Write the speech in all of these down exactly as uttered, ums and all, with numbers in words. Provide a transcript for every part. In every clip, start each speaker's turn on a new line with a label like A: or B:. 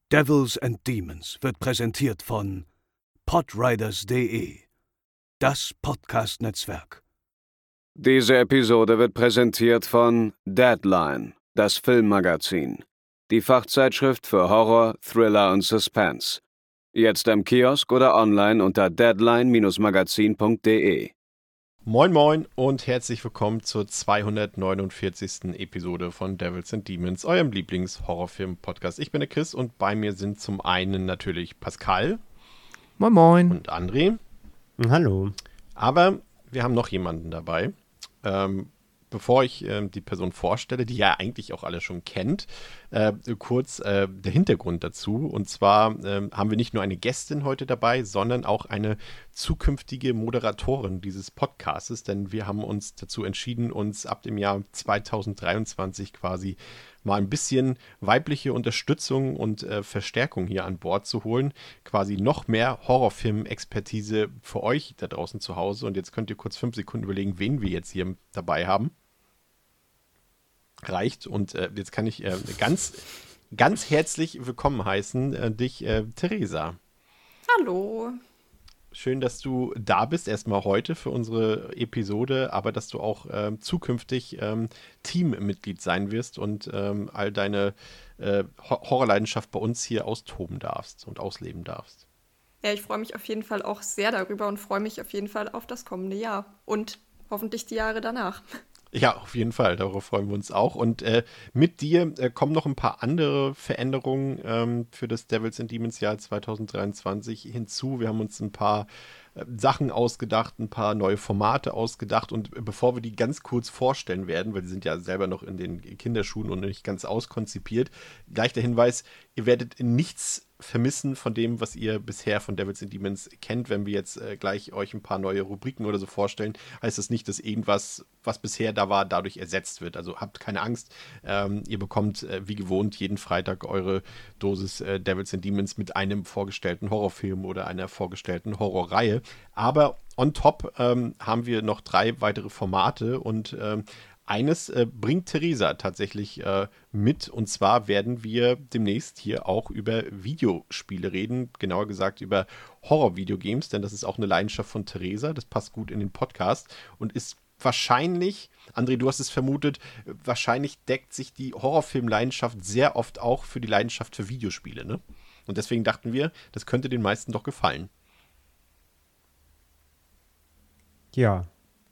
A: Devils and Demons wird präsentiert von podriders punkt de, das Podcast-Netzwerk.
B: Diese Episode wird präsentiert von Deadline, das Filmmagazin, die Fachzeitschrift für Horror, Thriller und Suspense. Jetzt im Kiosk oder online unter deadline Bindestrich magazin punkt de.
C: Moin moin und herzlich willkommen zur zweihundertneunundvierzigsten Episode von Devils and Demons, eurem Lieblings-Horrorfilm-Podcast. Ich bin der Chris und bei mir sind zum einen natürlich Pascal.
D: Moin moin.
C: Und André.
D: Hallo.
C: Aber wir haben noch jemanden dabei. Ähm, bevor ich ähm, die Person vorstelle, die ihr eigentlich auch alle schon kennt, äh, kurz äh, der Hintergrund dazu. Und zwar äh, haben wir nicht nur eine Gästin heute dabei, sondern auch eine zukünftige Moderatorin dieses Podcastes, denn wir haben uns dazu entschieden, uns ab dem Jahr zweitausenddreiundzwanzig quasi mal ein bisschen weibliche Unterstützung und äh, Verstärkung hier an Bord zu holen. Quasi noch mehr Horrorfilm-Expertise für euch da draußen zu Hause. Und jetzt könnt ihr kurz fünf Sekunden überlegen, wen wir jetzt hier dabei haben. Reicht. Und äh, jetzt kann ich äh, ganz, ganz herzlich willkommen heißen, äh, dich, äh, Theresa.
E: Hallo.
C: Schön, dass du da bist, erstmal heute für unsere Episode, aber dass du auch ähm, zukünftig ähm, Teammitglied sein wirst und ähm, all deine äh, Horrorleidenschaft bei uns hier austoben darfst und ausleben darfst.
E: Ja, ich freue mich auf jeden Fall auch sehr darüber und freue mich auf jeden Fall auf das kommende Jahr und hoffentlich die Jahre danach.
C: Ja, auf jeden Fall, darauf freuen wir uns auch. Und äh, mit dir äh, kommen noch ein paar andere Veränderungen ähm, für das Devils and Demons Jahr zweitausenddreiundzwanzig hinzu. Wir haben uns ein paar äh, Sachen ausgedacht, ein paar neue Formate ausgedacht. Und äh, bevor wir die ganz kurz vorstellen werden, weil die sind ja selber noch in den Kinderschuhen und nicht ganz auskonzipiert, gleich der Hinweis, ihr werdet nichts vermissen von dem, was ihr bisher von Devils and Demons kennt. Wenn wir jetzt äh, gleich euch ein paar neue Rubriken oder so vorstellen, heißt das nicht, dass irgendwas, was bisher da war, dadurch ersetzt wird. Also habt keine Angst. Ähm, ihr bekommt äh, wie gewohnt jeden Freitag eure Dosis äh, Devils and Demons mit einem vorgestellten Horrorfilm oder einer vorgestellten Horrorreihe. Aber on top ähm, haben wir noch drei weitere Formate und ähm, Eines äh, bringt Theresa tatsächlich äh, mit, und zwar werden wir demnächst hier auch über Videospiele reden, genauer gesagt über Horror-Videogames, denn das ist auch eine Leidenschaft von Theresa, das passt gut in den Podcast und ist wahrscheinlich, André, du hast es vermutet, wahrscheinlich deckt sich die Horrorfilm-Leidenschaft sehr oft auch für die Leidenschaft für Videospiele, ne? Und deswegen dachten wir, das könnte den meisten doch gefallen.
D: Ja.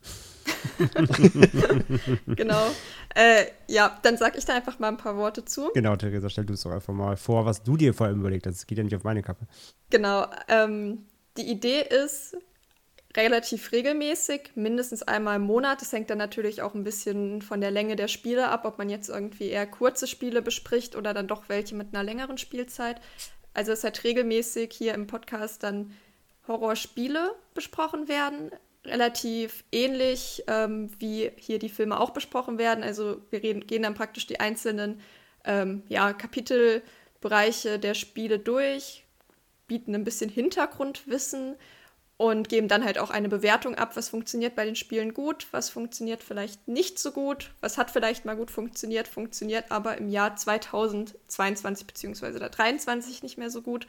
E: Genau. Äh, ja, dann sag ich da einfach mal ein paar Worte zu.
D: Genau, Theresa, stell du es doch einfach mal vor, was du dir vor allem überlegt hast. Es geht ja nicht auf meine Kappe.
E: Genau. Ähm, die Idee ist relativ regelmäßig, mindestens einmal im Monat. Das hängt dann natürlich auch ein bisschen von der Länge der Spiele ab, ob man jetzt irgendwie eher kurze Spiele bespricht oder dann doch welche mit einer längeren Spielzeit. Also es hat regelmäßig hier im Podcast dann Horrorspiele besprochen werden. Relativ ähnlich, ähm, wie hier die Filme auch besprochen werden. Also wir reden, gehen dann praktisch die einzelnen ähm, ja, Kapitelbereiche der Spiele durch, bieten ein bisschen Hintergrundwissen und geben dann halt auch eine Bewertung ab, was funktioniert bei den Spielen gut, was funktioniert vielleicht nicht so gut, was hat vielleicht mal gut funktioniert, funktioniert aber im Jahr zweitausendzweiundzwanzig bzw. dreiundzwanzig nicht mehr so gut.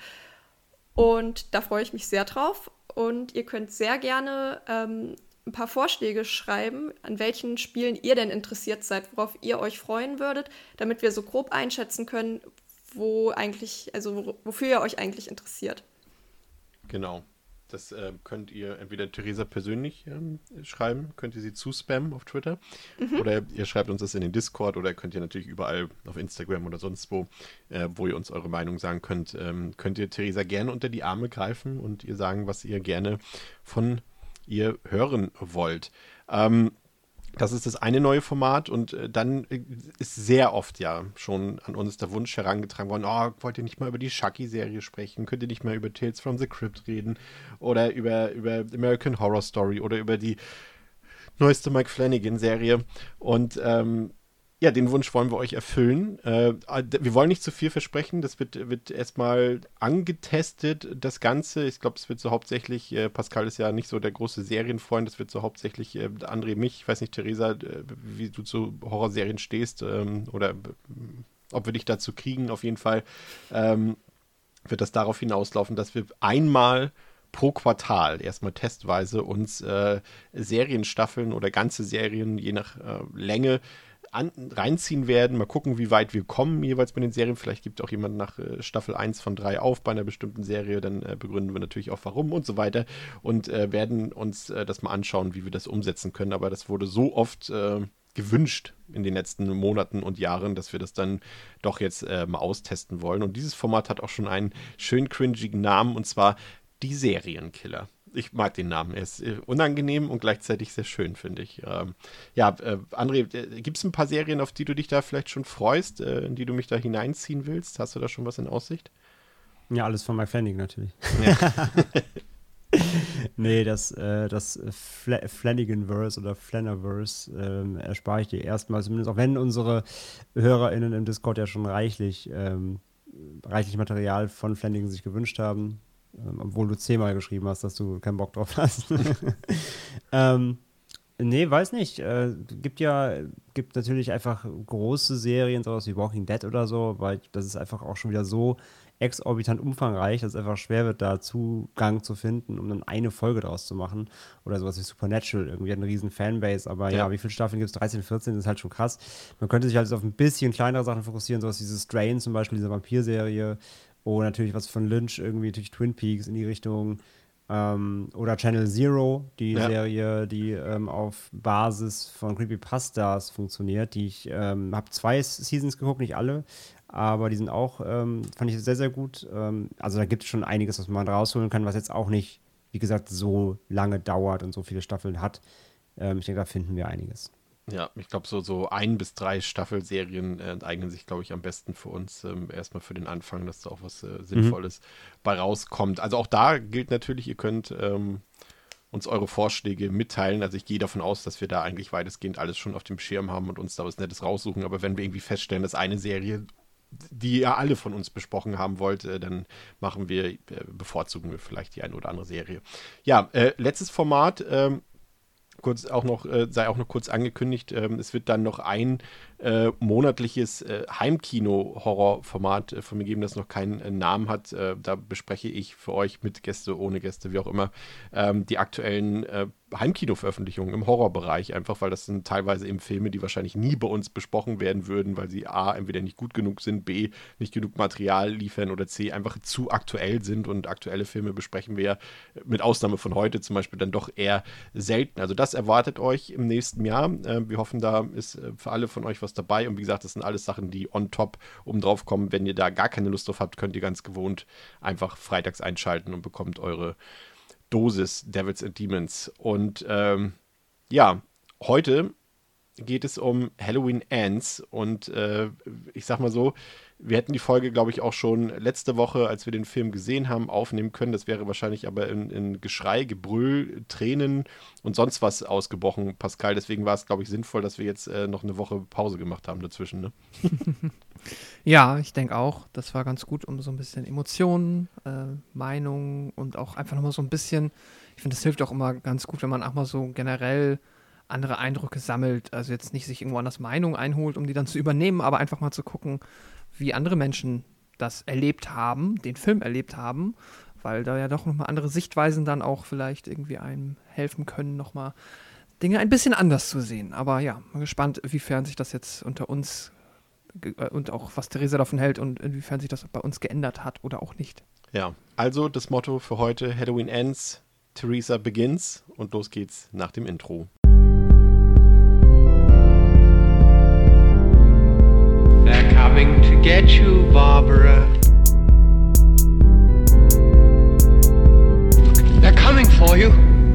E: Und da freue ich mich sehr drauf. Und ihr könnt sehr gerne ähm, ein paar Vorschläge schreiben, an welchen Spielen ihr denn interessiert seid, worauf ihr euch freuen würdet, damit wir so grob einschätzen können, wo eigentlich, also wofür ihr euch eigentlich interessiert.
C: Genau. Das äh, könnt ihr entweder Theresa persönlich ähm, schreiben, könnt ihr sie zuspammen auf Twitter, mhm. oder ihr schreibt uns das in den Discord, oder könnt ihr natürlich überall auf Instagram oder sonst wo, äh, wo ihr uns eure Meinung sagen könnt, ähm, könnt ihr Theresa gerne unter die Arme greifen und ihr sagen, was ihr gerne von ihr hören wollt. Ähm, Das ist das eine neue Format, und äh, dann ist sehr oft ja schon an uns der Wunsch herangetragen worden, oh, wollt ihr nicht mal über die Chucky-Serie sprechen? Könnt ihr nicht mal über Tales from the Crypt reden? Oder über, über American Horror Story oder über die neueste Mike Flanagan-Serie? Und ähm, ja, den Wunsch wollen wir euch erfüllen. Äh, wir wollen nicht zu viel versprechen. Das wird, wird erstmal angetestet, das Ganze. Ich glaube, es wird so hauptsächlich, äh, Pascal ist ja nicht so der große Serienfreund, es wird so hauptsächlich äh, André, mich, ich weiß nicht, Theresa, äh, wie du zu Horrorserien stehst, ähm, oder äh, ob wir dich dazu kriegen, auf jeden Fall. Ähm, wird das darauf hinauslaufen, dass wir einmal pro Quartal erstmal testweise uns äh, Serienstaffeln oder ganze Serien je nach äh, Länge An, reinziehen werden, mal gucken, wie weit wir kommen jeweils mit den Serien. Vielleicht gibt auch jemand nach äh, Staffel eins von drei auf bei einer bestimmten Serie, dann äh, begründen wir natürlich auch warum und so weiter und äh, werden uns äh, das mal anschauen, wie wir das umsetzen können. Aber das wurde so oft äh, gewünscht in den letzten Monaten und Jahren, dass wir das dann doch jetzt äh, mal austesten wollen. Und dieses Format hat auch schon einen schön cringigen Namen, und zwar die Serienkiller. Ich mag den Namen. Er ist äh, unangenehm und gleichzeitig sehr schön, finde ich. Ähm, ja, äh, André, äh, gibt es ein paar Serien, auf die du dich da vielleicht schon freust, äh, in die du mich da hineinziehen willst? Hast du da schon was in Aussicht?
D: Ja, alles von Mike Flanagan natürlich.
C: Ja.
D: Nee, das, äh, das Fla- Flanagan-Verse oder Flanaverse ähm, erspare ich dir erstmal, zumindest auch wenn unsere HörerInnen im Discord ja schon reichlich, ähm, reichlich Material von Flanagan sich gewünscht haben. Ähm, obwohl du zehnmal geschrieben hast, dass du keinen Bock drauf hast. ähm, nee, weiß nicht. Äh, gibt ja, gibt natürlich einfach große Serien, sowas wie Walking Dead oder so, weil das ist einfach auch schon wieder so exorbitant umfangreich, dass es einfach schwer wird, da Zugang zu finden, um dann eine Folge draus zu machen. Oder sowas wie Supernatural, irgendwie hat eine riesen Fanbase, aber ja, ja wie viele Staffeln gibt es? dreizehn, vierzehn, das ist halt schon krass. Man könnte sich halt auf ein bisschen kleinere Sachen fokussieren, sowas wie diese Strain zum Beispiel, diese Vampir-Serie. Oder natürlich was von Lynch, irgendwie natürlich Twin Peaks in die Richtung. Ähm, oder Channel Zero, die ja. Serie, die ähm, auf Basis von Creepypastas funktioniert. Die ich ähm, habe zwei Seasons geguckt, nicht alle, aber die sind auch, ähm, fand ich sehr, sehr gut. Ähm, also da gibt es schon einiges, was man rausholen kann, was jetzt auch nicht, wie gesagt, so lange dauert und so viele Staffeln hat. Ähm, ich denke, da finden wir einiges.
C: Ja, ich glaube, so, so ein bis drei Staffelserien äh, eignen sich, glaube ich, am besten für uns. Ähm, erstmal für den Anfang, dass da auch was äh, Sinnvolles mhm. bei rauskommt. Also auch da gilt natürlich, ihr könnt ähm, uns eure Vorschläge mitteilen. Also ich gehe davon aus, dass wir da eigentlich weitestgehend alles schon auf dem Schirm haben und uns da was Nettes raussuchen. Aber wenn wir irgendwie feststellen, dass eine Serie, die ihr alle von uns besprochen haben wollt, äh, dann machen wir, äh, bevorzugen wir vielleicht die eine oder andere Serie. Ja, äh, letztes Format, ähm, kurz auch noch, äh, sei auch noch kurz angekündigt, ähm, es wird dann noch ein äh, monatliches äh, Heimkino-Horror-Format äh, von mir geben, das noch keinen äh, Namen hat. Äh, da bespreche ich für euch mit Gäste, ohne Gäste, wie auch immer, ähm, die aktuellen äh, Heimkino-Veröffentlichungen im Horrorbereich, einfach weil das sind teilweise eben Filme, die wahrscheinlich nie bei uns besprochen werden würden, weil sie A, entweder nicht gut genug sind, B, nicht genug Material liefern oder C, einfach zu aktuell sind, und aktuelle Filme besprechen wir mit Ausnahme von heute zum Beispiel dann doch eher selten. Also das erwartet euch im nächsten Jahr. Äh, wir hoffen, da ist äh, für alle von euch was dabei, und wie gesagt, das sind alles Sachen, die on top oben drauf kommen. Wenn ihr da gar keine Lust drauf habt, könnt ihr ganz gewohnt einfach freitags einschalten und bekommt eure Dosis Devils and Demons. Und ähm, ja, heute geht es um Halloween Ends, und äh, ich sag mal so, wir hätten die Folge, glaube ich, auch schon letzte Woche, als wir den Film gesehen haben, aufnehmen können. Das wäre wahrscheinlich aber in, in Geschrei, Gebrüll, Tränen und sonst was ausgebrochen, Pascal. Deswegen war es, glaube ich, sinnvoll, dass wir jetzt äh, noch eine Woche Pause gemacht haben dazwischen, ne?
F: Ja, ich denke auch, das war ganz gut, um so ein bisschen Emotionen, äh, Meinungen und auch einfach nochmal so ein bisschen, ich finde, das hilft auch immer ganz gut, wenn man auch mal so generell andere Eindrücke sammelt, also jetzt nicht sich irgendwo anders Meinung einholt, um die dann zu übernehmen, aber einfach mal zu gucken, wie andere Menschen das erlebt haben, den Film erlebt haben, weil da ja doch nochmal andere Sichtweisen dann auch vielleicht irgendwie einem helfen können, nochmal Dinge ein bisschen anders zu sehen. Aber ja, mal gespannt, inwiefern sich das jetzt unter uns und auch was Theresa davon hält und inwiefern sich das bei uns geändert hat oder auch nicht.
C: Ja, also das Motto für heute: Halloween Ends, Theresa Begins, und los geht's nach dem Intro.
G: They're coming to get you, Barbara. They're coming for you.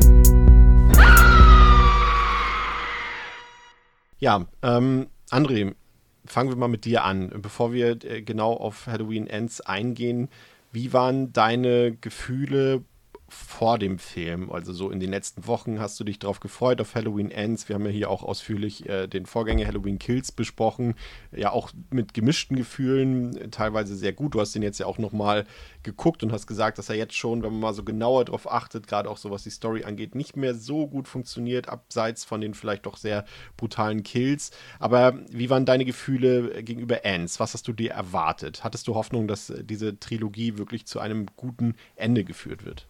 C: Ja, ähm, André, fangen wir mal mit dir an. Bevor wir äh, genau auf Halloween Ends eingehen, wie waren deine Gefühle vor dem Film? Also so in den letzten Wochen hast du dich drauf gefreut auf Halloween Ends. Wir haben ja hier auch ausführlich äh, den Vorgänger Halloween Kills besprochen. Ja, auch mit gemischten Gefühlen, teilweise sehr gut. Du hast den jetzt ja auch nochmal geguckt und hast gesagt, dass er jetzt schon, wenn man mal so genauer drauf achtet, gerade auch so was die Story angeht, nicht mehr so gut funktioniert, abseits von den vielleicht doch sehr brutalen Kills. Aber wie waren deine Gefühle gegenüber Ends? Was hast du dir erwartet? Hattest du Hoffnung, dass diese Trilogie wirklich zu einem guten Ende geführt wird?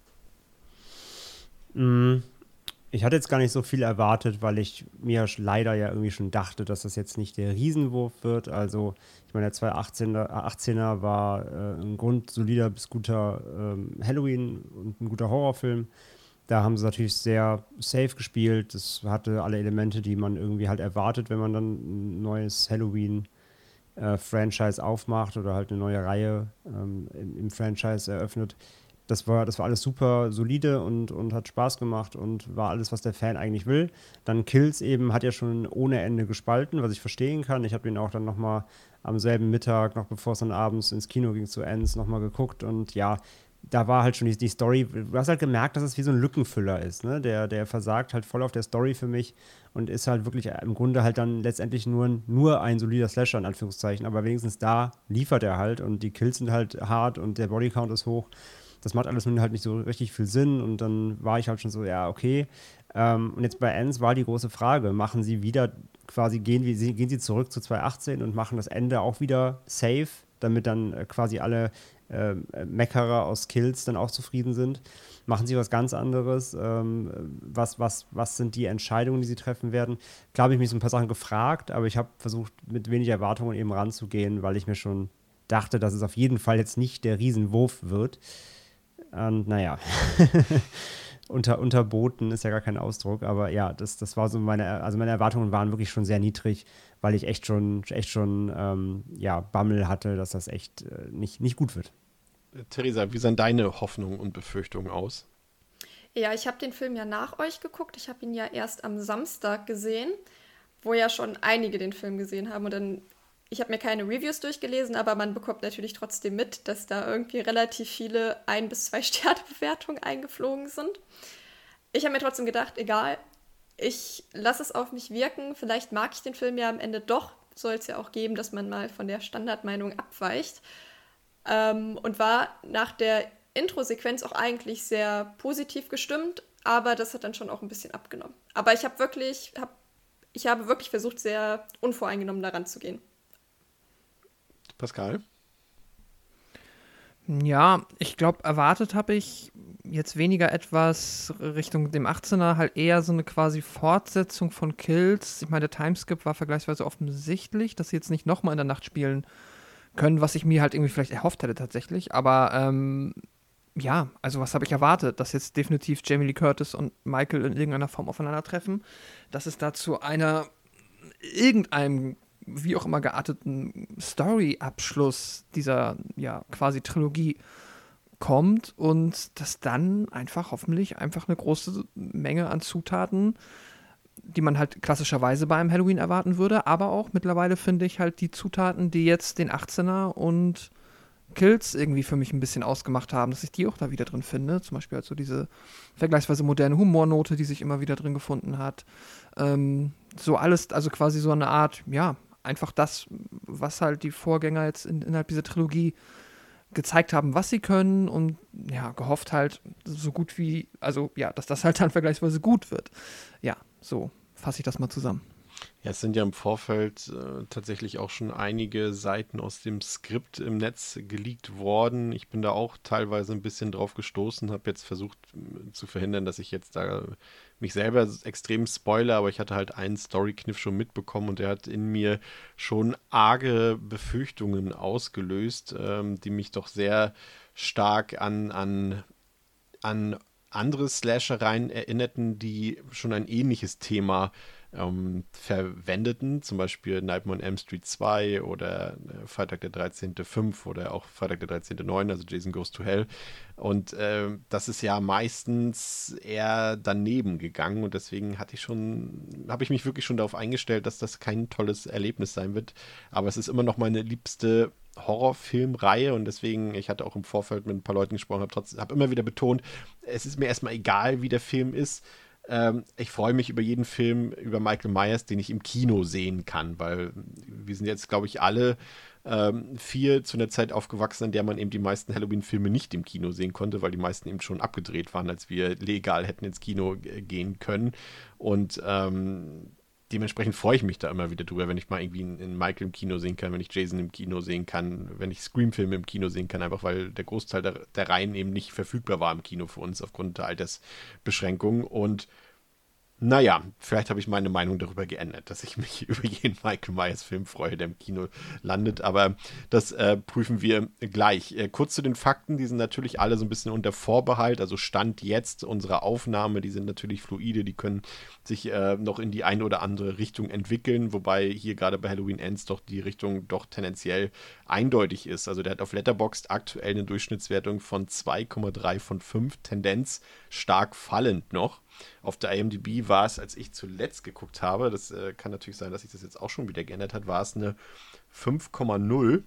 D: Ich hatte jetzt gar nicht so viel erwartet, weil ich mir leider ja irgendwie schon dachte, dass das jetzt nicht der Riesenwurf wird. Also, ich meine, der zweitausendachtzehner war äh, ein grundsolider bis guter ähm, Halloween und ein guter Horrorfilm. Da haben sie natürlich sehr safe gespielt. Das hatte alle Elemente, die man irgendwie halt erwartet, wenn man dann ein neues Halloween-Franchise äh, aufmacht oder halt eine neue Reihe ähm, im, im Franchise eröffnet. Das war, das war alles super solide und, und hat Spaß gemacht und war alles, was der Fan eigentlich will. Dann Kills eben hat ja schon ohne Ende gespalten, was ich verstehen kann. Ich habe den auch dann nochmal am selben Mittag, noch bevor es dann abends ins Kino ging, zu Ends, nochmal geguckt. Und ja, da war halt schon die, die Story, du hast halt gemerkt, dass es wie so ein Lückenfüller ist. Ne? Der, der versagt halt voll auf der Story für mich und ist halt wirklich im Grunde halt dann letztendlich nur, nur ein solider Slasher in Anführungszeichen. Aber wenigstens da liefert er halt und die Kills sind halt hart und der Bodycount ist hoch. Das macht alles nun halt nicht so richtig viel Sinn und dann war ich halt schon so, ja, okay. Ähm, und jetzt bei Ends war die große Frage, machen sie wieder quasi, gehen, wie, gehen sie zurück zu zweitausendachtzehn und machen das Ende auch wieder safe, damit dann äh, quasi alle äh, Meckerer aus Kills dann auch zufrieden sind? Machen sie was ganz anderes? Ähm, was, was, was sind die Entscheidungen, die sie treffen werden? Klar habe ich mich so ein paar Sachen gefragt, aber ich habe versucht, mit wenig Erwartungen eben ranzugehen, weil ich mir schon dachte, dass es auf jeden Fall jetzt nicht der Riesenwurf wird. Und naja, unter, unterboten ist ja gar kein Ausdruck, aber ja, das, das war so meine, also meine Erwartungen waren wirklich schon sehr niedrig, weil ich echt schon, echt schon, ähm, ja, Bammel hatte, dass das echt äh, nicht, nicht gut wird.
C: Theresa, wie sahen deine Hoffnungen und Befürchtungen aus?
E: Ja, ich habe den Film ja nach euch geguckt. Ich habe ihn ja erst am Samstag gesehen, wo ja schon einige den Film gesehen haben und dann ich habe mir keine Reviews durchgelesen, aber man bekommt natürlich trotzdem mit, dass da irgendwie relativ viele ein- bis zwei Sterne-Bewertungen eingeflogen sind. Ich habe mir trotzdem gedacht, egal, ich lasse es auf mich wirken. Vielleicht mag ich den Film ja am Ende doch. Soll es ja auch geben, dass man mal von der Standardmeinung abweicht. Ähm, und war nach der Intro-Sequenz auch eigentlich sehr positiv gestimmt, aber das hat dann schon auch ein bisschen abgenommen. Aber ich habe wirklich, hab, ich habe wirklich versucht, sehr unvoreingenommen daran zu gehen.
C: Pascal?
F: Ja, ich glaube, erwartet habe ich jetzt weniger etwas Richtung dem achtzehner, halt eher so eine quasi Fortsetzung von Kills. Ich meine, der Timeskip war vergleichsweise offensichtlich, dass sie jetzt nicht nochmal in der Nacht spielen können, was ich mir halt irgendwie vielleicht erhofft hätte tatsächlich. Aber ähm, ja, also was habe ich erwartet? Dass jetzt definitiv Jamie Lee Curtis und Michael in irgendeiner Form aufeinandertreffen. Dass es dazu einer, irgendeinem wie auch immer gearteten Story-Abschluss dieser, ja, quasi Trilogie kommt und dass dann einfach hoffentlich einfach eine große Menge an Zutaten, die man halt klassischerweise bei einem Halloween erwarten würde, aber auch mittlerweile finde ich halt die Zutaten, die jetzt den achtzehner und Kills irgendwie für mich ein bisschen ausgemacht haben, dass ich die auch da wieder drin finde. Zum Beispiel halt so diese vergleichsweise moderne Humornote, die sich immer wieder drin gefunden hat. Ähm, so alles, also quasi so eine Art, ja, einfach das, was halt die Vorgänger jetzt in, innerhalb dieser Trilogie gezeigt haben, was sie können und ja, gehofft halt so gut wie, also ja, dass das halt dann vergleichsweise gut wird. Ja, so fasse ich das mal zusammen.
C: Ja, es sind ja im Vorfeld äh, tatsächlich auch schon einige Seiten aus dem Skript im Netz geleakt worden. Ich bin da auch teilweise ein bisschen drauf gestoßen, habe jetzt versucht äh, zu verhindern, dass ich jetzt da mich selber extrem spoilere, aber ich hatte halt einen Story-Kniff schon mitbekommen und der hat in mir schon arge Befürchtungen ausgelöst, ähm, die mich doch sehr stark an, an, an andere Slashereien erinnerten, die schon ein ähnliches Thema ähm, verwendeten, zum Beispiel Nightmare on Elm Street zwei oder äh, Freitag der dreizehnte fünf oder auch Freitag der dreizehnte neun, also Jason Goes to Hell. Und äh, das ist ja meistens eher daneben gegangen und deswegen hatte ich schon, habe ich mich wirklich schon darauf eingestellt, dass das kein tolles Erlebnis sein wird. Aber es ist immer noch meine liebste Horrorfilmreihe und deswegen, ich hatte auch im Vorfeld mit ein paar Leuten gesprochen, habe trotzdem, habe immer wieder betont, es ist mir erstmal egal, wie der Film ist. Ähm, ich freue mich über jeden Film über Michael Myers, den ich im Kino sehen kann, weil wir sind jetzt, glaube ich, alle ähm, vier zu einer Zeit aufgewachsen, in der man eben die meisten Halloween-Filme nicht im Kino sehen konnte, weil die meisten eben schon abgedreht waren, als wir legal hätten ins Kino g- gehen können. Und ähm, dementsprechend freue ich mich da immer wieder drüber, wenn ich mal irgendwie einen Michael im Kino sehen kann, wenn ich Jason im Kino sehen kann, wenn ich Scream-Filme im Kino sehen kann, einfach weil der Großteil der, der Reihen eben nicht verfügbar war im Kino für uns aufgrund der Altersbeschränkungen. Und naja, vielleicht habe ich meine Meinung darüber geändert, dass ich mich über jeden Michael Myers Film freue, der im Kino landet, aber das äh, prüfen wir gleich. Äh, kurz zu den Fakten, die sind natürlich alle so ein bisschen unter Vorbehalt, also Stand jetzt unserer Aufnahme, die sind natürlich fluide, die können sich äh, noch in die eine oder andere Richtung entwickeln, wobei hier gerade bei Halloween Ends doch die Richtung doch tendenziell eindeutig ist. Also der hat auf Letterboxd aktuell eine Durchschnittswertung von zwei Komma drei von fünf, Tendenz stark fallend noch. Auf der I M D B war es, als ich zuletzt geguckt habe, das äh, kann natürlich sein, dass sich das jetzt auch schon wieder geändert hat, war es eine fünf Komma null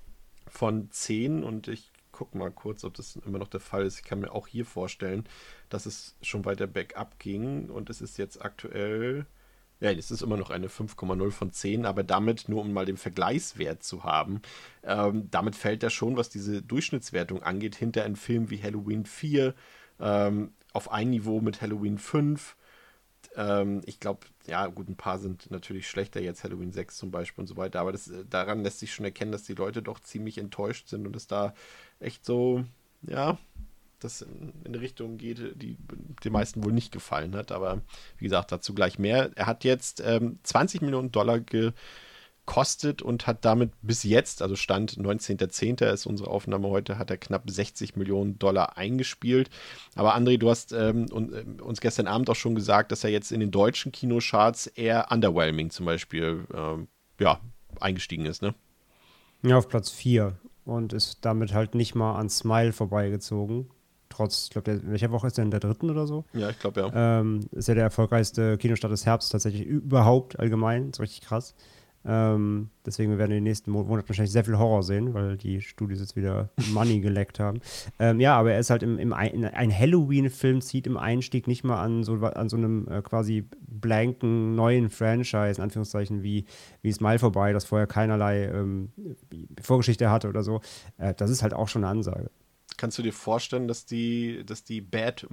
C: von zehn und ich gucke mal kurz, ob das immer noch der Fall ist. Ich kann mir auch hier vorstellen, dass es schon weiter bergab ging und es ist jetzt aktuell, ja, es ist immer noch eine fünf Komma null von zehn, aber damit, nur um mal den Vergleichswert zu haben, ähm, damit fällt er schon, was diese Durchschnittswertung angeht, hinter einem Film wie Halloween vier, ähm, auf ein Niveau mit Halloween fünf. Ähm, ich glaube, ja, gut, ein paar sind natürlich schlechter, jetzt Halloween sechs zum Beispiel und so weiter, aber das, daran lässt sich schon erkennen, dass die Leute doch ziemlich enttäuscht sind und es da echt so, ja, das in, in eine Richtung geht, die den meisten wohl nicht gefallen hat, aber wie gesagt, dazu gleich mehr. Er hat jetzt ähm, zwanzig Millionen Dollar gekostet und hat damit bis jetzt, also Stand neunzehnter zehnter ist unsere Aufnahme heute, hat er knapp sechzig Millionen Dollar eingespielt. Aber André, du hast ähm, uns gestern Abend auch schon gesagt, dass er jetzt in den deutschen Kinocharts eher underwhelming zum Beispiel ähm, ja, eingestiegen ist, ne?
D: Ja, auf Platz vier und ist damit halt nicht mal an Smile vorbeigezogen. Trotz, ich glaube, welcher Woche ist der, in der dritten oder so?
C: Ja, ich glaube, ja.
D: Ähm, ist ja der erfolgreichste Kinostart des Herbst tatsächlich überhaupt allgemein. Ist richtig krass. Ähm, deswegen wir werden in den nächsten Monaten wahrscheinlich sehr viel Horror sehen, weil die Studios jetzt wieder Money geleckt haben. Ähm, ja, aber er ist halt im, im ein, ein Halloween-Film zieht im Einstieg nicht mal an so, an so einem äh, quasi blanken neuen Franchise, in Anführungszeichen, wie, wie Smile vorbei, das vorher keinerlei ähm, Vorgeschichte hatte oder so. Äh, das ist halt auch schon eine Ansage.
C: Kannst du dir vorstellen, dass die, dass die Bad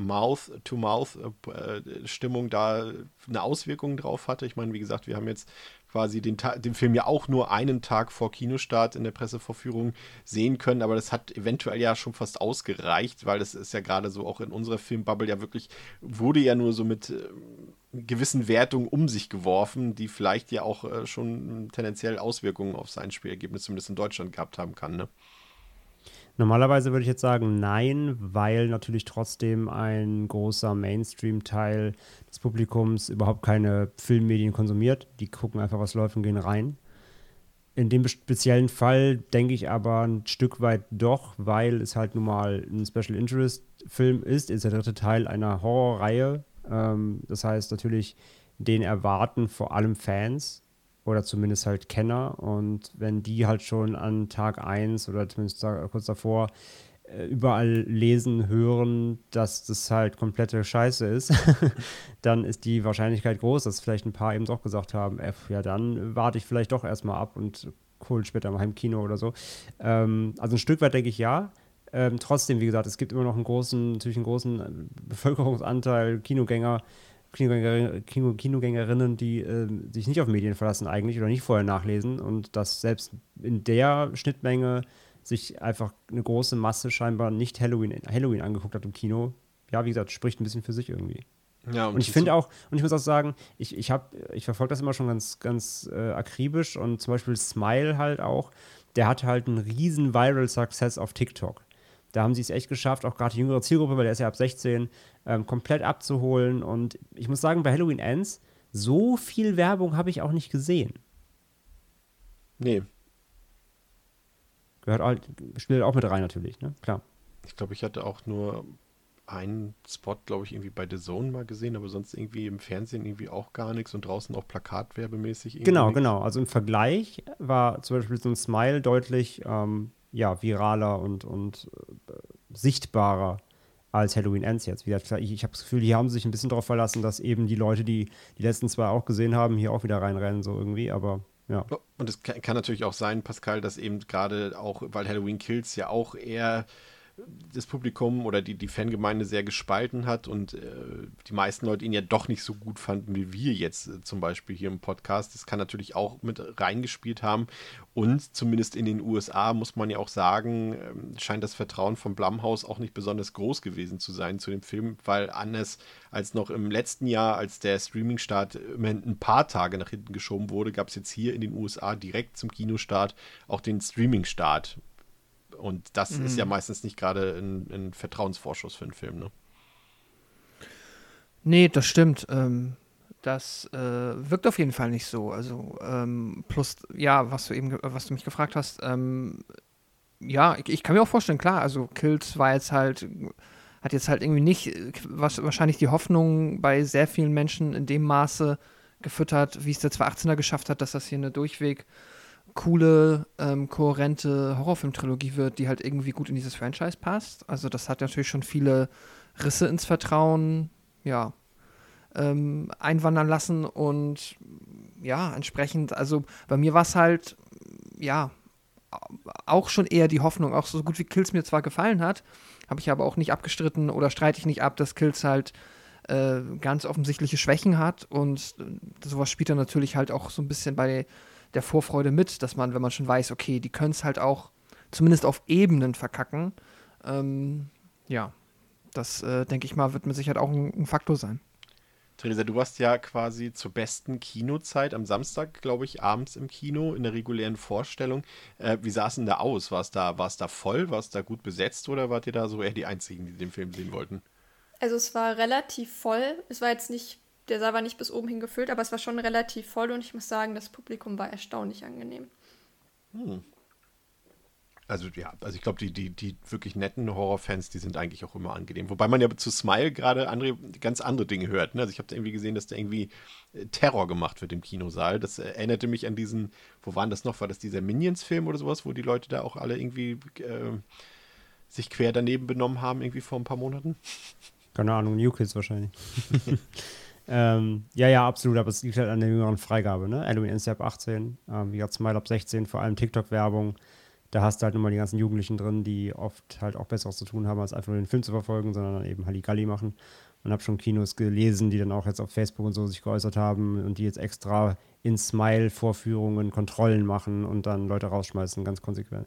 C: Mouth-to-Mouth-Stimmung da eine Auswirkung drauf hatte? Ich meine, wie gesagt, wir haben jetzt quasi den, Ta- den Film ja auch nur einen Tag vor Kinostart in der Pressevorführung sehen können, aber das hat eventuell ja schon fast ausgereicht, weil das ist ja gerade so auch in unserer Filmbubble ja wirklich, wurde ja nur so mit äh, gewissen Wertungen um sich geworfen, die vielleicht ja auch äh, schon tendenziell Auswirkungen auf sein Spielergebnis zumindest in Deutschland gehabt haben kann, ne?
D: Normalerweise würde ich jetzt sagen nein, weil natürlich trotzdem ein großer Mainstream-Teil des Publikums überhaupt keine Filmmedien konsumiert. Die gucken einfach, was läuft und gehen rein. In dem speziellen Fall denke ich aber ein Stück weit doch, weil es halt nun mal ein Special Interest Film ist, ist der dritte Teil einer Horrorreihe. Ähm, das heißt natürlich, den erwarten vor allem Fans oder zumindest halt Kenner, und wenn die halt schon an Tag eins oder zumindest da, kurz davor äh, überall lesen, hören, dass das halt komplette Scheiße ist, dann ist die Wahrscheinlichkeit groß, dass vielleicht ein paar eben auch gesagt haben, äh, ja, dann warte ich vielleicht doch erstmal ab und hol später mal im Kino oder so. Ähm, also ein Stück weit denke ich ja. Ähm, trotzdem, wie gesagt, es gibt immer noch einen großen, natürlich einen großen Bevölkerungsanteil Kinogänger, Kinogänger, Kino, Kinogängerinnen, die äh, sich nicht auf Medien verlassen eigentlich oder nicht vorher nachlesen, und dass selbst in der Schnittmenge sich einfach eine große Masse scheinbar nicht Halloween, Halloween angeguckt hat im Kino. Ja, wie gesagt, spricht ein bisschen für sich irgendwie.
C: Ja,
D: und ich finde auch, und ich muss auch sagen, ich, ich, hab, ich verfolge das immer schon ganz, ganz äh, akribisch, und zum Beispiel Smile halt auch, der hat halt einen riesen Viral Success auf TikTok. Da haben sie es echt geschafft, auch gerade die jüngere Zielgruppe, weil der ist ja ab sechzehn, ähm, komplett abzuholen. Und ich muss sagen, bei Halloween Ends, so viel Werbung habe ich auch nicht gesehen.
C: Nee.
D: Gehört halt, spielt auch mit rein natürlich, ne? Klar.
C: Ich glaube, ich hatte auch nur einen Spot, glaube ich, irgendwie bei The Zone mal gesehen, aber sonst irgendwie im Fernsehen irgendwie auch gar nichts und draußen auch plakatwerbemäßig. Irgendwie
D: Genau,
C: nix.
D: genau. Also im Vergleich war zum Beispiel so ein Smile deutlich ähm, ja, viraler und, und äh, sichtbarer als Halloween Ends jetzt. Wie gesagt, ich, ich habe das Gefühl, hier haben sie sich ein bisschen darauf verlassen, dass eben die Leute, die die letzten zwei auch gesehen haben, hier auch wieder reinrennen, so irgendwie, aber ja.
C: Und es kann, kann natürlich auch sein, Pascal, dass eben gerade auch, weil Halloween Kills ja auch eher das Publikum oder die, die Fangemeinde sehr gespalten hat und äh, die meisten Leute ihn ja doch nicht so gut fanden wie wir jetzt äh, zum Beispiel hier im Podcast. Das kann natürlich auch mit reingespielt haben und zumindest in den U S A muss man ja auch sagen, äh, scheint das Vertrauen von Blumhouse auch nicht besonders groß gewesen zu sein zu dem Film, weil anders als noch im letzten Jahr, als der Streaming-Start immerhin ein paar Tage nach hinten geschoben wurde, gab es jetzt hier in den U S A direkt zum Kinostart auch den Streaming-Start. Und das mhm. ist ja meistens nicht gerade ein, ein Vertrauensvorschuss für einen Film, ne?
F: Nee, das stimmt. Ähm, das äh, wirkt auf jeden Fall nicht so. Also, ähm, plus, ja, was du eben, was du mich gefragt hast, ähm, ja, ich, ich kann mir auch vorstellen, klar, also Kills war jetzt halt, hat jetzt halt irgendwie nicht was, wahrscheinlich die Hoffnung bei sehr vielen Menschen in dem Maße gefüttert, wie es der zweitausendachtzehner geschafft hat, dass das hier eine durchweg coole, ähm, kohärente Horrorfilm-Trilogie wird, die halt irgendwie gut in dieses Franchise passt. Also das hat natürlich schon viele Risse ins Vertrauen, ja, ähm, einwandern lassen und ja, entsprechend, also bei mir war es halt, ja, auch schon eher die Hoffnung, auch so gut wie Kills mir zwar gefallen hat, habe ich aber auch nicht abgestritten oder streite ich nicht ab, dass Kills halt äh, ganz offensichtliche Schwächen hat und äh, sowas spielt dann natürlich halt auch so ein bisschen bei der Vorfreude mit, dass man, wenn man schon weiß, okay, die können es halt auch zumindest auf Ebenen verkacken. Ähm, ja, das, äh, denke ich mal, wird mit Sicherheit auch ein, ein Faktor sein.
C: Theresa, du warst ja quasi zur besten Kinozeit am Samstag, glaube ich, abends im Kino in der regulären Vorstellung. Äh, wie sah es denn da aus? War es da, war es da voll? War es da gut besetzt oder wart ihr da so eher die Einzigen, die den Film sehen wollten?
E: Also es war relativ voll. Es war jetzt nicht Der Saal war nicht bis oben hin gefüllt, aber es war schon relativ voll und ich muss sagen, das Publikum war erstaunlich angenehm.
C: Hm. Also ja, also ich glaube, die, die, die wirklich netten Horrorfans, die sind eigentlich auch immer angenehm. Wobei man ja zu Smile gerade andere, ganz andere Dinge hört. Ne? Also ich habe da irgendwie gesehen, dass da irgendwie Terror gemacht wird im Kinosaal. Das erinnerte mich an diesen, wo waren das noch? War das dieser Minions-Film oder sowas, wo die Leute da auch alle irgendwie äh, sich quer daneben benommen haben, irgendwie vor ein paar Monaten?
D: Keine Ahnung, New Kids wahrscheinlich. Ähm, ja, ja, absolut, aber es liegt halt an der jüngeren Freigabe, ne? Halloween Ends ab achtzehn, ähm, wie gesagt, Smile ab sechzehn, vor allem TikTok-Werbung. Da hast du halt nochmal die ganzen Jugendlichen drin, die oft halt auch Besseres zu tun haben, als einfach nur den Film zu verfolgen, sondern dann eben Halligalli machen. Und habe schon Kinos gelesen, die dann auch jetzt auf Facebook und so sich geäußert haben und die jetzt extra in Smile-Vorführungen Kontrollen machen und dann Leute rausschmeißen, ganz konsequent.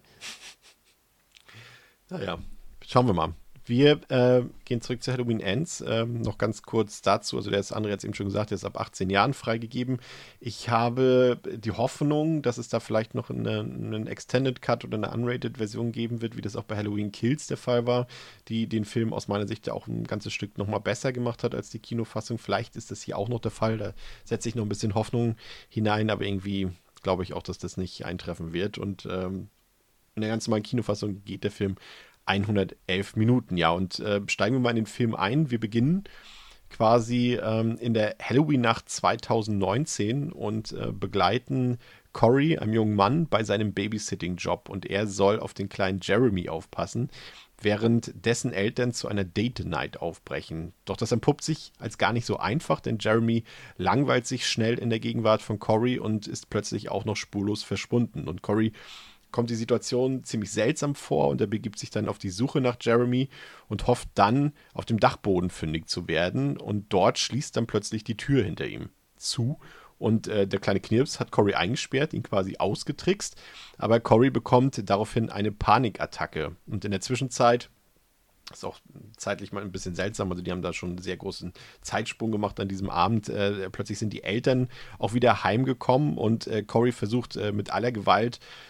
C: Naja, schauen wir mal. Wir äh, gehen zurück zu Halloween Ends. Ähm, noch ganz kurz dazu, also der ist André jetzt eben schon gesagt, der ist ab achtzehn Jahren freigegeben. Ich habe die Hoffnung, dass es da vielleicht noch eine, einen Extended Cut oder eine Unrated Version geben wird, wie das auch bei Halloween Kills der Fall war, die den Film aus meiner Sicht ja auch ein ganzes Stück nochmal besser gemacht hat als die Kinofassung. Vielleicht ist das hier auch noch der Fall, da setze ich noch ein bisschen Hoffnung hinein, aber irgendwie glaube ich auch, dass das nicht eintreffen wird. Und ähm, in der ganz normalen Kinofassung geht der Film hundertelf Minuten, ja, und äh, steigen wir mal in den Film ein. Wir beginnen quasi ähm, in der Halloween-Nacht zweitausendneunzehn und äh, begleiten Corey, einem jungen Mann, bei seinem Babysitting-Job und er soll auf den kleinen Jeremy aufpassen, während dessen Eltern zu einer Date-Night aufbrechen. Doch das entpuppt sich als gar nicht so einfach, denn Jeremy langweilt sich schnell in der Gegenwart von Corey und ist plötzlich auch noch spurlos verschwunden. Und Corey kommt die Situation ziemlich seltsam vor und er begibt sich dann auf die Suche nach Jeremy und hofft dann, auf dem Dachboden fündig zu werden. Und dort schließt dann plötzlich die Tür hinter ihm zu. Und äh, der kleine Knirps hat Corey eingesperrt, ihn quasi ausgetrickst. Aber Corey bekommt daraufhin eine Panikattacke. Und in der Zwischenzeit, das ist auch zeitlich mal ein bisschen seltsam, also die haben da schon einen sehr großen Zeitsprung gemacht an diesem Abend. Äh, plötzlich sind die Eltern auch wieder heimgekommen und äh, Corey versucht äh, mit aller Gewalt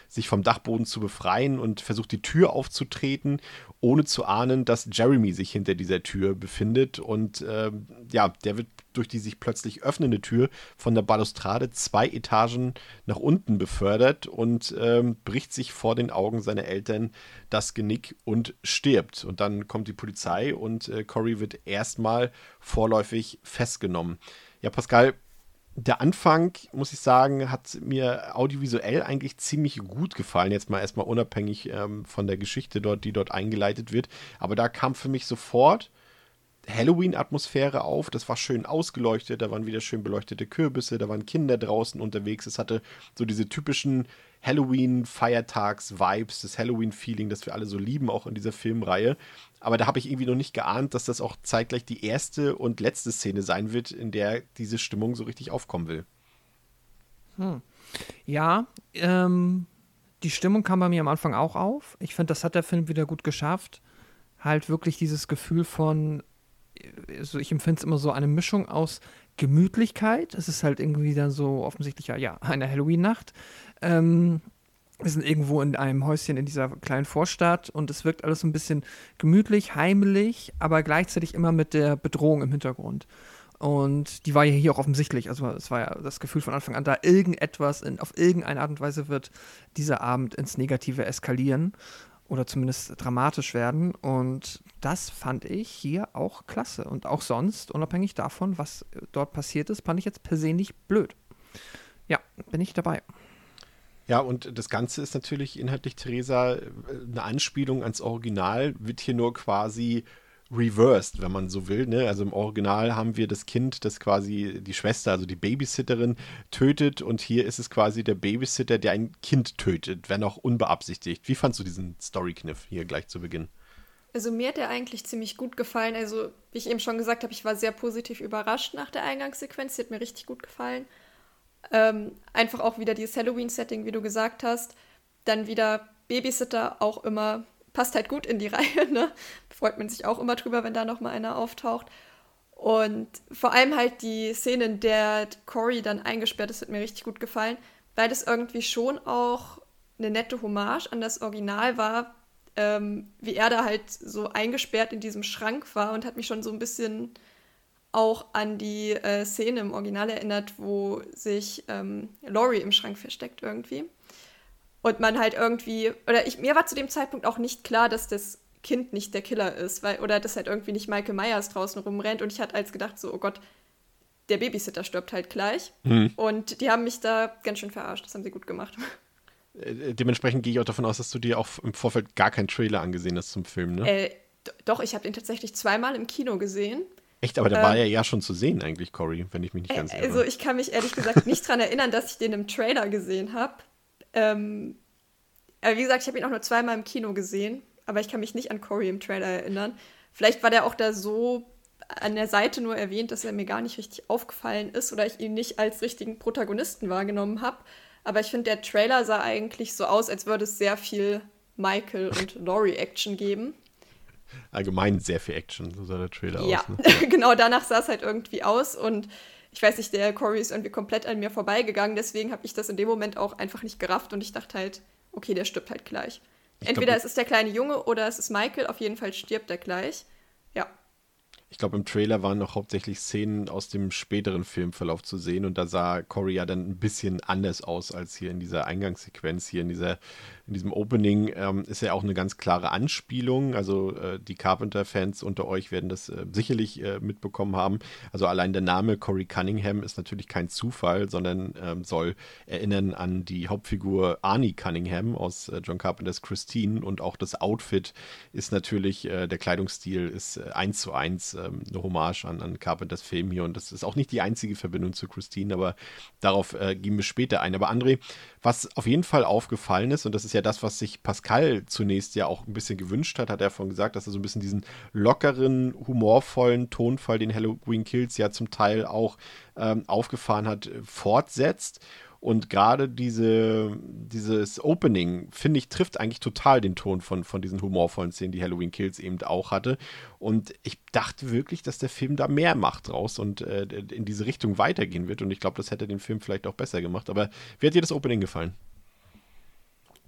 C: sich vom Dachboden zu befreien und versucht, die Tür aufzutreten, ohne zu ahnen, dass Jeremy sich hinter dieser Tür befindet. Und ähm, ja, der wird durch die sich plötzlich öffnende Tür von der Balustrade zwei Etagen nach unten befördert und ähm, bricht sich vor den Augen seiner Eltern das Genick und stirbt. Und dann kommt die Polizei und äh, Corey wird erstmal vorläufig festgenommen. Ja, Pascal, der Anfang, muss ich sagen, hat mir audiovisuell eigentlich ziemlich gut gefallen. Jetzt mal erstmal unabhängig ähm, von der Geschichte dort, die dort eingeleitet wird. Aber da kam für mich sofort Halloween-Atmosphäre auf. Das war schön ausgeleuchtet. Da waren wieder schön beleuchtete Kürbisse. Da waren Kinder draußen unterwegs. Es hatte so diese typischen Halloween-Feiertags-Vibes, das Halloween-Feeling, das wir alle so lieben, auch in dieser Filmreihe. Aber da habe ich irgendwie noch nicht geahnt, dass das auch zeitgleich die erste und letzte Szene sein wird, in der diese Stimmung so richtig aufkommen will.
F: Hm. Ja, ähm, die Stimmung kam bei mir am Anfang auch auf. Ich finde, das hat der Film wieder gut geschafft. Halt wirklich dieses Gefühl von, also ich empfinde es immer so eine Mischung aus Gemütlichkeit. Es ist halt irgendwie dann so offensichtlich, ja, ja eine Halloween-Nacht. Ähm, wir sind irgendwo in einem Häuschen in dieser kleinen Vorstadt und es wirkt alles so ein bisschen gemütlich, heimelig, aber gleichzeitig immer mit der Bedrohung im Hintergrund. Und die war ja hier auch offensichtlich. Also es war ja das Gefühl von Anfang an, da irgendetwas in, auf irgendeine Art und Weise wird dieser Abend ins Negative eskalieren oder zumindest dramatisch werden. Und das fand ich hier auch klasse. Und auch sonst, unabhängig davon, was dort passiert ist, fand ich jetzt per se nicht blöd. Ja, bin ich dabei.
C: Ja, und das Ganze ist natürlich inhaltlich, Theresa, eine Anspielung ans Original, wird hier nur quasi reversed, wenn man so will. Ne? Also im Original haben wir das Kind, das quasi die Schwester, also die Babysitterin, tötet und hier ist es quasi der Babysitter, der ein Kind tötet, wenn auch unbeabsichtigt. Wie fandst du diesen Story-Kniff hier gleich zu Beginn?
E: Also mir hat der eigentlich ziemlich gut gefallen. Also wie ich eben schon gesagt habe, ich war sehr positiv überrascht nach der Eingangssequenz. Die hat mir richtig gut gefallen. Ähm, einfach auch wieder dieses Halloween-Setting, wie du gesagt hast. Dann wieder Babysitter auch immer, passt halt gut in die Reihe, ne? Freut man sich auch immer drüber, wenn da nochmal einer auftaucht. Und vor allem halt die Szene, in der Corey dann eingesperrt ist, hat mir richtig gut gefallen, weil das irgendwie schon auch eine nette Hommage an das Original war, ähm, wie er da halt so eingesperrt in diesem Schrank war und hat mich schon so ein bisschen auch an die äh, Szene im Original erinnert, wo sich ähm, Laurie im Schrank versteckt irgendwie. Und man halt irgendwie, oder ich, mir war zu dem Zeitpunkt auch nicht klar, dass das Kind nicht der Killer ist, weil, oder dass halt irgendwie nicht Michael Myers draußen rumrennt. Und ich hatte als gedacht so, oh Gott, der Babysitter stirbt halt gleich. Mhm. Und die haben mich da ganz schön verarscht, das haben sie gut gemacht.
C: Äh, dementsprechend gehe ich auch davon aus, dass du dir auch im Vorfeld gar keinen Trailer angesehen hast zum Film, ne?
E: Äh, d- doch, ich habe den tatsächlich zweimal im Kino gesehen.
C: Echt, aber der ähm, war ja ja schon zu sehen eigentlich, Corey, wenn ich mich nicht ganz
E: irre.
C: irre.
E: Also ich kann mich ehrlich gesagt nicht dran erinnern, dass ich den im Trailer gesehen habe. Ähm, aber wie gesagt, ich habe ihn auch nur zweimal im Kino gesehen, aber ich kann mich nicht an Corey im Trailer erinnern. Vielleicht war der auch da so an der Seite nur erwähnt, dass er mir gar nicht richtig aufgefallen ist oder ich ihn nicht als richtigen Protagonisten wahrgenommen habe. Aber ich finde, der Trailer sah eigentlich so aus, als würde es sehr viel Michael und Laurie-Action geben.
C: Allgemein sehr viel Action, so sah der Trailer
E: ja.
C: aus. Ne? Ja,
E: genau, danach sah es halt irgendwie aus und ich weiß nicht, der Corey ist irgendwie komplett an mir vorbeigegangen, deswegen habe ich das in dem Moment auch einfach nicht gerafft und ich dachte halt, okay, der stirbt halt gleich. Ich Entweder glaub, es ist der kleine Junge oder es ist Michael, auf jeden Fall stirbt er gleich. Ja.
C: Ich glaube, im Trailer waren noch hauptsächlich Szenen aus dem späteren Filmverlauf zu sehen und da sah Corey ja dann ein bisschen anders aus als hier in dieser Eingangssequenz, hier in dieser in diesem Opening ähm, ist ja auch eine ganz klare Anspielung, also äh, die Carpenter-Fans unter euch werden das äh, sicherlich äh, mitbekommen haben, also allein der Name Corey Cunningham ist natürlich kein Zufall, sondern ähm, soll erinnern an die Hauptfigur Arnie Cunningham aus äh, John Carpenters Christine und auch das Outfit ist natürlich, äh, der Kleidungsstil ist äh, eins zu eins äh, eine Hommage an, an Carpenters Film hier und das ist auch nicht die einzige Verbindung zu Christine, aber darauf äh, gehen wir später ein. Aber André, was auf jeden Fall aufgefallen ist und das ist ja das, was sich Pascal zunächst ja auch ein bisschen gewünscht hat, hat er von gesagt, dass er so ein bisschen diesen lockeren, humorvollen Tonfall, den Halloween Kills ja zum Teil auch ähm, aufgefahren hat, fortsetzt. Und gerade diese, dieses Opening, finde ich, trifft eigentlich total den Ton von, von diesen humorvollen Szenen, die Halloween Kills eben auch hatte. Und ich dachte wirklich, dass der Film da mehr macht draus und äh, in diese Richtung weitergehen wird. Und ich glaube, das hätte den Film vielleicht auch besser gemacht. Aber wie hat dir das Opening gefallen?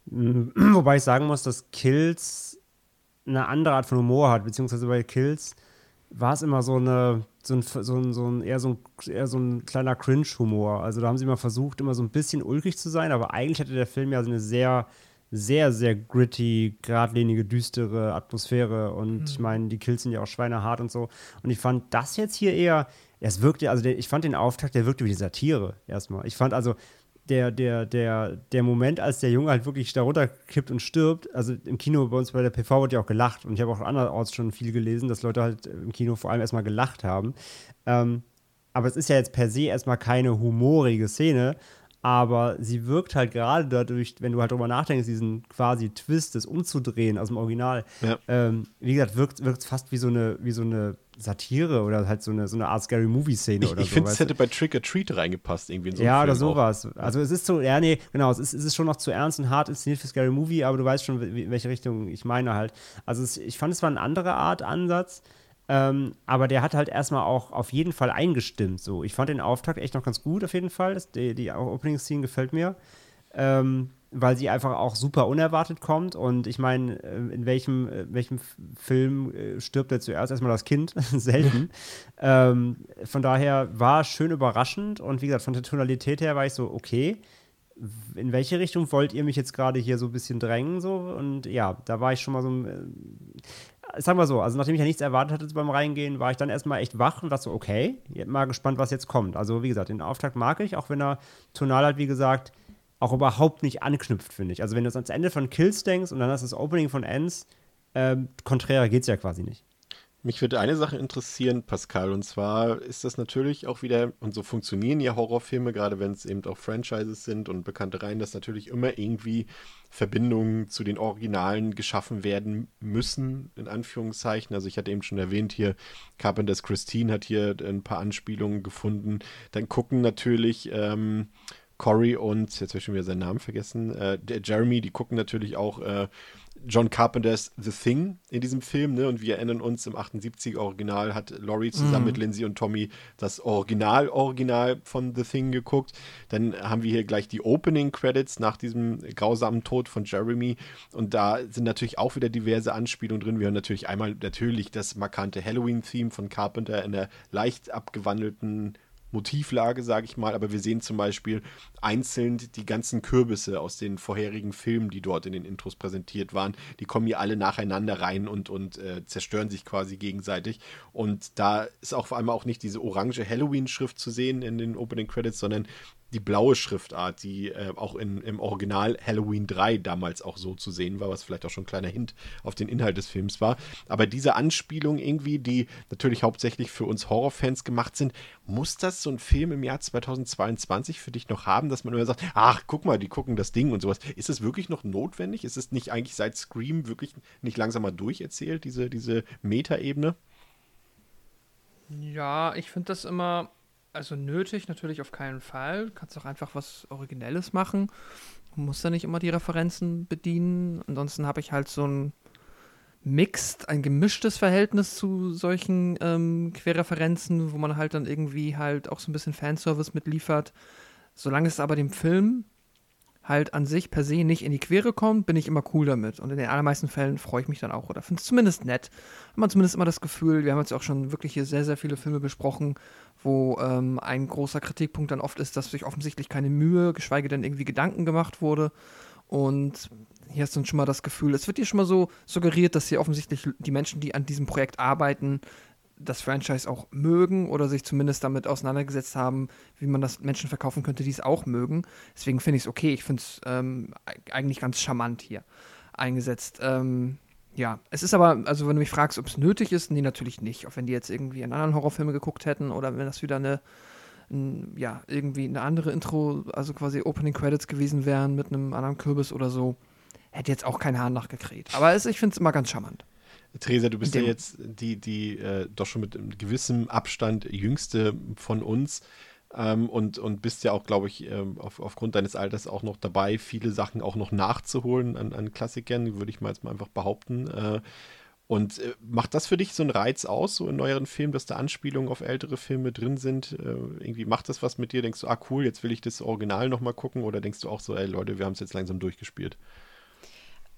D: Wobei ich sagen muss, dass Kills eine andere Art von Humor hat, beziehungsweise bei Kills war es immer so eine, so ein, so ein, so ein, eher, so ein eher so ein kleiner Cringe-Humor. Also da haben sie immer versucht, immer so ein bisschen ulkig zu sein, aber eigentlich hatte der Film ja so eine sehr, sehr, sehr gritty, geradlinige, düstere Atmosphäre und mhm. ich meine, die Kills sind ja auch schweinehart und so. Und ich fand das jetzt hier eher, es wirkte, also der, ich fand den Auftakt, der wirkte wie eine Satire erstmal. Ich fand also, Der, der, der, der Moment, als der Junge halt wirklich da runterkippt und stirbt, also im Kino bei uns bei der P V wird ja auch gelacht und ich habe auch anderorts schon viel gelesen, dass Leute halt im Kino vor allem erstmal gelacht haben. Ähm, aber es ist ja jetzt per se erstmal keine humorige Szene, aber sie wirkt halt gerade dadurch, wenn du halt drüber nachdenkst, diesen quasi Twist, das umzudrehen aus dem Original,
C: ja.
D: ähm, wie gesagt, wirkt es fast wie so eine, wie so eine Satire oder halt so eine, so eine Art Scary-Movie-Szene oder so.
C: Ich finde, es hätte bei Trick or Treat reingepasst, irgendwie in so einem
D: Ja,
C: Film
D: oder sowas. Auch. Also es ist so, ja, nee, genau, es ist, es ist schon noch zu ernst und hart inszeniert für Scary Movie, aber du weißt schon, in welche Richtung ich meine halt. Also es, ich fand, es war eine andere Art Ansatz, ähm, aber der hat halt erstmal auch auf jeden Fall eingestimmt. So. Ich fand den Auftakt echt noch ganz gut, auf jeden Fall. Das, die die Opening-Scene gefällt mir. Ähm, weil sie einfach auch super unerwartet kommt. Und ich meine, in welchem, welchem Film stirbt er zuerst? Erstmal das Kind, selten. ähm, von daher war schön überraschend. Und wie gesagt, von der Tonalität her war ich so, okay, in welche Richtung wollt ihr mich jetzt gerade hier so ein bisschen drängen? So? Und ja, da war ich schon mal so, äh, sagen wir so, also nachdem ich ja nichts erwartet hatte beim Reingehen, war ich dann erstmal echt wach und dachte so, okay, mal gespannt, was jetzt kommt. Also wie gesagt, den Auftakt mag ich, auch wenn er tonal halt, wie gesagt, auch überhaupt nicht anknüpft, finde ich. Also wenn du ans Ende von Kills denkst und dann hast du das Opening von Ends, ähm, konträrer geht's ja quasi nicht.
C: Mich würde eine Sache interessieren, Pascal, und zwar ist das natürlich auch wieder, und so funktionieren ja Horrorfilme, gerade wenn es eben auch Franchises sind und bekannte Reihen, dass natürlich immer irgendwie Verbindungen zu den Originalen geschaffen werden müssen, in Anführungszeichen. Also ich hatte eben schon erwähnt, hier Carpenter's Christine hat hier ein paar Anspielungen gefunden. Dann gucken natürlich ähm, Corey und, jetzt habe ich schon wieder seinen Namen vergessen, äh, der Jeremy, die gucken natürlich auch äh, John Carpenters The Thing in diesem Film, ne? Und wir erinnern uns, im achtundsiebziger Original hat Laurie zusammen mm. mit Lindsay und Tommy das Original-Original von The Thing geguckt. Dann haben wir hier gleich die Opening-Credits nach diesem grausamen Tod von Jeremy. Und da sind natürlich auch wieder diverse Anspielungen drin. Wir haben natürlich einmal natürlich das markante Halloween-Theme von Carpenter in der leicht abgewandelten Motivlage, sage ich mal, aber wir sehen zum Beispiel einzeln die ganzen Kürbisse aus den vorherigen Filmen, die dort in den Intros präsentiert waren, die kommen hier alle nacheinander rein und, und äh, zerstören sich quasi gegenseitig. Und da ist auch vor allem auch nicht diese orange Halloween-Schrift zu sehen in den Opening Credits, sondern die blaue Schriftart, die äh, auch in, im Original Halloween drei damals auch so zu sehen war, was vielleicht auch schon ein kleiner Hint auf den Inhalt des Films war. Aber diese Anspielung irgendwie, die natürlich hauptsächlich für uns Horrorfans gemacht sind, muss das so ein Film im Jahr zweitausendzweiundzwanzig für dich noch haben, dass man immer sagt, ach, guck mal, die gucken das Ding und sowas. Ist es wirklich noch notwendig? Ist es nicht eigentlich seit Scream wirklich nicht langsam mal durcherzählt, diese, diese Meta-Ebene?
F: Ja, ich finde das immer... Also nötig natürlich auf keinen Fall. Du kannst auch einfach was Originelles machen. Du musst ja nicht immer die Referenzen bedienen. Ansonsten habe ich halt so ein mixed, ein gemischtes Verhältnis zu solchen ähm, Querreferenzen, wo man halt dann irgendwie halt auch so ein bisschen Fanservice mitliefert. Solange es aber dem Film halt an sich per se nicht in die Quere kommt, bin ich immer cool damit. Und in den allermeisten Fällen freue ich mich dann auch oder finde es zumindest nett. Hat man zumindest immer das Gefühl, wir haben jetzt auch schon wirklich hier sehr, sehr viele Filme besprochen, wo ähm, ein großer Kritikpunkt dann oft ist, dass sich offensichtlich keine Mühe, geschweige denn irgendwie Gedanken gemacht wurde. Und hier hast du dann schon mal das Gefühl, es wird dir schon mal so suggeriert, dass hier offensichtlich die Menschen, die an diesem Projekt arbeiten, das Franchise auch mögen oder sich zumindest damit auseinandergesetzt haben, wie man das Menschen verkaufen könnte, die es auch mögen. Deswegen finde ich es okay. Ich finde es ähm, eigentlich ganz charmant hier eingesetzt. Ähm, ja, es ist aber, also wenn du mich fragst, ob es nötig ist, nee, natürlich nicht. Auch wenn die jetzt irgendwie einen anderen Horrorfilme geguckt hätten oder wenn das wieder eine, ein, ja, irgendwie eine andere Intro, also quasi Opening Credits gewesen wären mit einem anderen Kürbis oder so, hätte jetzt auch kein Hahn nachgekräht. Aber es, ich finde es immer ganz charmant.
C: Theresa, du bist ja jetzt die, die äh, doch schon mit einem gewissen Abstand jüngste von uns ähm, und, und bist ja auch, glaube ich, ähm, auf, aufgrund deines Alters auch noch dabei, viele Sachen auch noch nachzuholen an, an Klassikern, würde ich mal jetzt mal einfach behaupten. Äh, und äh, macht das für dich so einen Reiz aus, so in neueren Filmen, dass da Anspielungen auf ältere Filme drin sind? Äh, irgendwie macht das was mit dir? Denkst du, ah cool, jetzt will ich das Original nochmal gucken? Oder denkst du auch so, ey Leute, wir haben es jetzt langsam durchgespielt?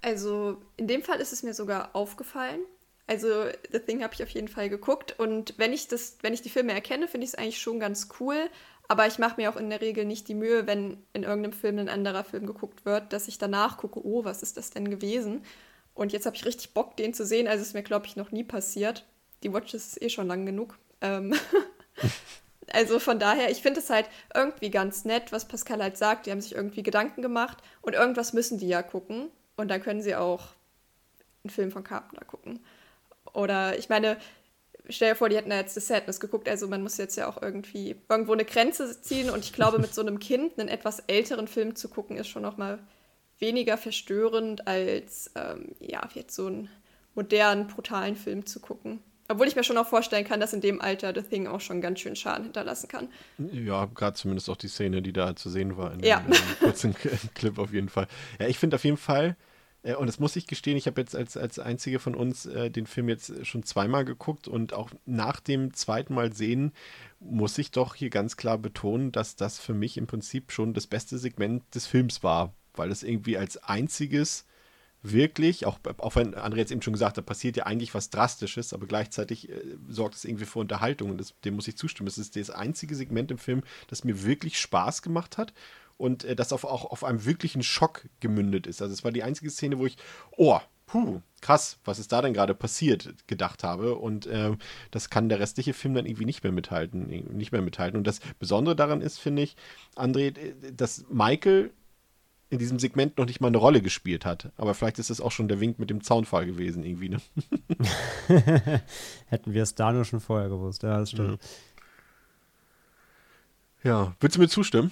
E: Also in dem Fall ist es mir sogar aufgefallen. Also The Thing habe ich auf jeden Fall geguckt und wenn ich das, wenn ich die Filme erkenne, finde ich es eigentlich schon ganz cool. Aber ich mache mir auch in der Regel nicht die Mühe, wenn in irgendeinem Film ein anderer Film geguckt wird, dass ich danach gucke, oh, was ist das denn gewesen? Und jetzt habe ich richtig Bock, den zu sehen. Also ist mir, glaube ich, noch nie passiert. Die Watches ist eh schon lang genug. Ähm also von daher, ich finde es halt irgendwie ganz nett, was Pascal halt sagt. Die haben sich irgendwie Gedanken gemacht und irgendwas müssen die ja gucken. Und dann können sie auch einen Film von Carpenter gucken. Oder ich meine, stell dir vor, die hätten da jetzt The Sadness geguckt, also man muss jetzt ja auch irgendwie irgendwo eine Grenze ziehen und ich glaube, mit so einem Kind einen etwas älteren Film zu gucken, ist schon noch mal weniger verstörend, als ähm, ja, jetzt so einen modernen, brutalen Film zu gucken. Obwohl ich mir schon auch vorstellen kann, dass in dem Alter The Thing auch schon ganz schön Schaden hinterlassen kann.
C: Ja, gerade zumindest auch die Szene, die da zu sehen war in
E: ja.
C: dem kurzen Clip auf jeden Fall. Ja, ich finde auf jeden Fall, und das muss ich gestehen, ich habe jetzt als, als einzige von uns äh, den Film jetzt schon zweimal geguckt und auch nach dem zweiten Mal sehen, muss ich doch hier ganz klar betonen, dass das für mich im Prinzip schon das beste Segment des Films war, weil es irgendwie als einziges wirklich, auch, auch wenn André jetzt eben schon gesagt hat, passiert ja eigentlich was Drastisches, aber gleichzeitig äh, sorgt es irgendwie für Unterhaltung und das, dem muss ich zustimmen. Es ist das einzige Segment im Film, das mir wirklich Spaß gemacht hat. Und äh, das auf, auch auf einem wirklichen Schock gemündet ist. Also es war die einzige Szene, wo ich, oh, puh, krass, was ist da denn gerade passiert, gedacht habe. Und äh, das kann der restliche Film dann irgendwie nicht mehr mithalten. Nicht mehr mithalten. Und das Besondere daran ist, finde ich, André, dass Michael in diesem Segment noch nicht mal eine Rolle gespielt hat. Aber vielleicht ist das auch schon der Wink mit dem Zaunfall gewesen, irgendwie, ne?
D: Hätten wir es da nur schon vorher gewusst. Ja, das stimmt.
C: Ja, ja. Würdest du mir zustimmen?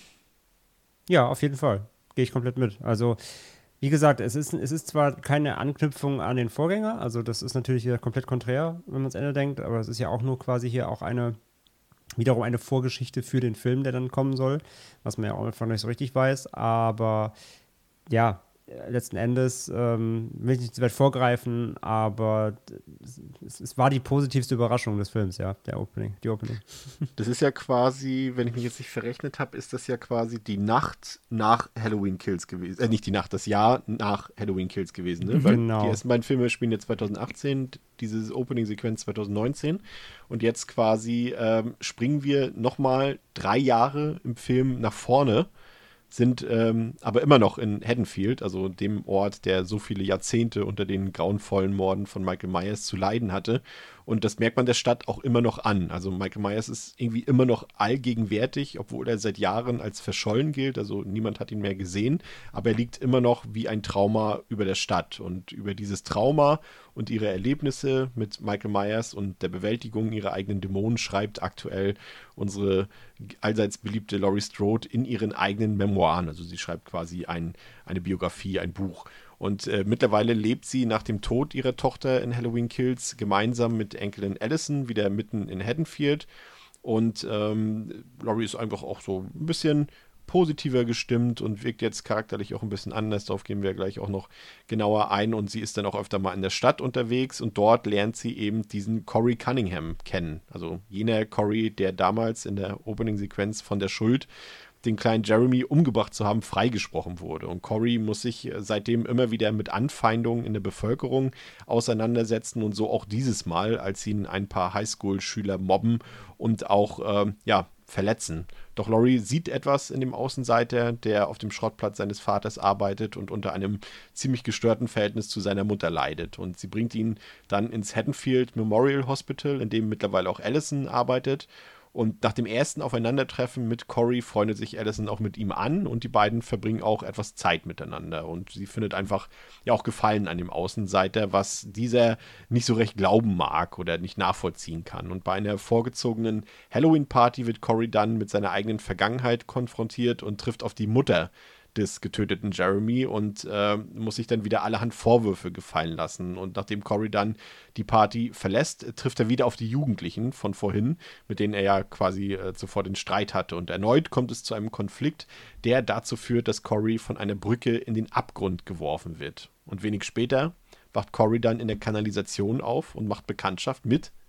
D: Ja, auf jeden Fall. Gehe ich komplett mit. Also, wie gesagt, es ist, es ist zwar keine Anknüpfung an den Vorgänger, also das ist natürlich wieder komplett konträr, wenn man ans Ende denkt, aber es ist ja auch nur quasi hier auch eine, wiederum eine Vorgeschichte für den Film, der dann kommen soll, was man ja auch einfach nicht so richtig weiß, aber ja, letzten Endes ähm, will ich nicht zu weit vorgreifen, aber es, es war die positivste Überraschung des Films, ja, der Opening, die Opening.
C: Das ist ja quasi, wenn ich mich jetzt nicht verrechnet habe, ist das ja quasi die Nacht nach Halloween Kills gewesen. Äh, nicht die Nacht, das Jahr nach Halloween Kills gewesen, ne? Weil
D: genau.
C: Die ersten beiden Filme spielen jetzt zwanzig achtzehn, diese Opening-Sequenz zwanzig neunzehn und jetzt quasi ähm, springen wir nochmal drei Jahre im Film nach vorne, sind ähm, aber immer noch in Haddonfield, also dem Ort, der so viele Jahrzehnte unter den grauenvollen Morden von Michael Myers zu leiden hatte. Und das merkt man der Stadt auch immer noch an. Also Michael Myers ist irgendwie immer noch allgegenwärtig, obwohl er seit Jahren als verschollen gilt. Also niemand hat ihn mehr gesehen. Aber er liegt immer noch wie ein Trauma über der Stadt. Und über dieses Trauma und ihre Erlebnisse mit Michael Myers und der Bewältigung ihrer eigenen Dämonen schreibt aktuell unsere allseits beliebte Laurie Strode in ihren eigenen Memoiren. Also sie schreibt quasi ein, eine Biografie, ein Buch. Und äh, mittlerweile lebt sie nach dem Tod ihrer Tochter in Halloween Kills gemeinsam mit Enkelin Allison wieder mitten in Haddonfield. Und ähm, Laurie ist einfach auch so ein bisschen positiver gestimmt und wirkt jetzt charakterlich auch ein bisschen anders. Darauf gehen wir gleich auch noch genauer ein. Und sie ist dann auch öfter mal in der Stadt unterwegs und dort lernt sie eben diesen Corey Cunningham kennen. Also jener Corey, der damals in der Opening-Sequenz von der Schuld, den kleinen Jeremy umgebracht zu haben, freigesprochen wurde. Und Corey muss sich seitdem immer wieder mit Anfeindungen in der Bevölkerung auseinandersetzen und so auch dieses Mal, als ihn ein paar Highschool-Schüler mobben und auch äh, ja, verletzen. Doch Laurie sieht etwas in dem Außenseiter, der auf dem Schrottplatz seines Vaters arbeitet und unter einem ziemlich gestörten Verhältnis zu seiner Mutter leidet. Und sie bringt ihn dann ins Haddonfield Memorial Hospital, in dem mittlerweile auch Allison arbeitet. Und nach dem ersten Aufeinandertreffen mit Corey freundet sich Allison auch mit ihm an und die beiden verbringen auch etwas Zeit miteinander. Und sie findet einfach ja auch Gefallen an dem Außenseiter, was dieser nicht so recht glauben mag oder nicht nachvollziehen kann. Und bei einer vorgezogenen Halloween-Party wird Corey dann mit seiner eigenen Vergangenheit konfrontiert und trifft auf die Mutter des getöteten Jeremy und äh, muss sich dann wieder allerhand Vorwürfe gefallen lassen. Und nachdem Corey dann die Party verlässt, trifft er wieder auf die Jugendlichen von vorhin, mit denen er ja quasi äh, zuvor den Streit hatte. Und erneut kommt es zu einem Konflikt, der dazu führt, dass Corey von einer Brücke in den Abgrund geworfen wird. Und wenig später wacht Corey dann in der Kanalisation auf und macht Bekanntschaft mit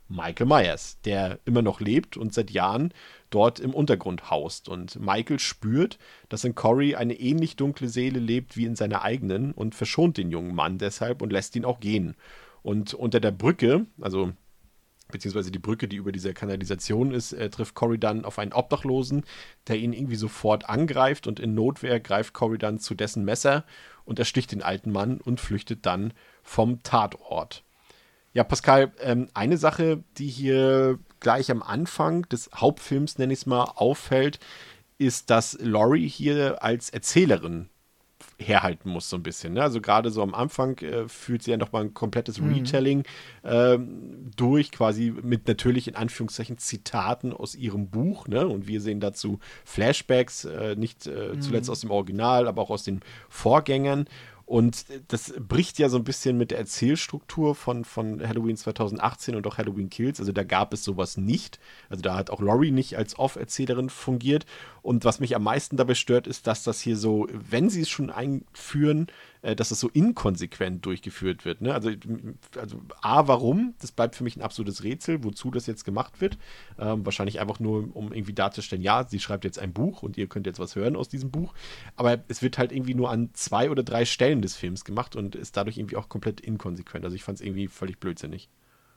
C: Michael Myers, der immer noch lebt und seit Jahren dort im Untergrund haust. Und Michael spürt, dass in Corey eine ähnlich dunkle Seele lebt wie in seiner eigenen und verschont den jungen Mann deshalb und lässt ihn auch gehen. Und unter der Brücke, also beziehungsweise die Brücke, die über dieser Kanalisation ist, äh, trifft Corey dann auf einen Obdachlosen, der ihn irgendwie sofort angreift, und in Notwehr greift Corey dann zu dessen Messer und ersticht den alten Mann und flüchtet dann vom Tatort. Ja, Pascal, ähm, eine Sache, die hier gleich am Anfang des Hauptfilms, nenne ich es mal, auffällt, ist, dass Laurie hier als Erzählerin herhalten muss, so ein bisschen. Ne? Also gerade so am Anfang äh, fühlt sie ja noch mal ein komplettes mhm. Retelling äh, durch, quasi mit natürlich in Anführungszeichen Zitaten aus ihrem Buch. Ne? Und wir sehen dazu Flashbacks, äh, nicht äh, mhm. zuletzt aus dem Original, aber auch aus den Vorgängern. Und das bricht ja so ein bisschen mit der Erzählstruktur von, von Halloween zwanzig achtzehn und auch Halloween Kills. Also da gab es sowas nicht. Also da hat auch Laurie nicht als Off-Erzählerin fungiert. Und was mich am meisten dabei stört, ist, dass das hier so, wenn sie es schon einführen, äh, dass es so inkonsequent durchgeführt wird. Ne? Also, also A, warum? Das bleibt für mich ein absolutes Rätsel, wozu das jetzt gemacht wird. Ähm, wahrscheinlich einfach nur, um irgendwie darzustellen, ja, sie schreibt jetzt ein Buch und ihr könnt jetzt was hören aus diesem Buch. Aber es wird halt irgendwie nur an zwei oder drei Stellen des Films gemacht und ist dadurch irgendwie auch komplett inkonsequent. Also ich fand es irgendwie völlig blödsinnig.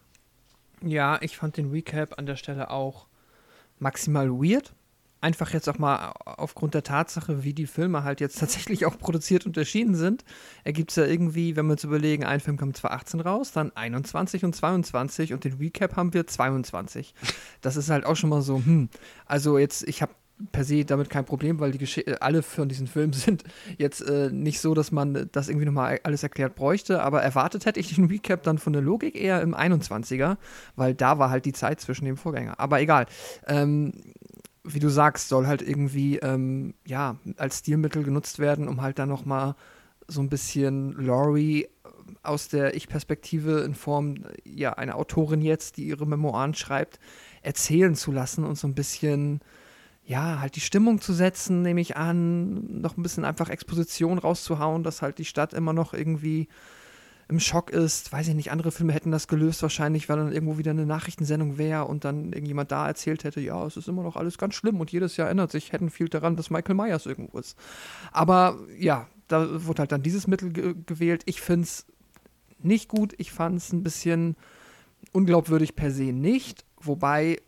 F: Ja, ich fand den Recap an der Stelle auch maximal weird. Einfach jetzt auch mal aufgrund der Tatsache, wie die Filme halt jetzt tatsächlich auch produziert und erschienen sind, ergibt es ja irgendwie, wenn wir uns überlegen, ein Film kommt zwanzig achtzehn raus, dann einundzwanzig und zweiundzwanzig und den Recap haben wir zweiundzwanzig. Das ist halt auch schon mal so, hm, also jetzt, ich habe per se damit kein Problem, weil die Gesch- alle von diesen Filmen sind jetzt äh, nicht so, dass man das irgendwie nochmal alles erklärt bräuchte, aber erwartet hätte ich den Recap dann von der Logik eher im einundzwanziger, weil da war halt die Zeit zwischen dem Vorgänger. Aber egal. Ähm, wie du sagst, soll halt irgendwie ähm, ja, als Stilmittel genutzt werden, um halt dann nochmal so ein bisschen Laurie aus der Ich-Perspektive in Form ja einer Autorin jetzt, die ihre Memoiren schreibt, erzählen zu lassen und so ein bisschen ja, halt die Stimmung zu setzen, nehme ich an, noch ein bisschen einfach Exposition rauszuhauen, dass halt die Stadt immer noch irgendwie im Schock ist. Weiß ich nicht, andere Filme hätten das gelöst wahrscheinlich, weil dann irgendwo wieder eine Nachrichtensendung wäre und dann irgendjemand da erzählt hätte, ja, es ist immer noch alles ganz schlimm und jedes Jahr erinnert sich Haddonfield daran, dass Michael Myers irgendwo ist. Aber ja, da wurde halt dann dieses Mittel ge- gewählt. Ich finde es nicht gut, ich fand es ein bisschen unglaubwürdig per se nicht, wobei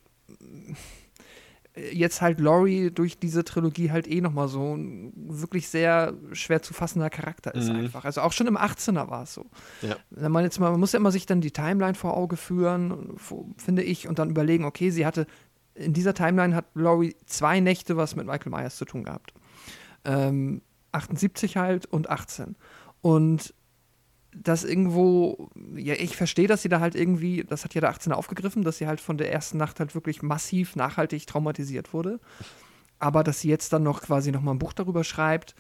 F: jetzt halt Laurie durch diese Trilogie halt eh nochmal so ein wirklich sehr schwer zu fassender Charakter ist, mhm. einfach. Also auch schon im achtzehner war es so. Ja. Wenn man jetzt mal, man muss ja immer sich dann die Timeline vor Auge führen, finde ich, und dann überlegen, okay, sie hatte, in dieser Timeline hat Laurie zwei Nächte was mit Michael Myers zu tun gehabt. Ähm, achtundsiebzig halt und achtzehn. Und das irgendwo, ja, ich verstehe, dass sie da halt irgendwie, das hat ja der achtzehner aufgegriffen, dass sie halt von der ersten Nacht halt wirklich massiv nachhaltig traumatisiert wurde. Aber dass sie jetzt dann noch quasi nochmal ein Buch darüber schreibt,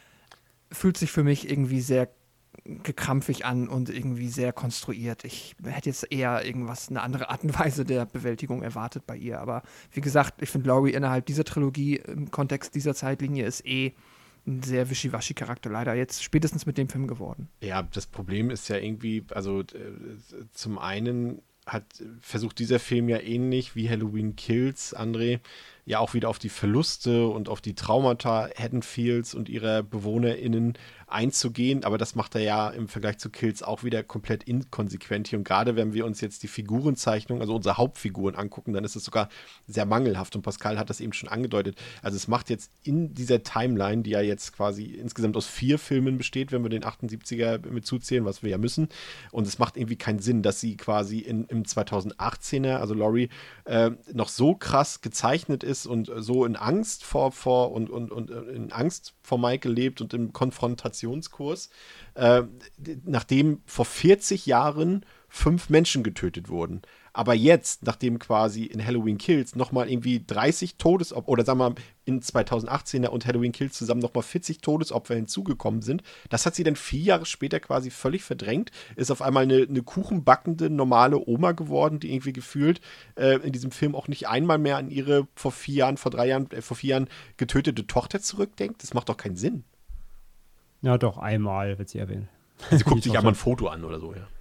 F: fühlt sich für mich irgendwie sehr gekrampfig an und irgendwie sehr konstruiert. Ich hätte jetzt eher irgendwas, eine andere Art und Weise der Bewältigung erwartet bei ihr. Aber wie gesagt, ich finde Laurie innerhalb dieser Trilogie im Kontext dieser Zeitlinie ist eh ein sehr Wischiwaschi-Charakter leider jetzt spätestens mit dem Film geworden.
C: Ja, das Problem ist ja irgendwie, also äh, zum einen hat versucht dieser Film ja ähnlich wie Halloween Kills, André, ja auch wieder auf die Verluste und auf die Traumata Haddonfields und ihrer BewohnerInnen einzugehen, aber das macht er ja im Vergleich zu Kills auch wieder komplett inkonsequent hier, und gerade wenn wir uns jetzt die Figurenzeichnung, also unsere Hauptfiguren angucken, dann ist es sogar sehr mangelhaft, und Pascal hat das eben schon angedeutet. Also es macht jetzt in dieser Timeline, die ja jetzt quasi insgesamt aus vier Filmen besteht, wenn wir den achtundsiebziger mit zuzählen, was wir ja müssen, und es macht irgendwie keinen Sinn, dass sie quasi in, im zweitausendachtzehner, also Laurie, äh, noch so krass gezeichnet ist und so in Angst vor, vor und, und, und in Angst vor Michael lebt und im Konfrontationskurs, äh, nachdem vor vierzig Jahren fünf Menschen getötet wurden. Aber jetzt, nachdem quasi in Halloween Kills nochmal irgendwie dreißig Todesopfer, oder sagen wir mal in zweitausendachtzehner und Halloween Kills zusammen nochmal vierzig Todesopfer hinzugekommen sind, das hat sie dann vier Jahre später quasi völlig verdrängt, ist auf einmal eine, eine kuchenbackende, normale Oma geworden, die irgendwie gefühlt äh, in diesem Film auch nicht einmal mehr an ihre vor vier Jahren, vor drei Jahren, äh, vor vier Jahren getötete Tochter zurückdenkt. Das macht doch keinen Sinn.
D: Ja, doch, einmal wird sie erwähnen.
C: Sie guckt sich einmal ein Foto an oder so, ja.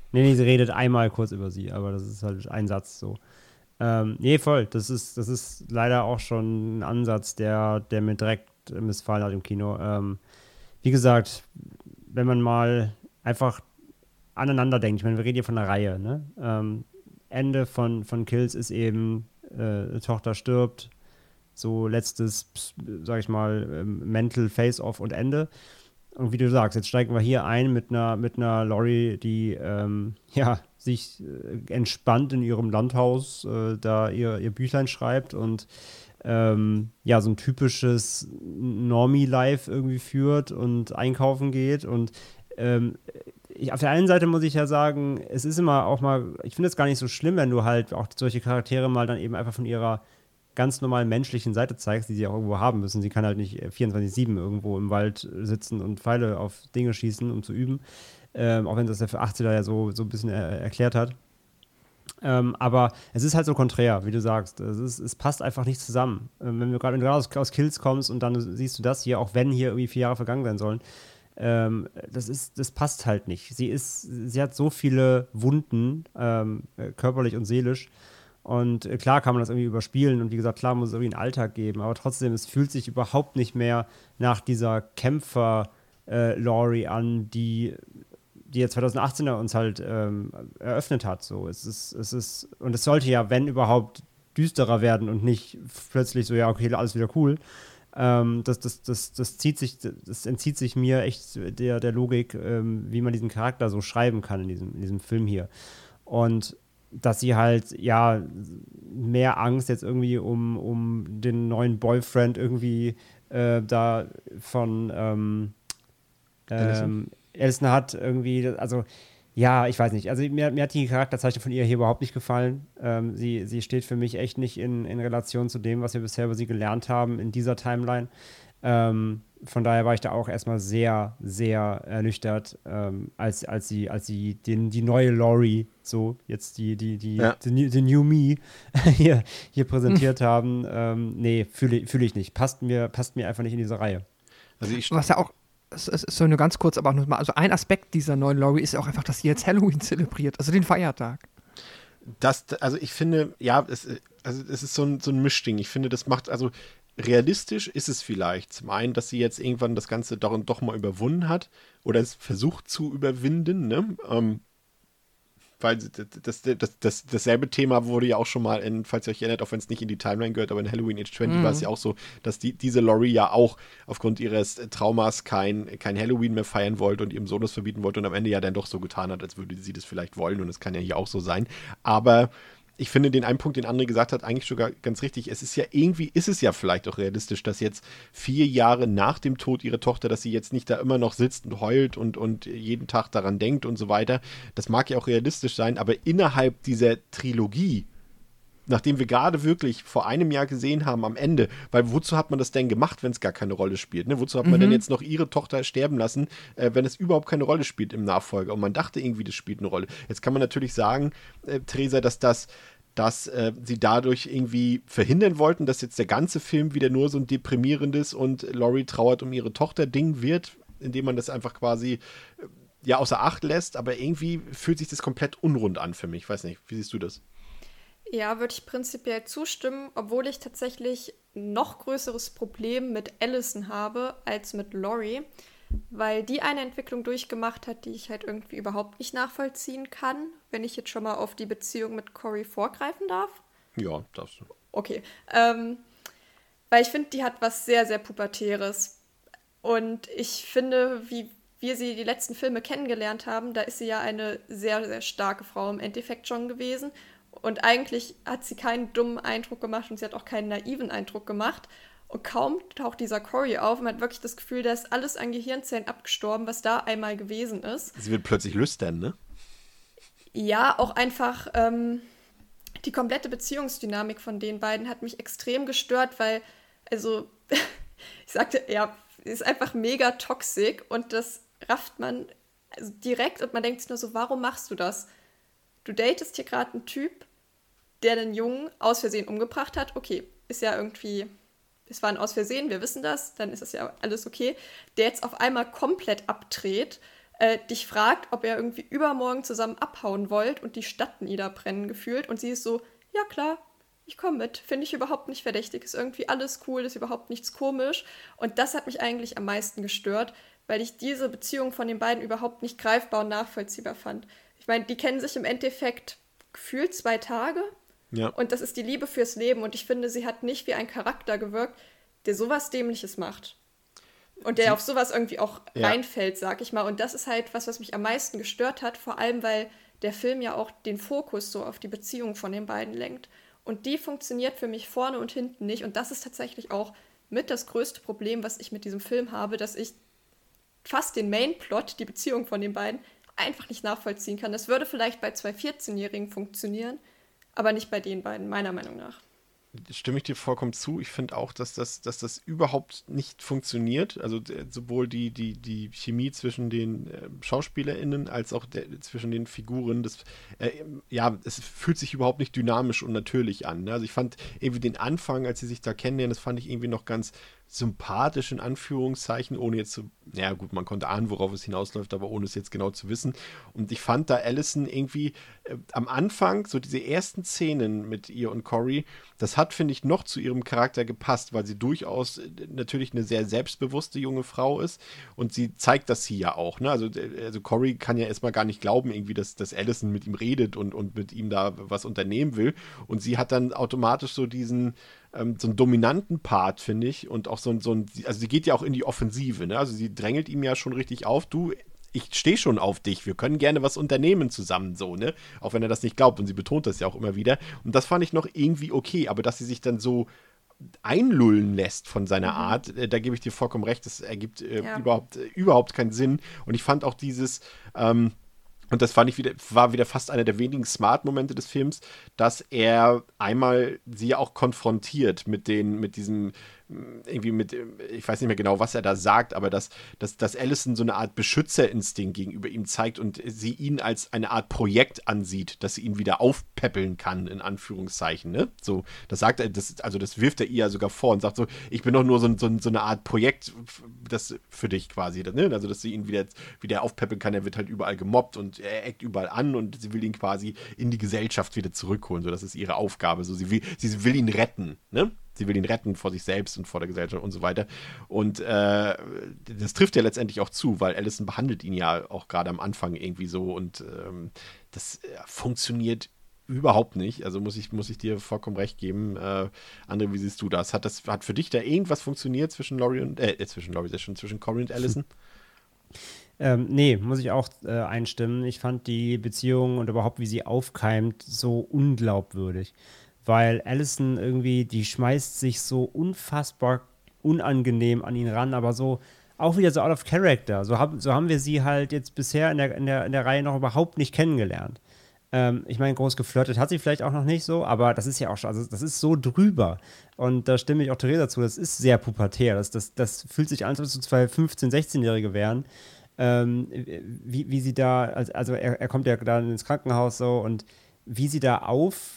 D: Nee, nee, sie redet einmal kurz über sie, aber das ist halt ein Satz so. Ähm, nee, voll. Das ist, das ist leider auch schon ein Ansatz, der, der mir direkt missfallen hat im Kino. Ähm, wie gesagt, wenn man mal einfach aneinander denkt, ich meine, wir reden hier von einer Reihe, ne? Ähm, Ende von, von Kills ist eben, äh, Tochter stirbt, so letztes, sag ich mal, ähm, Mental Face-Off und Ende. Und wie du sagst, jetzt steigen wir hier ein mit einer, mit einer Laurie, die ähm, ja, sich äh, entspannt in ihrem Landhaus äh, da ihr, ihr Büchlein schreibt und ähm, ja, so ein typisches Normie-Life irgendwie führt und einkaufen geht. Und ähm, ich, auf der einen Seite muss ich ja sagen, es ist immer auch mal, ich finde es gar nicht so schlimm, wenn du halt auch solche Charaktere mal dann eben einfach von ihrer ganz normalen menschlichen Seite zeigst, die sie auch irgendwo haben müssen. Sie kann halt nicht vierundzwanzig sieben irgendwo im Wald sitzen und Pfeile auf Dinge schießen, um zu üben. Ähm, auch wenn das der für achtziger ja so, so ein bisschen er- erklärt hat. Ähm, aber es ist halt so konträr, wie du sagst. Es, ist, es passt einfach nicht zusammen. Ähm, wenn du gerade aus, aus Kills kommst und dann siehst du das hier, auch wenn hier irgendwie vier Jahre vergangen sein sollen, ähm, das ist, das passt halt nicht. Sie ist, sie hat so viele Wunden, ähm, körperlich und seelisch. Und äh, klar kann man das irgendwie überspielen und wie gesagt, klar muss es irgendwie einen Alltag geben, aber trotzdem, es fühlt sich überhaupt nicht mehr nach dieser Kämpfer-Laurie äh, an, die, die ja zwanzig achtzehner uns halt ähm, eröffnet hat. So. Es ist, es ist, und es sollte ja, wenn überhaupt, düsterer werden und nicht plötzlich so, ja, okay, alles wieder cool. Ähm, das, das, das, das, zieht sich, das entzieht sich mir echt der, der Logik, ähm, wie man diesen Charakter so schreiben kann in diesem, in diesem Film hier. Und dass sie halt, ja, mehr Angst jetzt irgendwie um, um den neuen Boyfriend irgendwie äh, da von ähm, ähm, Alicent hat irgendwie, also ja, ich weiß nicht, also mir, mir hat die Charakterzeichnung von ihr hier überhaupt nicht gefallen. Ähm, sie, sie steht für mich echt nicht in, in Relation zu dem, was wir bisher über sie gelernt haben in dieser Timeline. Ähm, von daher war ich da auch erstmal sehr, sehr ernüchtert, ähm, als, als sie, als sie den, die neue Laurie, so jetzt die, die, die,
C: Ja.
D: die, die New Me hier, hier präsentiert haben. Ähm, nee, fühle fühl ich nicht. Passt mir, passt mir einfach nicht in diese Reihe.
C: Also ich
F: Was ja auch, es es ist so nur ganz kurz, aber auch nur mal, also ein Aspekt dieser neuen Laurie ist auch einfach, dass sie jetzt Halloween zelebriert, also den Feiertag.
C: Das, also ich finde, ja, es, also es ist so ein, so ein Mischding. Ich finde, das macht, also realistisch ist es vielleicht. Zum einen, dass sie jetzt irgendwann das Ganze doch, doch mal überwunden hat oder es versucht zu überwinden, ne? Ähm, weil das, das, das, das, dasselbe Thema wurde ja auch schon mal in, falls ihr euch erinnert, auch wenn es nicht in die Timeline gehört, aber in Halloween Age zwanzig mhm. war es ja auch so, dass die, diese Laurie ja auch aufgrund ihres Traumas kein, kein Halloween mehr feiern wollte und ihrem Sohn das verbieten wollte und am Ende ja dann doch so getan hat, als würde sie das vielleicht wollen und das kann ja hier auch so sein. Aber ich finde den einen Punkt, den André gesagt hat, eigentlich sogar ganz richtig. Es ist ja irgendwie, ist es ja vielleicht auch realistisch, dass jetzt vier Jahre nach dem Tod ihrer Tochter, dass sie jetzt nicht da immer noch sitzt und heult und, und jeden Tag daran denkt und so weiter. Das mag ja auch realistisch sein, aber innerhalb dieser Trilogie, nachdem wir gerade wirklich vor einem Jahr gesehen haben am Ende, weil wozu hat man das denn gemacht, wenn es gar keine Rolle spielt? Ne? Wozu hat man mhm. denn jetzt noch ihre Tochter sterben lassen, äh, wenn es überhaupt keine Rolle spielt im Nachfolger? Und man dachte irgendwie, das spielt eine Rolle. Jetzt kann man natürlich sagen, äh, Theresa, dass das dass äh, sie dadurch irgendwie verhindern wollten, dass jetzt der ganze Film wieder nur so ein deprimierendes und Laurie trauert um ihre Tochter Ding wird, indem man das einfach quasi äh, ja außer Acht lässt, aber irgendwie fühlt sich das komplett unrund an für mich. Ich weiß nicht, wie siehst du das?
E: Ja, würde ich prinzipiell zustimmen, obwohl ich tatsächlich noch größeres Problem mit Alicent habe als mit Laurie, weil die eine Entwicklung durchgemacht hat, die ich halt irgendwie überhaupt nicht nachvollziehen kann, wenn ich jetzt schon mal auf die Beziehung mit Corey vorgreifen darf.
C: Ja, darfst du.
E: Okay, ähm, weil ich finde, die hat was sehr, sehr Pubertäres. Und ich finde, wie wir sie die letzten Filme kennengelernt haben, da ist sie ja eine sehr, sehr starke Frau im Endeffekt schon gewesen. Und eigentlich hat sie keinen dummen Eindruck gemacht und sie hat auch keinen naiven Eindruck gemacht. Und kaum taucht dieser Corey auf und man hat wirklich das Gefühl, da ist alles an Gehirnzellen abgestorben, was da einmal gewesen ist.
C: Sie wird plötzlich lüstern, ne?
E: Ja, auch einfach ähm, die komplette Beziehungsdynamik von den beiden hat mich extrem gestört, weil, also, ich sagte, ja, ist einfach mega toxisch und das rafft man also direkt und man denkt sich nur so, warum machst du das? Du datest hier gerade einen Typ, der den Jungen aus Versehen umgebracht hat. Okay, ist ja irgendwie... Es war ein Aus Versehen, wir wissen das, dann ist das ja alles okay. Der jetzt auf einmal komplett abdreht, äh, dich fragt, ob ihr irgendwie übermorgen zusammen abhauen wollt und die Stadt niederbrennen gefühlt. Und sie ist so, ja klar, ich komme mit. Finde ich überhaupt nicht verdächtig. Ist irgendwie alles cool, ist überhaupt nichts komisch. Und das hat mich eigentlich am meisten gestört, weil ich diese Beziehung von den beiden überhaupt nicht greifbar und nachvollziehbar fand. Ich meine, die kennen sich im Endeffekt gefühlt zwei Tage.
C: Ja.
E: Und das ist die Liebe fürs Leben. Und ich finde, sie hat nicht wie ein Charakter gewirkt, der sowas Dämliches macht. Und der sie, auf sowas irgendwie auch ja. reinfällt, sag ich mal. Und das ist halt was, was mich am meisten gestört hat. Vor allem, weil der Film ja auch den Fokus so auf die Beziehung von den beiden lenkt. Und die funktioniert für mich vorne und hinten nicht. Und das ist tatsächlich auch mit das größte Problem, was ich mit diesem Film habe, dass ich fast den Mainplot, die Beziehung von den beiden, einfach nicht nachvollziehen kann. Das würde vielleicht bei zwei vierzehnjährigen funktionieren, aber nicht bei den beiden, meiner Meinung nach.
C: Stimme ich dir vollkommen zu. Ich finde auch, dass das, dass das überhaupt nicht funktioniert. Also äh, sowohl die, die, die Chemie zwischen den äh, SchauspielerInnen als auch der, zwischen den Figuren. Das, äh, ja, es fühlt sich überhaupt nicht dynamisch und natürlich an. Ne? Also ich fand irgendwie den Anfang, als sie sich da kennenlernen, das fand ich irgendwie noch ganz sympathisch in Anführungszeichen, ohne jetzt zu, naja gut, man konnte ahnen, worauf es hinausläuft, aber ohne es jetzt genau zu wissen. Und ich fand da Allison irgendwie äh, am Anfang, so diese ersten Szenen mit ihr und Corey, das hat, finde ich, noch zu ihrem Charakter gepasst, weil sie durchaus äh, natürlich eine sehr selbstbewusste junge Frau ist und sie zeigt das hier ja auch. Ne? Also, äh, also Corey kann ja erstmal gar nicht glauben, irgendwie, dass, dass Allison mit ihm redet und, und mit ihm da was unternehmen will. Und sie hat dann automatisch so diesen ähm, so einen dominanten Part, finde ich, und auch so ein, so ein, also sie geht ja auch in die Offensive, ne? Also sie drängelt ihm ja schon richtig auf, du, ich stehe schon auf dich, wir können gerne was unternehmen zusammen, so, ne? Auch wenn er das nicht glaubt und sie betont das ja auch immer wieder. Und das fand ich noch irgendwie okay, aber dass sie sich dann so einlullen lässt von seiner mhm. Art, äh, da gebe ich dir vollkommen recht, das ergibt äh, ja. überhaupt, äh, überhaupt keinen Sinn. Und ich fand auch dieses, ähm, und das fand ich wieder, war wieder fast einer der wenigen Smart-Momente des Films, dass er einmal sie auch konfrontiert mit den, mit diesem, irgendwie mit, ich weiß nicht mehr genau, was er da sagt, aber dass, dass, dass Allison so eine Art Beschützerinstinkt gegenüber ihm zeigt und sie ihn als eine Art Projekt ansieht, dass sie ihn wieder aufpäppeln kann, in Anführungszeichen, ne? So, das sagt er, das, also das wirft er ihr ja sogar vor und sagt so, ich bin doch nur so, so, so eine Art Projekt, das für dich quasi, ne? Also, dass sie ihn wieder, wieder aufpäppeln kann, er wird halt überall gemobbt und er eckt überall an und sie will ihn quasi in die Gesellschaft wieder zurückholen, so, das ist ihre Aufgabe, so, sie will, sie will ihn retten, ne? Sie will ihn retten vor sich selbst und vor der Gesellschaft und so weiter. Und äh, das trifft ja letztendlich auch zu, weil Allison behandelt ihn ja auch gerade am Anfang irgendwie so und ähm, das äh, funktioniert überhaupt nicht. Also muss ich, muss ich dir vollkommen recht geben. Äh, André, wie siehst du das? Hat das, hat für dich da irgendwas funktioniert zwischen Laurie und, äh, zwischen Laurie, schon zwischen Corey und Allison?
D: Ähm, nee, muss ich auch äh, einstimmen. Ich fand die Beziehung und überhaupt, wie sie aufkeimt, so unglaubwürdig. Weil Allison irgendwie, die schmeißt sich so unfassbar unangenehm an ihn ran, aber so auch wieder so out of character. So, hab, so haben wir sie halt jetzt bisher in der, in der, in der Reihe noch überhaupt nicht kennengelernt. Ähm, ich meine, groß geflirtet hat sie vielleicht auch noch nicht so, aber das ist ja auch schon, also das ist so drüber. Und da stimme ich auch Theresa zu, das ist sehr pubertär. Das, das, das fühlt sich an, als ob es so zwei fünfzehn-, sechzehnjährige wären. Ähm, wie, wie sie da, also er, er kommt ja dann ins Krankenhaus so und wie sie da auf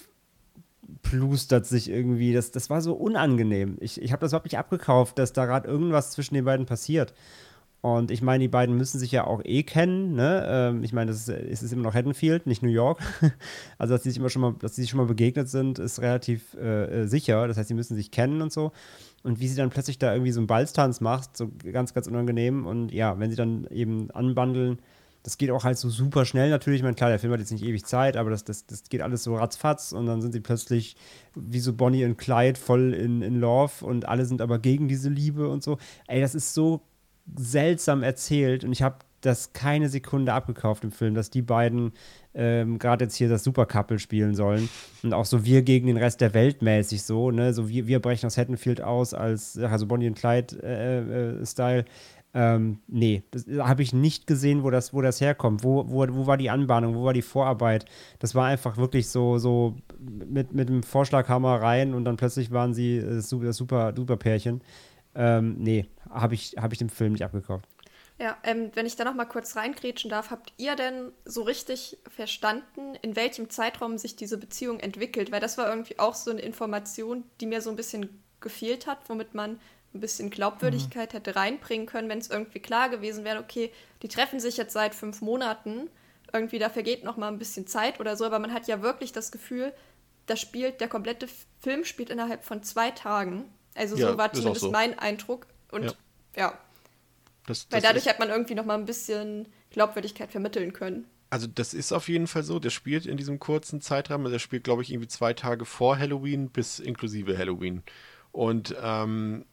D: plustert sich irgendwie, das, das war so unangenehm. Ich, ich habe das überhaupt nicht abgekauft, dass da gerade irgendwas zwischen den beiden passiert. Und ich meine, die beiden müssen sich ja auch eh kennen, ne? Ähm, ich meine, das ist, es ist immer noch Haddonfield, nicht New York. Also, dass die sich immer schon mal, dass die sich schon mal begegnet sind, ist relativ äh, sicher. Das heißt, sie müssen sich kennen und so. Und wie sie dann plötzlich da irgendwie so einen Balztanz macht, so ganz, ganz unangenehm. Und ja, wenn sie dann eben anbandeln, das geht auch halt so super schnell natürlich. Ich meine, klar, der Film hat jetzt nicht ewig Zeit, aber das, das, das geht alles so ratzfatz und dann sind sie plötzlich wie so Bonnie und Clyde voll in, in Love und alle sind aber gegen diese Liebe und so. Ey, das ist so seltsam erzählt und ich habe das keine Sekunde abgekauft im Film, dass die beiden ähm, gerade jetzt hier das Super-Couple spielen sollen und auch so wir gegen den Rest der Welt mäßig so, ne, so wir, wir brechen aus Haddonfield aus als, also Bonnie und Clyde-Style. Äh, äh, Ähm, nee, das habe ich nicht gesehen, wo das, wo das herkommt. Wo, wo, wo war die Anbahnung, wo war die Vorarbeit? Das war einfach wirklich so, so mit, mit dem Vorschlaghammer rein und dann plötzlich waren sie das super, super, super Pärchen. Ähm, nee, habe ich, hab ich den Film nicht abgekauft.
E: Ja, ähm, wenn ich da noch mal kurz reingrätschen darf, habt ihr denn so richtig verstanden, in welchem Zeitraum sich diese Beziehung entwickelt? Weil das war irgendwie auch so eine Information, die mir so ein bisschen gefehlt hat, womit man ein bisschen Glaubwürdigkeit mhm. hätte reinbringen können, wenn es irgendwie klar gewesen wäre, okay, die treffen sich jetzt seit fünf Monaten, irgendwie da vergeht noch mal ein bisschen Zeit oder so, aber man hat ja wirklich das Gefühl, das spielt, der komplette Film spielt innerhalb von zwei Tagen. Also
C: ja,
E: so war zumindest
C: so.
E: mein Eindruck. Und ja, ja.
C: Das, das
E: weil dadurch
C: ist,
E: hat man irgendwie noch mal ein bisschen Glaubwürdigkeit vermitteln können.
C: Also das ist auf jeden Fall so. Der spielt in diesem kurzen Zeitrahmen, der spielt, glaube ich, irgendwie zwei Tage vor Halloween bis inklusive Halloween. Und ähm,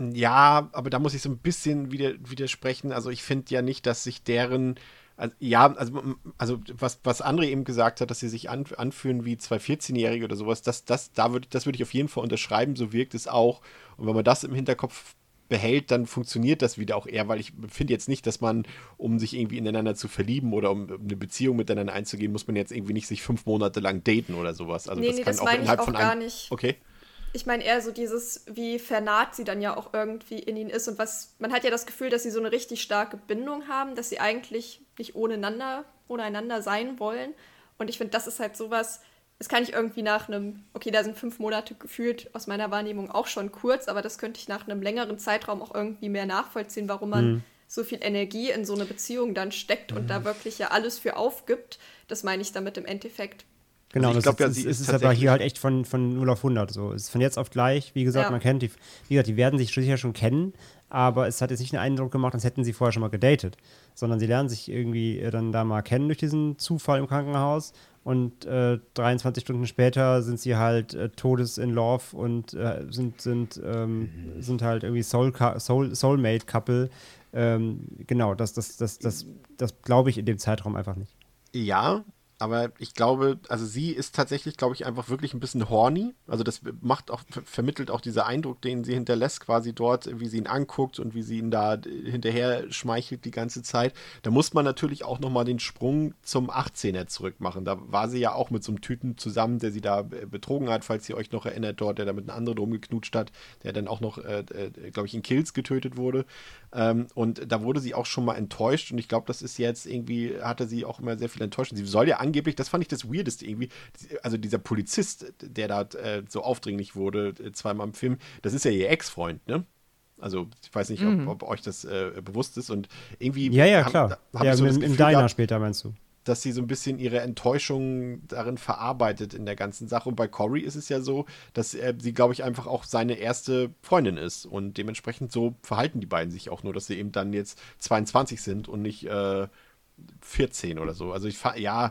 C: ja, aber da muss ich so ein bisschen wieder, widersprechen. Also ich finde ja nicht, dass sich deren Also, ja, also, also was, was André eben gesagt hat, dass sie sich an, anfühlen wie zwei vierzehnjährige oder sowas, das, das, da würd, das würde ich auf jeden Fall unterschreiben, so wirkt es auch. Und wenn man das im Hinterkopf behält, dann funktioniert das wieder auch eher, weil ich finde jetzt nicht, dass man, um sich irgendwie ineinander zu verlieben oder um eine Beziehung miteinander einzugehen, muss man jetzt irgendwie nicht sich fünf Monate lang daten oder sowas. Also
E: nee,
C: das
E: nee,
C: kann
E: das
C: auch
E: meine ich
C: innerhalb
E: auch
C: von
E: gar
C: einem,
E: nicht.
C: Okay.
E: Ich meine eher so dieses, wie vernarrt sie dann ja auch irgendwie in ihn ist und was, man hat ja das Gefühl, dass sie so eine richtig starke Bindung haben, dass sie eigentlich nicht ohneinander, ohne einander sein wollen. Und ich finde, das ist halt sowas, das kann ich irgendwie nach einem, okay, da sind fünf Monate gefühlt aus meiner Wahrnehmung auch schon kurz, aber das könnte ich nach einem längeren Zeitraum auch irgendwie mehr nachvollziehen, warum man mhm. so viel Energie in so eine Beziehung dann steckt mhm. und da wirklich ja alles für aufgibt. Das meine ich damit im Endeffekt.
D: Genau,
C: also ich
D: das
C: glaub,
D: ist,
C: ja,
D: ist, ist aber hier halt echt von, von null auf hundert. So. Es ist von jetzt auf gleich, wie gesagt,
E: ja.
D: man kennt die, wie gesagt, die werden sich sicher schon kennen, aber es hat jetzt nicht den Eindruck gemacht, als hätten sie vorher schon mal gedatet, sondern sie lernen sich irgendwie dann da mal kennen durch diesen Zufall im Krankenhaus und äh, dreiundzwanzig Stunden später sind sie halt äh, todes in love und äh, sind, sind, ähm, sind halt irgendwie Soul, Soul, Soulmate-Couple. Ähm, genau, das, das, das, das, das glaube ich in dem Zeitraum einfach nicht.
C: Ja, aber ich glaube, also sie ist tatsächlich, glaube ich, einfach wirklich ein bisschen horny. Also das macht auch, vermittelt auch dieser Eindruck, den sie hinterlässt, quasi dort, wie sie ihn anguckt und wie sie ihn da hinterher schmeichelt die ganze Zeit. Da muss man natürlich auch nochmal den Sprung zum achtzehner zurück machen. Da war sie ja auch mit so einem Typen zusammen, der sie da betrogen hat, falls ihr euch noch erinnert, dort, der da mit einem anderen rumgeknutscht hat, der dann auch noch, äh, äh, glaube ich, in Kills getötet wurde. Ähm, und da wurde sie auch schon mal enttäuscht und ich glaube, das ist jetzt irgendwie, hatte sie auch immer sehr viel enttäuscht. Sie soll ja angeblich, das fand ich das Weirdeste irgendwie, also dieser Polizist, der da äh, so aufdringlich wurde, äh, zweimal im Film, das ist ja ihr Ex-Freund, ne? Also ich weiß nicht, ob,
D: Mhm.
C: ob euch das äh, bewusst ist und irgendwie
D: Ja, ja,
C: hab,
D: klar.
C: hab
D: Ja,
C: ich so das
D: im, im
C: Gefühl
D: Diner
C: gehabt,
D: später, meinst du?
C: dass sie so ein bisschen ihre Enttäuschung darin verarbeitet in der ganzen Sache. Und bei Corey ist es ja so, dass äh, sie, glaube ich, einfach auch seine erste Freundin ist. Und dementsprechend so verhalten die beiden sich auch nur, dass sie eben dann jetzt zweiundzwanzig sind und nicht äh, vierzehn oder so. Also ich, ja,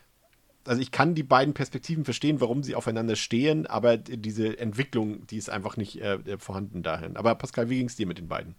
C: also ich kann die beiden Perspektiven verstehen, warum sie aufeinander stehen, aber diese Entwicklung, die ist einfach nicht äh, vorhanden dahin. Aber Pascal, wie ging es dir mit den beiden?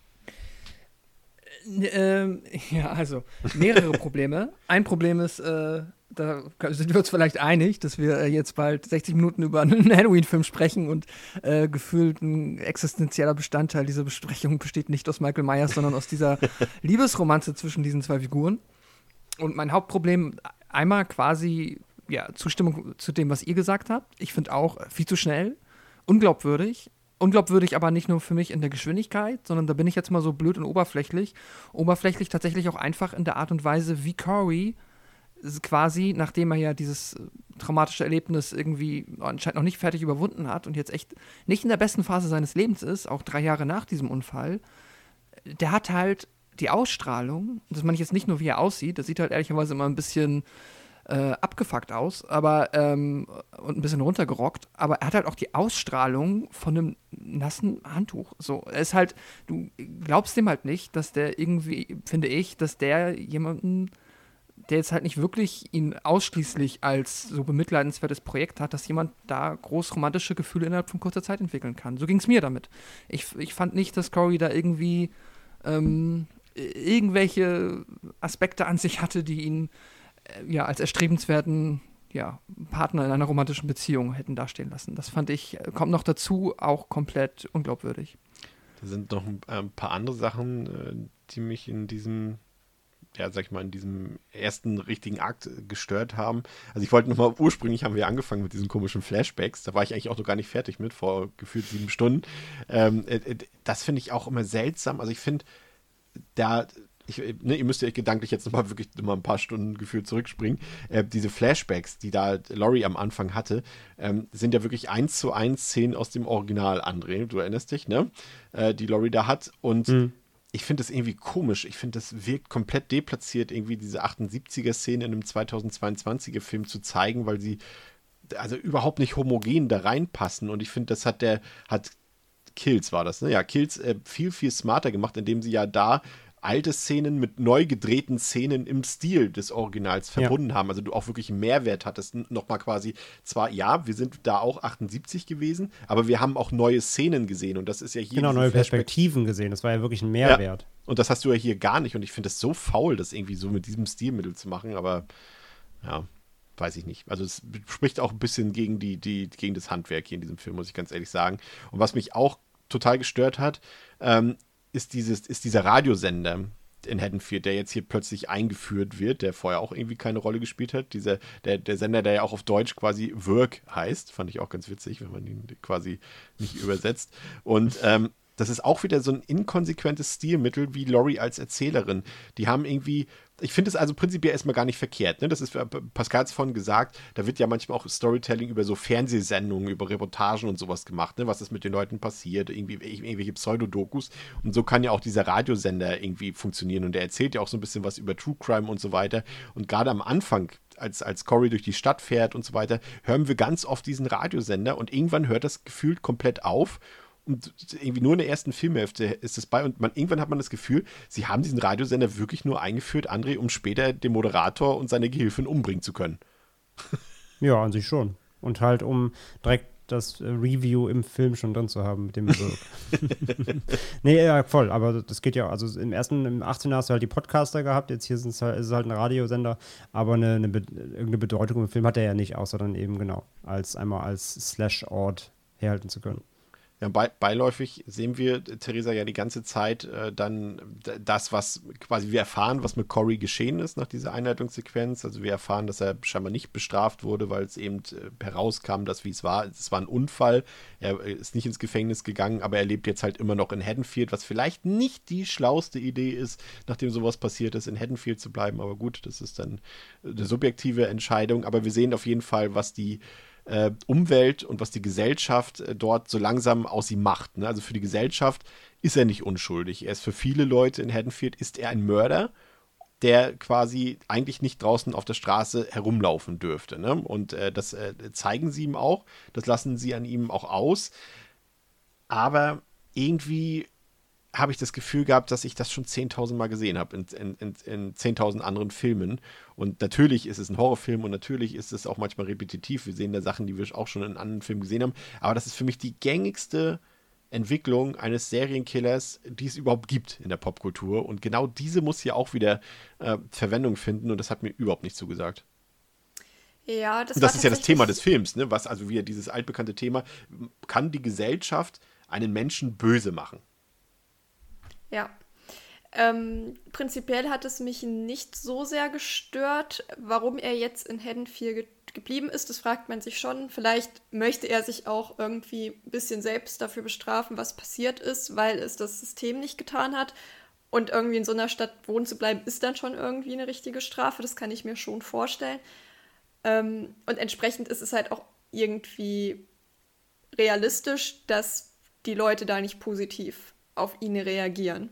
F: Ähm, ja, also mehrere Probleme. Ein Problem ist, äh, da sind wir uns vielleicht einig, dass wir äh, jetzt bald sechzig Minuten über einen Halloween-Film sprechen und äh, gefühlt ein existenzieller Bestandteil dieser Besprechung besteht nicht aus Michael Myers, sondern aus dieser Liebesromanze zwischen diesen zwei Figuren. Und mein Hauptproblem, einmal quasi, ja, Zustimmung zu dem, was ihr gesagt habt. Ich finde auch viel zu schnell, unglaubwürdig. Unglaubwürdig aber nicht nur für mich in der Geschwindigkeit, sondern da bin ich jetzt mal so blöd und oberflächlich. Oberflächlich tatsächlich auch einfach in der Art und Weise, wie Corey quasi, nachdem er ja dieses traumatische Erlebnis irgendwie anscheinend noch nicht fertig überwunden hat und jetzt echt nicht in der besten Phase seines Lebens ist, auch drei Jahre nach diesem Unfall, der hat halt die Ausstrahlung, das meine ich jetzt nicht nur, wie er aussieht, das sieht halt ehrlicherweise immer ein bisschen Äh, abgefuckt aus, aber ähm, und ein bisschen runtergerockt, aber er hat halt auch die Ausstrahlung von einem nassen Handtuch. So, er ist halt, du glaubst dem halt nicht, dass der irgendwie, finde ich, dass der jemanden, der jetzt halt nicht wirklich ihn ausschließlich als so bemitleidenswertes Projekt hat, dass jemand da groß romantische Gefühle innerhalb von kurzer Zeit entwickeln kann. So ging es mir damit. Ich, ich fand nicht, dass Corey da irgendwie ähm, irgendwelche Aspekte an sich hatte, die ihn ja, als erstrebenswerten ja, Partner in einer romantischen Beziehung hätten dastehen lassen. Das fand ich, kommt noch dazu, auch komplett unglaubwürdig.
C: Da sind noch ein, ein paar andere Sachen, äh, die mich in diesem, ja, sag ich mal, in diesem ersten richtigen Akt gestört haben. Also ich wollte nochmal, ursprünglich haben wir angefangen mit diesen komischen Flashbacks, da war ich eigentlich auch noch gar nicht fertig mit, vor gefühlt sieben Stunden. Ähm, äh, das finde ich auch immer seltsam. Also ich finde, da ich, ne, ihr müsst ja gedanklich jetzt nochmal wirklich noch mal ein paar Stunden gefühlt zurückspringen. Äh, diese Flashbacks, die da Laurie am Anfang hatte, ähm, sind ja wirklich eins zu eins Szenen aus dem Original, André. Du erinnerst dich, ne? Äh, die Laurie da hat. Und mhm. ich finde das irgendwie komisch. Ich finde, das wirkt komplett deplatziert, irgendwie diese achtundsiebziger-Szene in einem zweitausendzweiundzwanziger-Film zu zeigen, weil sie also überhaupt nicht homogen da reinpassen. Und ich finde, das hat der, hat Kills war das, ne? Ja, Kills äh, viel, viel smarter gemacht, indem sie ja da alte Szenen mit neu gedrehten Szenen im Stil des Originals verbunden ja. haben. Also du auch wirklich einen Mehrwert hattest. Nochmal quasi, zwar, ja, wir sind da auch achtundsiebzig gewesen, aber wir haben auch neue Szenen gesehen. Und das ist ja hier.
D: Genau, neue
C: Flashback-
D: Perspektiven gesehen. Das war ja wirklich ein Mehrwert.
C: Ja. Und das hast du ja hier gar nicht. Und ich finde es so faul, das irgendwie so mit diesem Stilmittel zu machen. Aber ja, weiß ich nicht. Also es spricht auch ein bisschen gegen, die, die, gegen das Handwerk hier in diesem Film, muss ich ganz ehrlich sagen. Und was mich auch total gestört hat, ähm, ist, dieses, ist dieser Radiosender in Haddonfield, der jetzt hier plötzlich eingeführt wird, der vorher auch irgendwie keine Rolle gespielt hat. Dieser, der, der Sender, der ja auch auf Deutsch quasi Work heißt, fand ich auch ganz witzig, wenn man ihn quasi nicht übersetzt. Und ähm, das ist auch wieder so ein inkonsequentes Stilmittel wie Laurie als Erzählerin. Die haben irgendwie, ich finde es also prinzipiell erstmal gar nicht verkehrt. Ne? Das ist, Pascal hat es vorhin gesagt, da wird ja manchmal auch Storytelling über so Fernsehsendungen, über Reportagen und sowas gemacht, ne? Was ist mit den Leuten passiert, irgendwie irgendwelche Pseudodokus. Und so kann ja auch dieser Radiosender irgendwie funktionieren. Und der erzählt ja auch so ein bisschen was über True Crime und so weiter. Und gerade am Anfang, als, als Corey durch die Stadt fährt und so weiter, hören wir ganz oft diesen Radiosender und irgendwann hört das gefühlt komplett auf. Und irgendwie nur in der ersten Filmhälfte ist es bei. Und man, irgendwann hat man das Gefühl, sie haben diesen Radiosender wirklich nur eingeführt, André, um später den Moderator und seine Gehilfin umbringen zu können.
D: Ja, an sich schon. Und halt, um direkt das Review im Film schon drin zu haben mit dem Wirk. Nee, ja, voll. Aber das geht ja, also im ersten, im achtzehner hast du halt die Podcaster gehabt, jetzt hier sind's halt, ist es halt ein Radiosender, aber eine, eine Be- irgendeine Bedeutung im Film hat er ja nicht, außer dann eben genau, als einmal als Slash-Ort herhalten zu können.
C: Ja, bei, beiläufig sehen wir, Theresa, ja die ganze Zeit äh, dann das, was quasi wir erfahren, was mit Corey geschehen ist nach dieser Einleitungssequenz. Also wir erfahren, dass er scheinbar nicht bestraft wurde, weil es eben äh, herauskam, dass wie es war, es war ein Unfall. Er ist nicht ins Gefängnis gegangen, aber er lebt jetzt halt immer noch in Haddonfield, was vielleicht nicht die schlauste Idee ist, nachdem sowas passiert ist, in Haddonfield zu bleiben. Aber gut, das ist dann eine subjektive Entscheidung. Aber wir sehen auf jeden Fall, was die Äh, Umwelt und was die Gesellschaft äh, dort so langsam aus ihm macht. Ne? Also für die Gesellschaft ist er nicht unschuldig. Er ist für viele Leute in Haddonfield ist er ein Mörder, der quasi eigentlich nicht draußen auf der Straße herumlaufen dürfte. Ne? Und äh, das äh, zeigen sie ihm auch, das lassen sie an ihm auch aus. Aber irgendwie habe ich das Gefühl gehabt, dass ich das schon zehntausend Mal gesehen habe in, in, in, in zehntausend anderen Filmen. Und natürlich ist es ein Horrorfilm und natürlich ist es auch manchmal repetitiv. Wir sehen da Sachen, die wir auch schon in anderen Filmen gesehen haben. Aber das ist für mich die gängigste Entwicklung eines Serienkillers, die es überhaupt gibt in der Popkultur. Und genau diese muss hier auch wieder äh, Verwendung finden. Und das hat mir überhaupt nicht zugesagt.
E: Ja, das,
C: und das ist ja das Thema des Films, ne? Was also wieder dieses altbekannte Thema, kann die Gesellschaft einen Menschen böse machen?
E: Ja, ähm, prinzipiell hat es mich nicht so sehr gestört, warum er jetzt in Haddonfield ge- geblieben ist. Das fragt man sich schon. Vielleicht möchte er sich auch irgendwie ein bisschen selbst dafür bestrafen, was passiert ist, weil es das System nicht getan hat. Und irgendwie in so einer Stadt wohnen zu bleiben, ist dann schon irgendwie eine richtige Strafe. Das kann ich mir schon vorstellen. Ähm, und entsprechend ist es halt auch irgendwie realistisch, dass die Leute da nicht positiv auf ihn reagieren.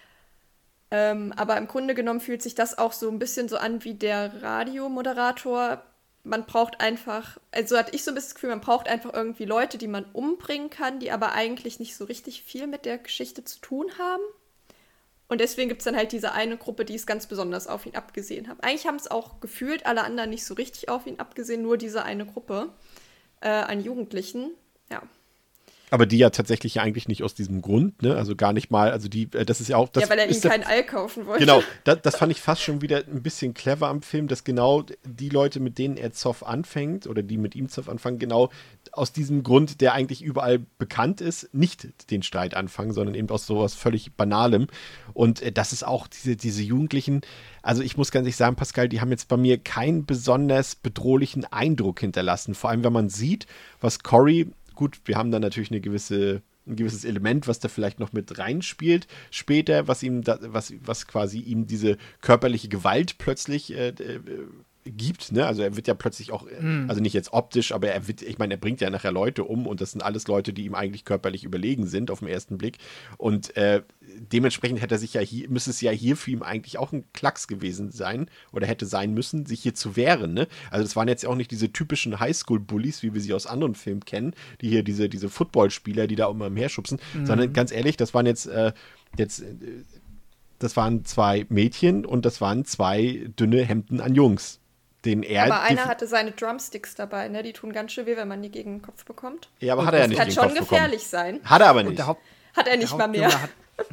E: Ähm, aber im Grunde genommen fühlt sich das auch so ein bisschen so an wie der Radiomoderator. Man braucht einfach, also hatte ich so ein bisschen das Gefühl, man braucht einfach irgendwie Leute, die man umbringen kann, die aber eigentlich nicht so richtig viel mit der Geschichte zu tun haben. Und deswegen gibt es dann halt diese eine Gruppe, die es ganz besonders auf ihn abgesehen hat. Eigentlich haben es auch gefühlt alle anderen nicht so richtig auf ihn abgesehen, nur diese eine Gruppe äh, an Jugendlichen. Ja.
C: Aber die ja tatsächlich ja eigentlich nicht aus diesem Grund, ne? Also gar nicht mal, also die, das ist ja auch... Das
E: ja, weil er
C: ihm
E: kein All kaufen wollte.
C: Genau, das, das fand ich fast schon wieder ein bisschen clever am Film, dass genau die Leute, mit denen er Zoff anfängt, oder die mit ihm Zoff anfangen, genau aus diesem Grund, der eigentlich überall bekannt ist, nicht den Streit anfangen, sondern eben aus sowas völlig Banalem. Und äh, das ist auch diese, diese Jugendlichen, also ich muss ganz ehrlich sagen, Pascal, die haben jetzt bei mir keinen besonders bedrohlichen Eindruck hinterlassen. Vor allem, wenn man sieht, was Corey... Gut, wir haben dann natürlich eine gewisse ein gewisses Element, was da vielleicht noch mit reinspielt später, was ihm da, was, was quasi ihm diese körperliche Gewalt plötzlich äh, äh, gibt, ne? Also er wird ja plötzlich auch, mm. also nicht jetzt optisch, aber er wird, ich meine, er bringt ja nachher Leute um und das sind alles Leute, die ihm eigentlich körperlich überlegen sind auf den ersten Blick und äh, dementsprechend hätte er sich ja hier, müsste es ja hier für ihn eigentlich auch ein Klacks gewesen sein oder hätte sein müssen, sich hier zu wehren, ne? Also das waren jetzt auch nicht diese typischen Highschool-Bullies, wie wir sie aus anderen Filmen kennen, die hier diese, diese Footballspieler, die da immer umherschubsen, mm. sondern ganz ehrlich, das waren jetzt, äh, jetzt, äh, das waren zwei Mädchen und das waren zwei dünne Hemden an Jungs. Den er
E: aber einer hatte seine Drumsticks dabei, ne? Die tun ganz schön weh, wenn man die gegen den Kopf bekommt.
C: Ja, aber und hat er ja nicht
E: gegen den Kopf bekommen. Das kann schon gefährlich sein.
C: Hat er aber nicht.
F: Der Haupt,
E: hat er nicht mal mehr.
F: Hat,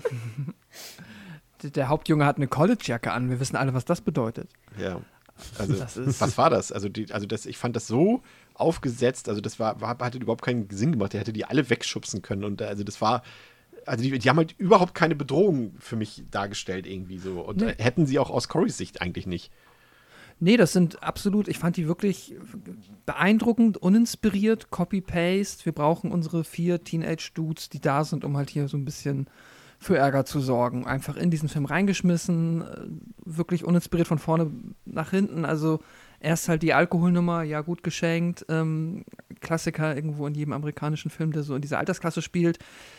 F: der Hauptjunge hat eine College-Jacke an. Wir wissen alle, was das bedeutet.
C: Ja, also was war das? Also, die, also das, ich fand das so aufgesetzt, also das war, war, hatte überhaupt keinen Sinn gemacht. Der hätte die alle wegschubsen können und also das war, also die, die haben halt überhaupt keine Bedrohung für mich dargestellt irgendwie so und nee. hätten sie auch aus Corys Sicht eigentlich nicht.
F: Nee, das sind absolut, ich fand die wirklich beeindruckend, uninspiriert, Copy-Paste. Wir brauchen unsere vier Teenage-Dudes, die da sind, um halt hier so ein bisschen für Ärger zu sorgen. Einfach in diesen Film reingeschmissen, wirklich uninspiriert von vorne nach hinten. Also erst halt die Alkoholnummer, ja gut geschenkt, ähm, Klassiker irgendwo in jedem amerikanischen Film, der so in dieser Altersklasse spielt.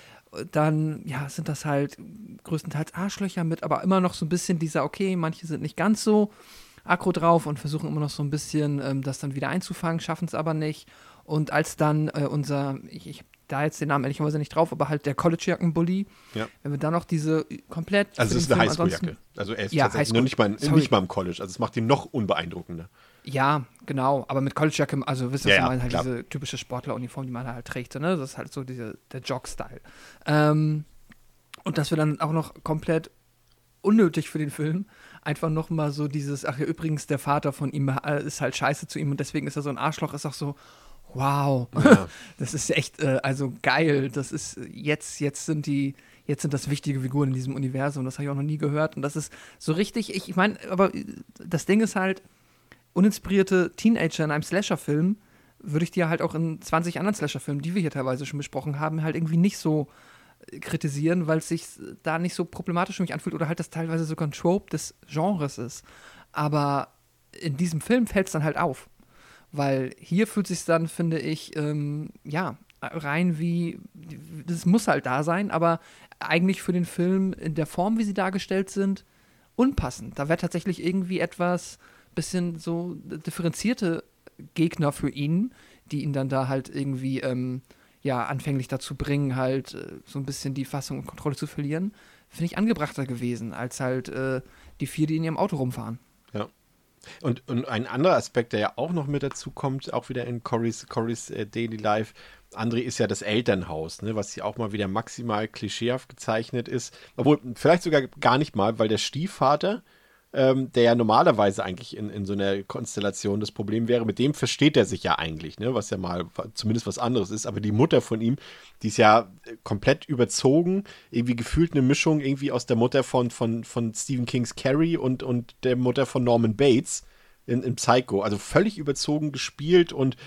F: Dann, ja, sind das halt größtenteils Arschlöcher mit, aber immer noch so ein bisschen dieser, okay, manche sind nicht ganz so aggro drauf und versuchen immer noch so ein bisschen ähm, das dann wieder einzufangen, schaffen es aber nicht. Und als dann äh, unser, ich, ich habe da jetzt den Namen ehrlicherweise nicht drauf, aber halt der College-Jacken-Bully,
C: ja.
F: wenn wir dann noch diese komplett...
C: Also es ist eine Highschool-Jacke. Also er ist
F: ja,
C: tatsächlich nur nicht mal, nicht mal im College. Also es macht ihn noch unbeeindruckender.
F: Ja, genau. Aber mit College-Jacke, also wisst ihr,
C: ja,
F: was ich
C: ja,
F: meine, halt
C: klar.
F: diese typische Sportleruniform, die man halt trägt. So, ne? Das ist halt so diese, der Jog-Style. Ähm, und dass wir dann auch noch komplett unnötig für den Film einfach noch mal so dieses, ach ja, übrigens, der Vater von ihm äh, ist halt scheiße zu ihm und deswegen ist er so ein Arschloch, ist auch so, wow, ja. Das ist echt, äh, also geil, das ist, jetzt, jetzt sind die, jetzt sind das wichtige Figuren in diesem Universum, das habe ich auch noch nie gehört und das ist so richtig, ich, ich meine, aber das Ding ist halt, uninspirierte Teenager in einem Slasher-Film würde ich dir halt auch in zwanzig anderen Slasher-Filmen, die wir hier teilweise schon besprochen haben, halt irgendwie nicht so kritisieren, weil es sich da nicht so problematisch für mich anfühlt oder halt das teilweise sogar ein Trope des Genres ist. Aber in diesem Film fällt es dann halt auf. Weil hier fühlt es sich dann, finde ich, ähm, ja, rein wie, das muss halt da sein, aber eigentlich für den Film in der Form, wie sie dargestellt sind, unpassend. Da wäre tatsächlich irgendwie etwas bisschen so differenzierte Gegner für ihn, die ihn dann da halt irgendwie ähm, ja, anfänglich dazu bringen, halt äh, so ein bisschen die Fassung und Kontrolle zu verlieren, finde ich angebrachter gewesen, als halt äh, die vier, die in ihrem Auto rumfahren.
C: Ja. Und, und ein anderer Aspekt, der ja auch noch mit dazu kommt, auch wieder in Corys, Corys äh, Daily Life, André, ist ja das Elternhaus, ne, was hier auch mal wieder maximal klischeehaft gezeichnet ist. Obwohl, vielleicht sogar gar nicht mal, weil der Stiefvater, ähm, der ja normalerweise eigentlich in, in so einer Konstellation das Problem wäre, mit dem versteht er sich ja eigentlich, ne, was ja mal zumindest was anderes ist. Aber die Mutter von ihm, die ist ja komplett überzogen, irgendwie gefühlt eine Mischung irgendwie aus der Mutter von, von, von Stephen Kings Carrie und, und der Mutter von Norman Bates in, in Psycho. Also völlig überzogen gespielt und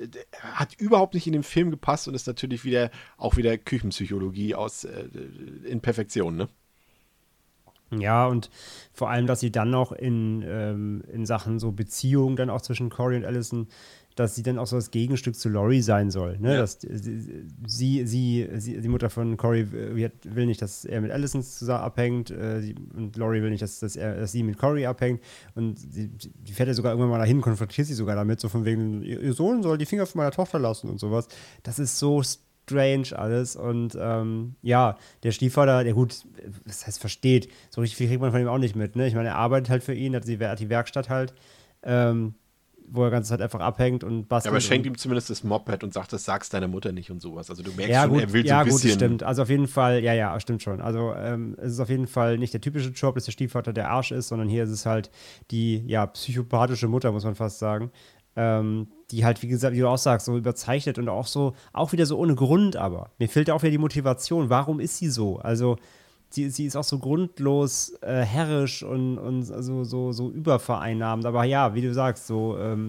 C: hat überhaupt nicht in den Film gepasst und ist natürlich wieder auch wieder Küchenpsychologie aus äh, in Perfektion, ne?
D: Ja, und vor allem, dass sie dann noch in, ähm, in Sachen so Beziehung dann auch zwischen Corey und Allison, dass sie dann auch so das Gegenstück zu Laurie sein soll. Ne?
C: Ja.
D: Dass sie, sie, sie, sie, die Mutter von Corey will nicht, dass er mit Allison zusammen abhängt äh, sie, und Laurie will nicht, dass, dass, er, dass sie mit Corey abhängt. Und sie, die fährt ja sogar irgendwann mal dahin, konfrontiert sie sogar damit, so von wegen, ihr Sohn soll die Finger von meiner Tochter lassen und sowas. Das ist so strange alles und ähm, ja, der Stiefvater, der gut, das heißt versteht, so richtig viel kriegt man von ihm auch nicht mit, ne? Ich meine, er arbeitet halt für ihn, hat die, hat die Werkstatt halt, ähm, wo er die ganze Zeit einfach abhängt und bastelt.
C: Ja, aber er schenkt ihm zumindest das Moped und sagt, das sagst deiner Mutter nicht und sowas. Also du merkst
D: ja,
C: schon,
D: gut,
C: er will so
D: ja,
C: ein bisschen...
D: Ja, gut, stimmt. Also auf jeden Fall, ja, ja, stimmt schon. Also ähm, es ist auf jeden Fall nicht der typische Job, dass der Stiefvater der Arsch ist, sondern hier ist es halt die, ja, psychopathische Mutter, muss man fast sagen. Ähm, die halt, wie gesagt, wie du auch sagst, so überzeichnet und auch so, auch wieder so ohne Grund, aber mir fehlt auch wieder die Motivation. Warum ist sie so? Also, sie, sie ist auch so grundlos äh, herrisch und, und also, so, so übervereinnahmend. Aber ja, wie du sagst, so, ähm,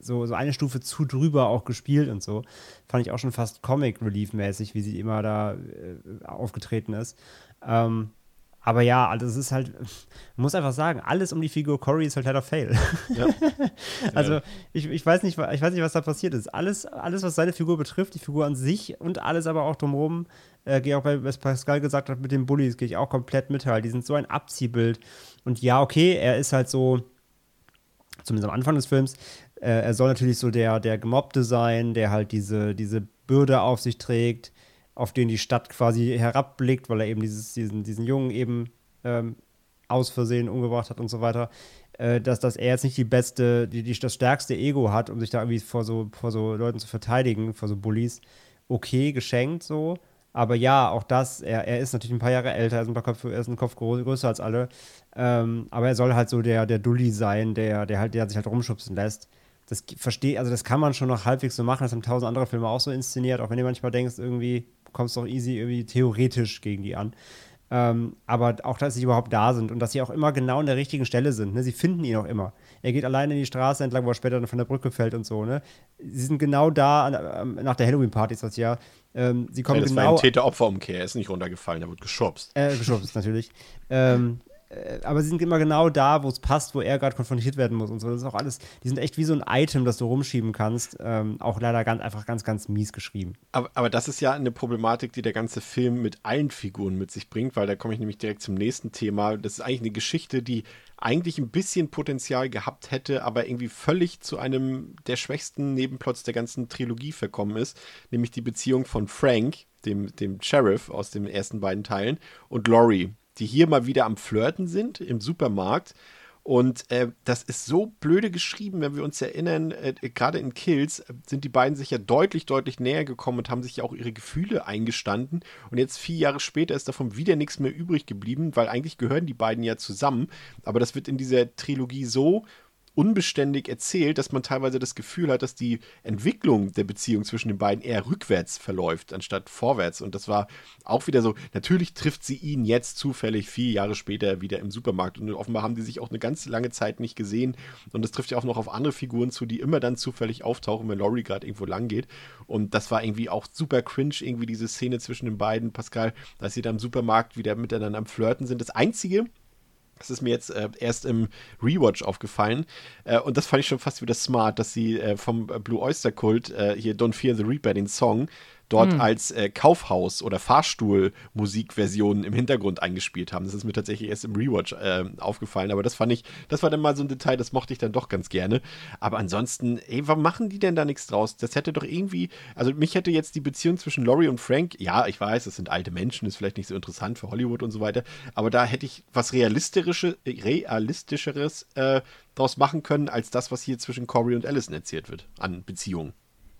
D: so, so eine Stufe zu drüber auch gespielt und so. Fand ich auch schon fast Comic-Relief-mäßig, wie sie immer da äh, aufgetreten ist. Ähm, aber ja, also es ist halt, man muss einfach sagen, alles um die Figur Cory ist halt leider Fail. Ja. Also ich, ich, weiß nicht, ich weiß nicht, was da passiert ist. Alles, alles, was seine Figur betrifft, die Figur an sich und alles aber auch drumherum, äh, gehe auch bei, was Pascal gesagt hat mit den Bullies, gehe ich auch komplett mit halt. Die sind so ein Abziehbild. Und ja, okay, er ist halt so, zumindest am Anfang des Films, äh, er soll natürlich so der, der Gemobbte sein, der halt diese, diese Bürde auf sich trägt, auf den die Stadt quasi herabblickt, weil er eben dieses, diesen, diesen Jungen eben ähm, aus Versehen umgebracht hat und so weiter, äh, dass, dass er jetzt nicht die beste, die, die, das stärkste Ego hat, um sich da irgendwie vor so, vor so Leuten zu verteidigen, vor so Bullies. Okay, geschenkt so, aber ja, auch das, er, er ist natürlich ein paar Jahre älter, er ist ein paar Köpfe, er ist ein Kopf größer als alle, ähm, aber er soll halt so der, der Dulli sein, der, der halt, der sich halt rumschubsen lässt. Das verstehe, also das kann man schon noch halbwegs so machen, das haben tausend andere Filme auch so inszeniert, auch wenn du manchmal denkst, irgendwie kommst du doch easy irgendwie theoretisch gegen die an. Ähm, aber auch, dass sie überhaupt da sind und dass sie auch immer genau an der richtigen Stelle sind. Ne? Sie finden ihn auch immer. Er geht alleine in die Straße entlang, wo er später dann von der Brücke fällt und so. Ne? Sie sind genau da, an, nach der Halloween-Party ist das ja. Ähm, sie kommen
C: ja, das
D: genau,
C: war ein Täter-Opfer-Umkehr. Er ist nicht runtergefallen, er wird geschubst.
D: Äh, geschubst, natürlich. ähm, aber sie sind immer genau da, wo es passt, wo er gerade konfrontiert werden muss und so. Das ist auch alles, die sind echt wie so ein Item, das du rumschieben kannst. Ähm, auch leider ganz, einfach ganz, ganz mies geschrieben.
C: Aber, aber das ist ja eine Problematik, die der ganze Film mit allen Figuren mit sich bringt, weil da komme ich nämlich direkt zum nächsten Thema. Das ist eigentlich eine Geschichte, die eigentlich ein bisschen Potenzial gehabt hätte, aber irgendwie völlig zu einem der schwächsten Nebenplots der ganzen Trilogie verkommen ist, nämlich die Beziehung von Frank, dem, dem Sheriff aus den ersten beiden Teilen, und Laurie, die hier mal wieder am Flirten sind im Supermarkt. Und äh, das ist so blöde geschrieben, wenn wir uns erinnern, äh, gerade in Kills äh, sind die beiden sich ja deutlich, deutlich näher gekommen und haben sich ja auch ihre Gefühle eingestanden. Und jetzt vier Jahre später ist davon wieder nichts mehr übrig geblieben, weil eigentlich gehören die beiden ja zusammen. Aber das wird in dieser Trilogie so unbeständig erzählt, dass man teilweise das Gefühl hat, dass die Entwicklung der Beziehung zwischen den beiden eher rückwärts verläuft, anstatt vorwärts. Und das war auch wieder so, natürlich trifft sie ihn jetzt zufällig vier Jahre später wieder im Supermarkt. Und offenbar haben die sich auch eine ganz lange Zeit nicht gesehen. Und das trifft ja auch noch auf andere Figuren zu, die immer dann zufällig auftauchen, wenn Laurie gerade irgendwo lang geht. Und das war irgendwie auch super cringe, irgendwie diese Szene zwischen den beiden, Pascal, dass sie da im Supermarkt wieder miteinander am Flirten sind. Das Einzige, das ist mir jetzt äh, erst im Rewatch aufgefallen. Äh, und das fand ich schon fast wieder smart, dass sie äh, vom Blue Oyster Cult äh, hier Don't Fear the Reaper, den Song, dort hm. als äh, Kaufhaus- oder Fahrstuhl-Musikversion im Hintergrund eingespielt haben. Das ist mir tatsächlich erst im Rewatch äh, aufgefallen. Aber das fand ich, das war dann mal so ein Detail, das mochte ich dann doch ganz gerne. Aber ansonsten, ey, warum machen die denn da nichts draus? Das hätte doch irgendwie, also mich hätte jetzt die Beziehung zwischen Laurie und Frank, ja, ich weiß, das sind alte Menschen, ist vielleicht nicht so interessant für Hollywood und so weiter, aber da hätte ich was Realistischeres, Realistischeres äh, draus machen können, als das, was hier zwischen Cory und Allison erzählt wird, an Beziehungen.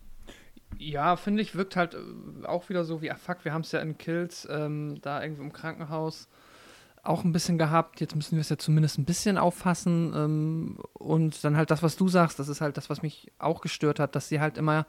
F: Ja, finde ich, wirkt halt auch wieder so wie, ach fuck, wir haben es ja in Kills, ähm, da irgendwo im Krankenhaus auch ein bisschen gehabt. Jetzt müssen wir es ja zumindest ein bisschen auffassen. Ähm, und dann halt das, was du sagst, das ist halt das, was mich auch gestört hat, dass sie halt immer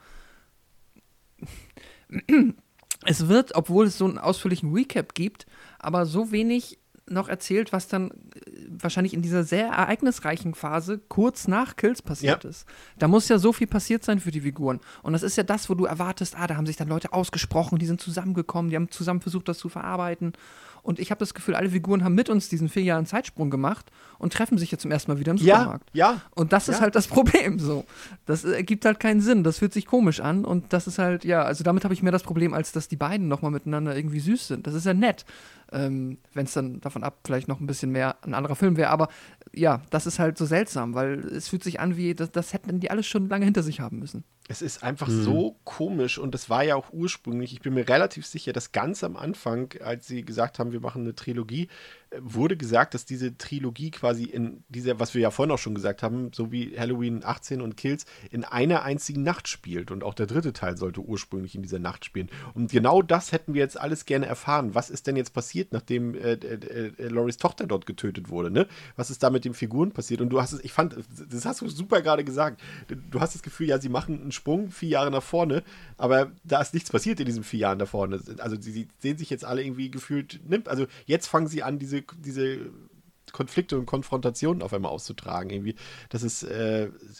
F: es wird, obwohl es so einen ausführlichen Recap gibt, aber so wenig noch erzählt, was dann wahrscheinlich in dieser sehr ereignisreichen Phase kurz nach Kills passiert ja. ist. Da muss ja so viel passiert sein für die Figuren. Und das ist ja das, wo du erwartest, ah, da haben sich dann Leute ausgesprochen, die sind zusammengekommen, die haben zusammen versucht, das zu verarbeiten. Und ich habe das Gefühl, alle Figuren haben mit uns diesen vier Jahren Zeitsprung gemacht und treffen sich jetzt zum ersten Mal wieder im Supermarkt.
C: Ja, ja.
F: Und das
C: ja.
F: ist halt das Problem so. Das ergibt halt keinen Sinn. Das fühlt sich komisch an. Und das ist halt, ja, also damit habe ich mehr das Problem, als dass die beiden nochmal miteinander irgendwie süß sind. Das ist ja nett. Ähm, wenn es dann davon ab vielleicht noch ein bisschen mehr ein anderer Film wäre. Aber ja, das ist halt so seltsam, weil es fühlt sich an wie, das, das hätten die alles schon lange hinter sich haben müssen.
C: Es ist einfach mhm. so komisch und das war ja auch ursprünglich, ich bin mir relativ sicher, dass ganz am Anfang, als sie gesagt haben, wir machen eine Trilogie, wurde gesagt, dass diese Trilogie quasi in dieser, was wir ja vorhin auch schon gesagt haben, so wie Halloween achtzehn und Kills, in einer einzigen Nacht spielt. Und auch der dritte Teil sollte ursprünglich in dieser Nacht spielen. Und genau das hätten wir jetzt alles gerne erfahren. Was ist denn jetzt passiert, nachdem äh, äh, äh, Lauries Tochter dort getötet wurde? Ne? Was ist da mit den Figuren passiert? Und du hast es, ich fand, das hast du super gerade gesagt. Du hast das Gefühl, ja, sie machen einen Sprung vier Jahre nach vorne, aber da ist nichts passiert in diesen vier Jahren da vorne. Also sie, sie sehen sich jetzt alle irgendwie gefühlt, also jetzt fangen sie an, diese diese Konflikte und Konfrontationen auf einmal auszutragen. Irgendwie. Das ist äh,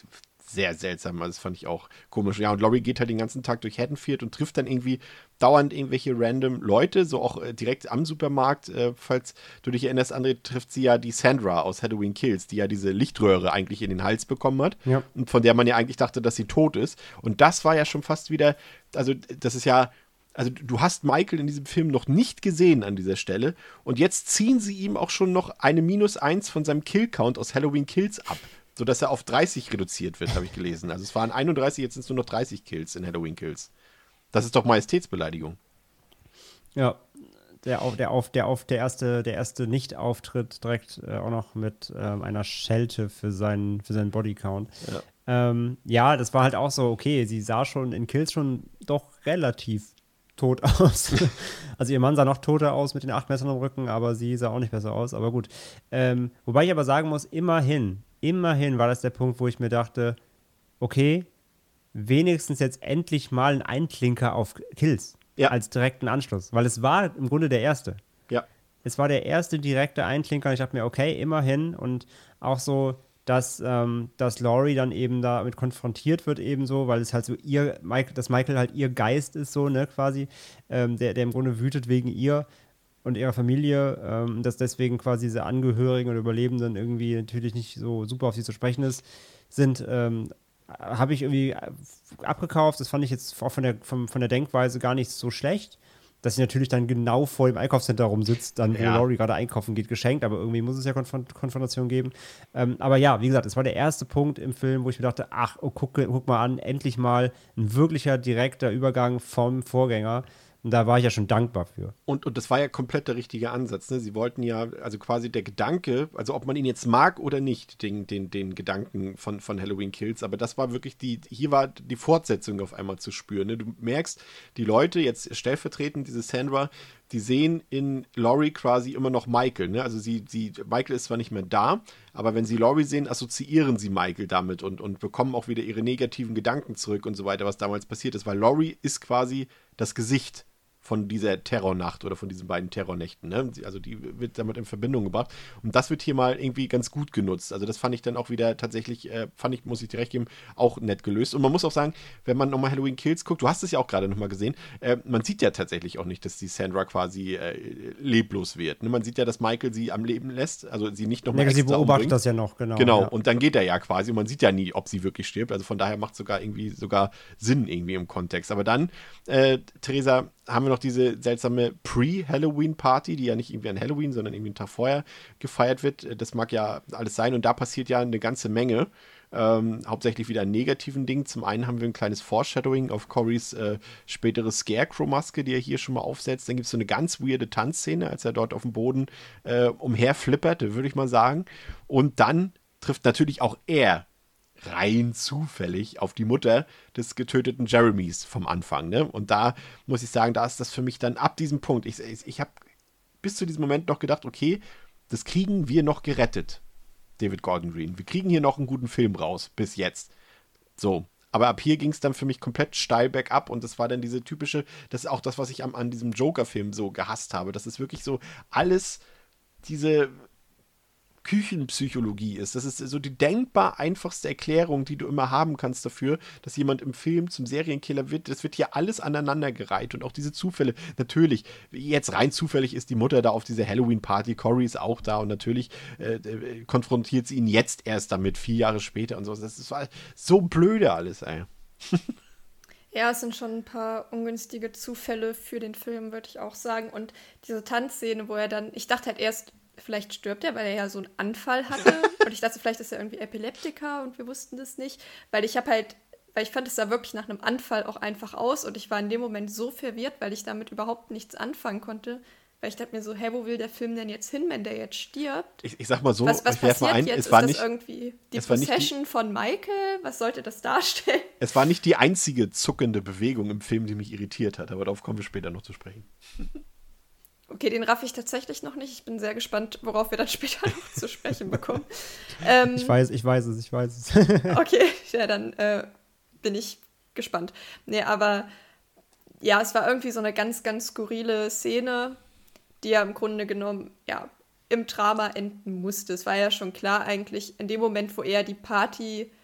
C: sehr seltsam. Also das fand ich auch komisch. Ja, und Laurie geht halt den ganzen Tag durch Haddonfield und trifft dann irgendwie dauernd irgendwelche random Leute, so auch äh, direkt am Supermarkt. Äh, falls du dich erinnerst, André, trifft sie ja die Sandra aus Halloween Kills, die ja diese Lichtröhre eigentlich in den Hals bekommen hat.
D: Ja.
C: Und von der man ja eigentlich dachte, dass sie tot ist. Und das war ja schon fast wieder, also das ist ja, also du hast Michael in diesem Film noch nicht gesehen an dieser Stelle. Und jetzt ziehen sie ihm auch schon noch eine Minus eins von seinem Kill-Count aus Halloween Kills ab. Sodass er auf dreißig reduziert wird, habe ich gelesen. Also es waren einunddreißig, jetzt sind es nur noch dreißig Kills in Halloween Kills. Das ist doch Majestätsbeleidigung.
D: Ja, der auf, der auf, der auf, der erste, der erste Nicht-Auftritt direkt äh, auch noch mit ähm, einer Schelte für seinen, für seinen Bodycount.
C: Ja.
D: Ähm, ja, das war halt auch so, okay, sie sah schon in Kills schon doch relativ tot aus. Also ihr Mann sah noch toter aus mit den acht Messern am Rücken, aber sie sah auch nicht besser aus, aber gut. Ähm, wobei ich aber sagen muss, immerhin, immerhin war das der Punkt, wo ich mir dachte, okay, wenigstens jetzt endlich mal ein Einklinker auf Kills
C: ja.
D: als direkten Anschluss, weil es war im Grunde der erste.
C: Ja.
D: Es war der erste direkte Einklinker und ich dachte mir, okay, immerhin und auch so, dass, ähm, dass Laurie dann eben damit konfrontiert wird ebenso, weil es halt so ihr, Michael, dass Michael halt ihr Geist ist so, ne, quasi, ähm, der, der im Grunde wütet wegen ihr und ihrer Familie, ähm, dass deswegen quasi diese Angehörigen und Überlebenden irgendwie natürlich nicht so super auf sie zu sprechen ist, sind, ähm, habe ich irgendwie abgekauft. Das fand ich jetzt auch von der, von, von der Denkweise gar nicht so schlecht, dass sie natürlich dann genau vor dem Einkaufscenter rumsitzt, dann wo
C: Ja.
D: Laurie gerade einkaufen geht, geschenkt, aber irgendwie muss es ja Konf- Konfrontation geben. Ähm, aber ja, wie gesagt, es war der erste Punkt im Film, wo ich mir dachte, ach, oh, guck, guck mal an, endlich mal ein wirklicher direkter Übergang vom Vorgänger. Und da war ich ja schon dankbar für.
C: Und, und das war ja komplett der richtige Ansatz. Ne? Sie wollten ja, also quasi der Gedanke, also ob man ihn jetzt mag oder nicht, den, den, den Gedanken von, von Halloween Kills, aber das war wirklich die, hier war die Fortsetzung auf einmal zu spüren. Ne? Du merkst, die Leute, jetzt stellvertretend diese Sandra, die sehen in Laurie quasi immer noch Michael. Ne? Also sie, sie, Michael ist zwar nicht mehr da, aber wenn sie Laurie sehen, assoziieren sie Michael damit und, und bekommen auch wieder ihre negativen Gedanken zurück und so weiter, was damals passiert ist, weil Laurie ist quasi das Gesicht von dieser Terrornacht oder von diesen beiden Terrornächten. Ne? Also die wird damit in Verbindung gebracht. Und das wird hier mal irgendwie ganz gut genutzt. Also das fand ich dann auch wieder tatsächlich, äh, fand ich, muss ich dir recht geben, auch nett gelöst. Und man muss auch sagen, wenn man nochmal Halloween Kills guckt, du hast es ja auch gerade nochmal gesehen, äh, man sieht ja tatsächlich auch nicht, dass die Sandra quasi äh, leblos wird. Ne? Man sieht ja, dass Michael sie am Leben lässt, also sie nicht nochmal
D: Ja, sie
C: extra
D: beobachtet
C: umbringt.
D: das ja noch, genau.
C: Genau,
D: Ja.
C: und dann geht er ja quasi und man sieht ja nie, ob sie wirklich stirbt. Also von daher macht es sogar irgendwie sogar Sinn irgendwie im Kontext. Aber dann, äh, Theresa, haben wir noch diese seltsame Pre-Halloween-Party, die ja nicht irgendwie an Halloween, sondern irgendwie einen Tag vorher gefeiert wird. Das mag ja alles sein und da passiert ja eine ganze Menge. Ähm, hauptsächlich wieder an negativen Dingen. Zum einen haben wir ein kleines Foreshadowing auf Corys äh, spätere Scarecrow-Maske, die er hier schon mal aufsetzt. Dann gibt es so eine ganz weirde Tanzszene, als er dort auf dem Boden äh, umherflippert, würde ich mal sagen. Und dann trifft natürlich auch er rein zufällig auf die Mutter des getöteten Jeremys vom Anfang. Ne? Und da muss ich sagen, da ist das für mich dann ab diesem Punkt. Ich, ich, ich habe bis zu diesem Moment noch gedacht, okay, das kriegen wir noch gerettet, David Gordon Green. Wir kriegen hier noch einen guten Film raus, bis jetzt. So. Aber ab hier ging es dann für mich komplett steil bergab und das war dann diese typische, das ist auch das, was ich am, an diesem Joker-Film so gehasst habe. Das ist wirklich so alles diese Küchenpsychologie ist. Das ist so die denkbar einfachste Erklärung, die du immer haben kannst dafür, dass jemand im Film zum Serienkiller wird. Das wird hier alles aneinandergereiht und auch diese Zufälle. Natürlich, jetzt rein zufällig ist die Mutter da auf dieser Halloween-Party, Cory ist auch da und natürlich äh, äh, konfrontiert sie ihn jetzt erst damit, vier Jahre später und so. Das ist so blöde alles, ey.
E: Ja, es sind schon ein paar ungünstige Zufälle für den Film, würde ich auch sagen. Und diese Tanzszene, wo er dann, ich dachte halt erst, vielleicht stirbt er, weil er ja so einen Anfall hatte. Und ich dachte, vielleicht ist er irgendwie Epileptiker und wir wussten das nicht. Weil ich habe halt, weil ich fand, es sah wirklich nach einem Anfall auch einfach aus. Und ich war in dem Moment so verwirrt, weil ich damit überhaupt nichts anfangen konnte. Weil ich dachte mir so, hä, wo will der Film denn jetzt hin, wenn der jetzt stirbt?
C: Ich, ich sag mal so,
E: was, was
C: ich werf
E: passiert
C: mal ein,
E: jetzt?
C: es
E: Ist
C: war
E: das
C: nicht,
E: irgendwie die
C: es war nicht die-
E: Possession von Michael? Was sollte das darstellen?
C: es war nicht die einzige zuckende Bewegung im Film, die mich irritiert hat, aber darauf kommen wir später noch zu sprechen.
E: Okay, den raff ich tatsächlich noch nicht. Ich bin sehr gespannt, worauf wir dann später noch zu sprechen bekommen. Ähm,
D: Ich weiß, ich weiß es, ich weiß es.
E: Okay, ja, dann äh, bin ich gespannt. Nee, aber ja, es war irgendwie so eine ganz, ganz skurrile Szene, die ja im Grunde genommen, ja, im Drama enden musste. Es war ja schon klar eigentlich, in dem Moment, wo er die Party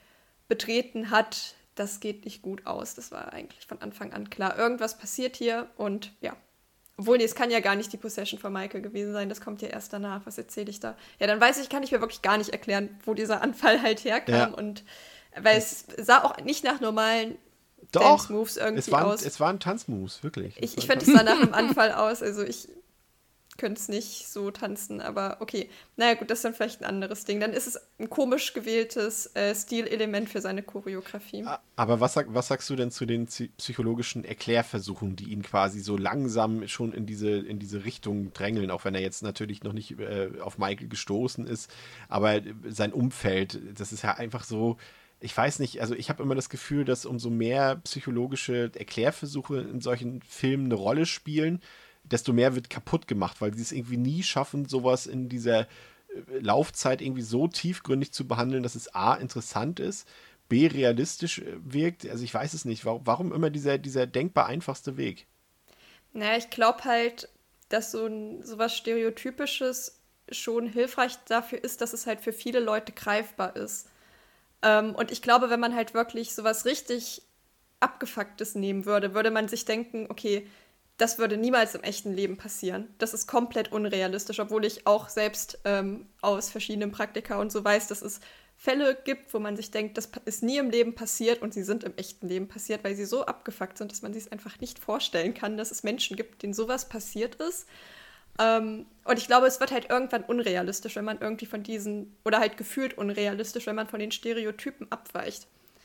E: betreten hat, das geht nicht gut aus. Das war eigentlich von Anfang an klar. Irgendwas passiert hier und ja. Obwohl, nee, es kann ja gar nicht die Possession von Michael gewesen sein. Das kommt ja erst danach. Was erzähle ich da? Ja, dann weiß ich, kann ich mir wirklich gar nicht erklären, wo dieser Anfall halt herkam.
C: Ja.
E: Und weil es sah auch nicht nach normalen
C: Doch,
E: Dance-Moves irgendwie
C: es waren,
E: aus.
C: es waren Tanzmoves, wirklich.
E: Ich, ich finde, es sah nach einem Anfall aus. Also ich könnte es nicht so tanzen, aber okay. Naja gut, das ist dann vielleicht ein anderes Ding. Dann ist es ein komisch gewähltes äh, Stilelement für seine Choreografie.
C: Aber was, sag, was sagst du denn zu den psychologischen Erklärversuchen, die ihn quasi so langsam schon in diese, in diese Richtung drängeln, auch wenn er jetzt natürlich noch nicht äh, auf Michael gestoßen ist, aber sein Umfeld, das ist ja einfach so, ich weiß nicht, also ich habe immer das Gefühl, dass umso mehr psychologische Erklärversuche in solchen Filmen eine Rolle spielen, desto mehr wird kaputt gemacht, weil sie es irgendwie nie schaffen, sowas in dieser Laufzeit irgendwie so tiefgründig zu behandeln, dass es A, interessant ist, B, realistisch wirkt. Also ich weiß es nicht. Warum, warum immer dieser, dieser denkbar einfachste Weg?
E: Naja, ich glaube halt, dass so ein sowas Stereotypisches schon hilfreich dafür ist, dass es halt für viele Leute greifbar ist. Ähm, und ich glaube, wenn man halt wirklich sowas richtig Abgefucktes nehmen würde, würde man sich denken, okay, das würde niemals im echten Leben passieren. Das ist komplett unrealistisch, obwohl ich auch selbst ähm, aus verschiedenen Praktika und so weiß, dass es Fälle gibt, wo man sich denkt, das ist nie im Leben passiert und sie sind im echten Leben passiert, weil sie so abgefuckt sind, dass man sich es einfach nicht vorstellen kann, dass es Menschen gibt, denen sowas passiert ist. Ähm, und ich glaube, es wird halt irgendwann unrealistisch, wenn man irgendwie von diesen, oder halt gefühlt unrealistisch, wenn man von den Stereotypen abweicht.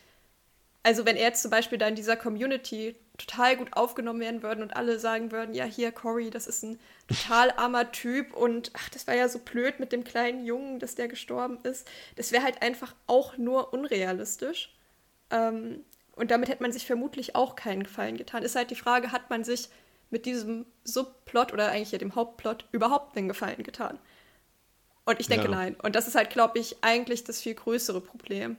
E: Also wenn er jetzt zum Beispiel da in dieser Community total gut aufgenommen werden würden und alle sagen würden, ja hier, Corey, das ist ein total armer Typ und ach, das war ja so blöd mit dem kleinen Jungen, dass der gestorben ist. Das wäre halt einfach auch nur unrealistisch. Ähm, und damit hätte man sich vermutlich auch keinen Gefallen getan. Ist halt die Frage, hat man sich mit diesem Subplot oder eigentlich ja dem Hauptplot überhaupt einen Gefallen getan? Und ich denke, ja. Nein. Und das ist halt, glaube ich, eigentlich das viel größere Problem.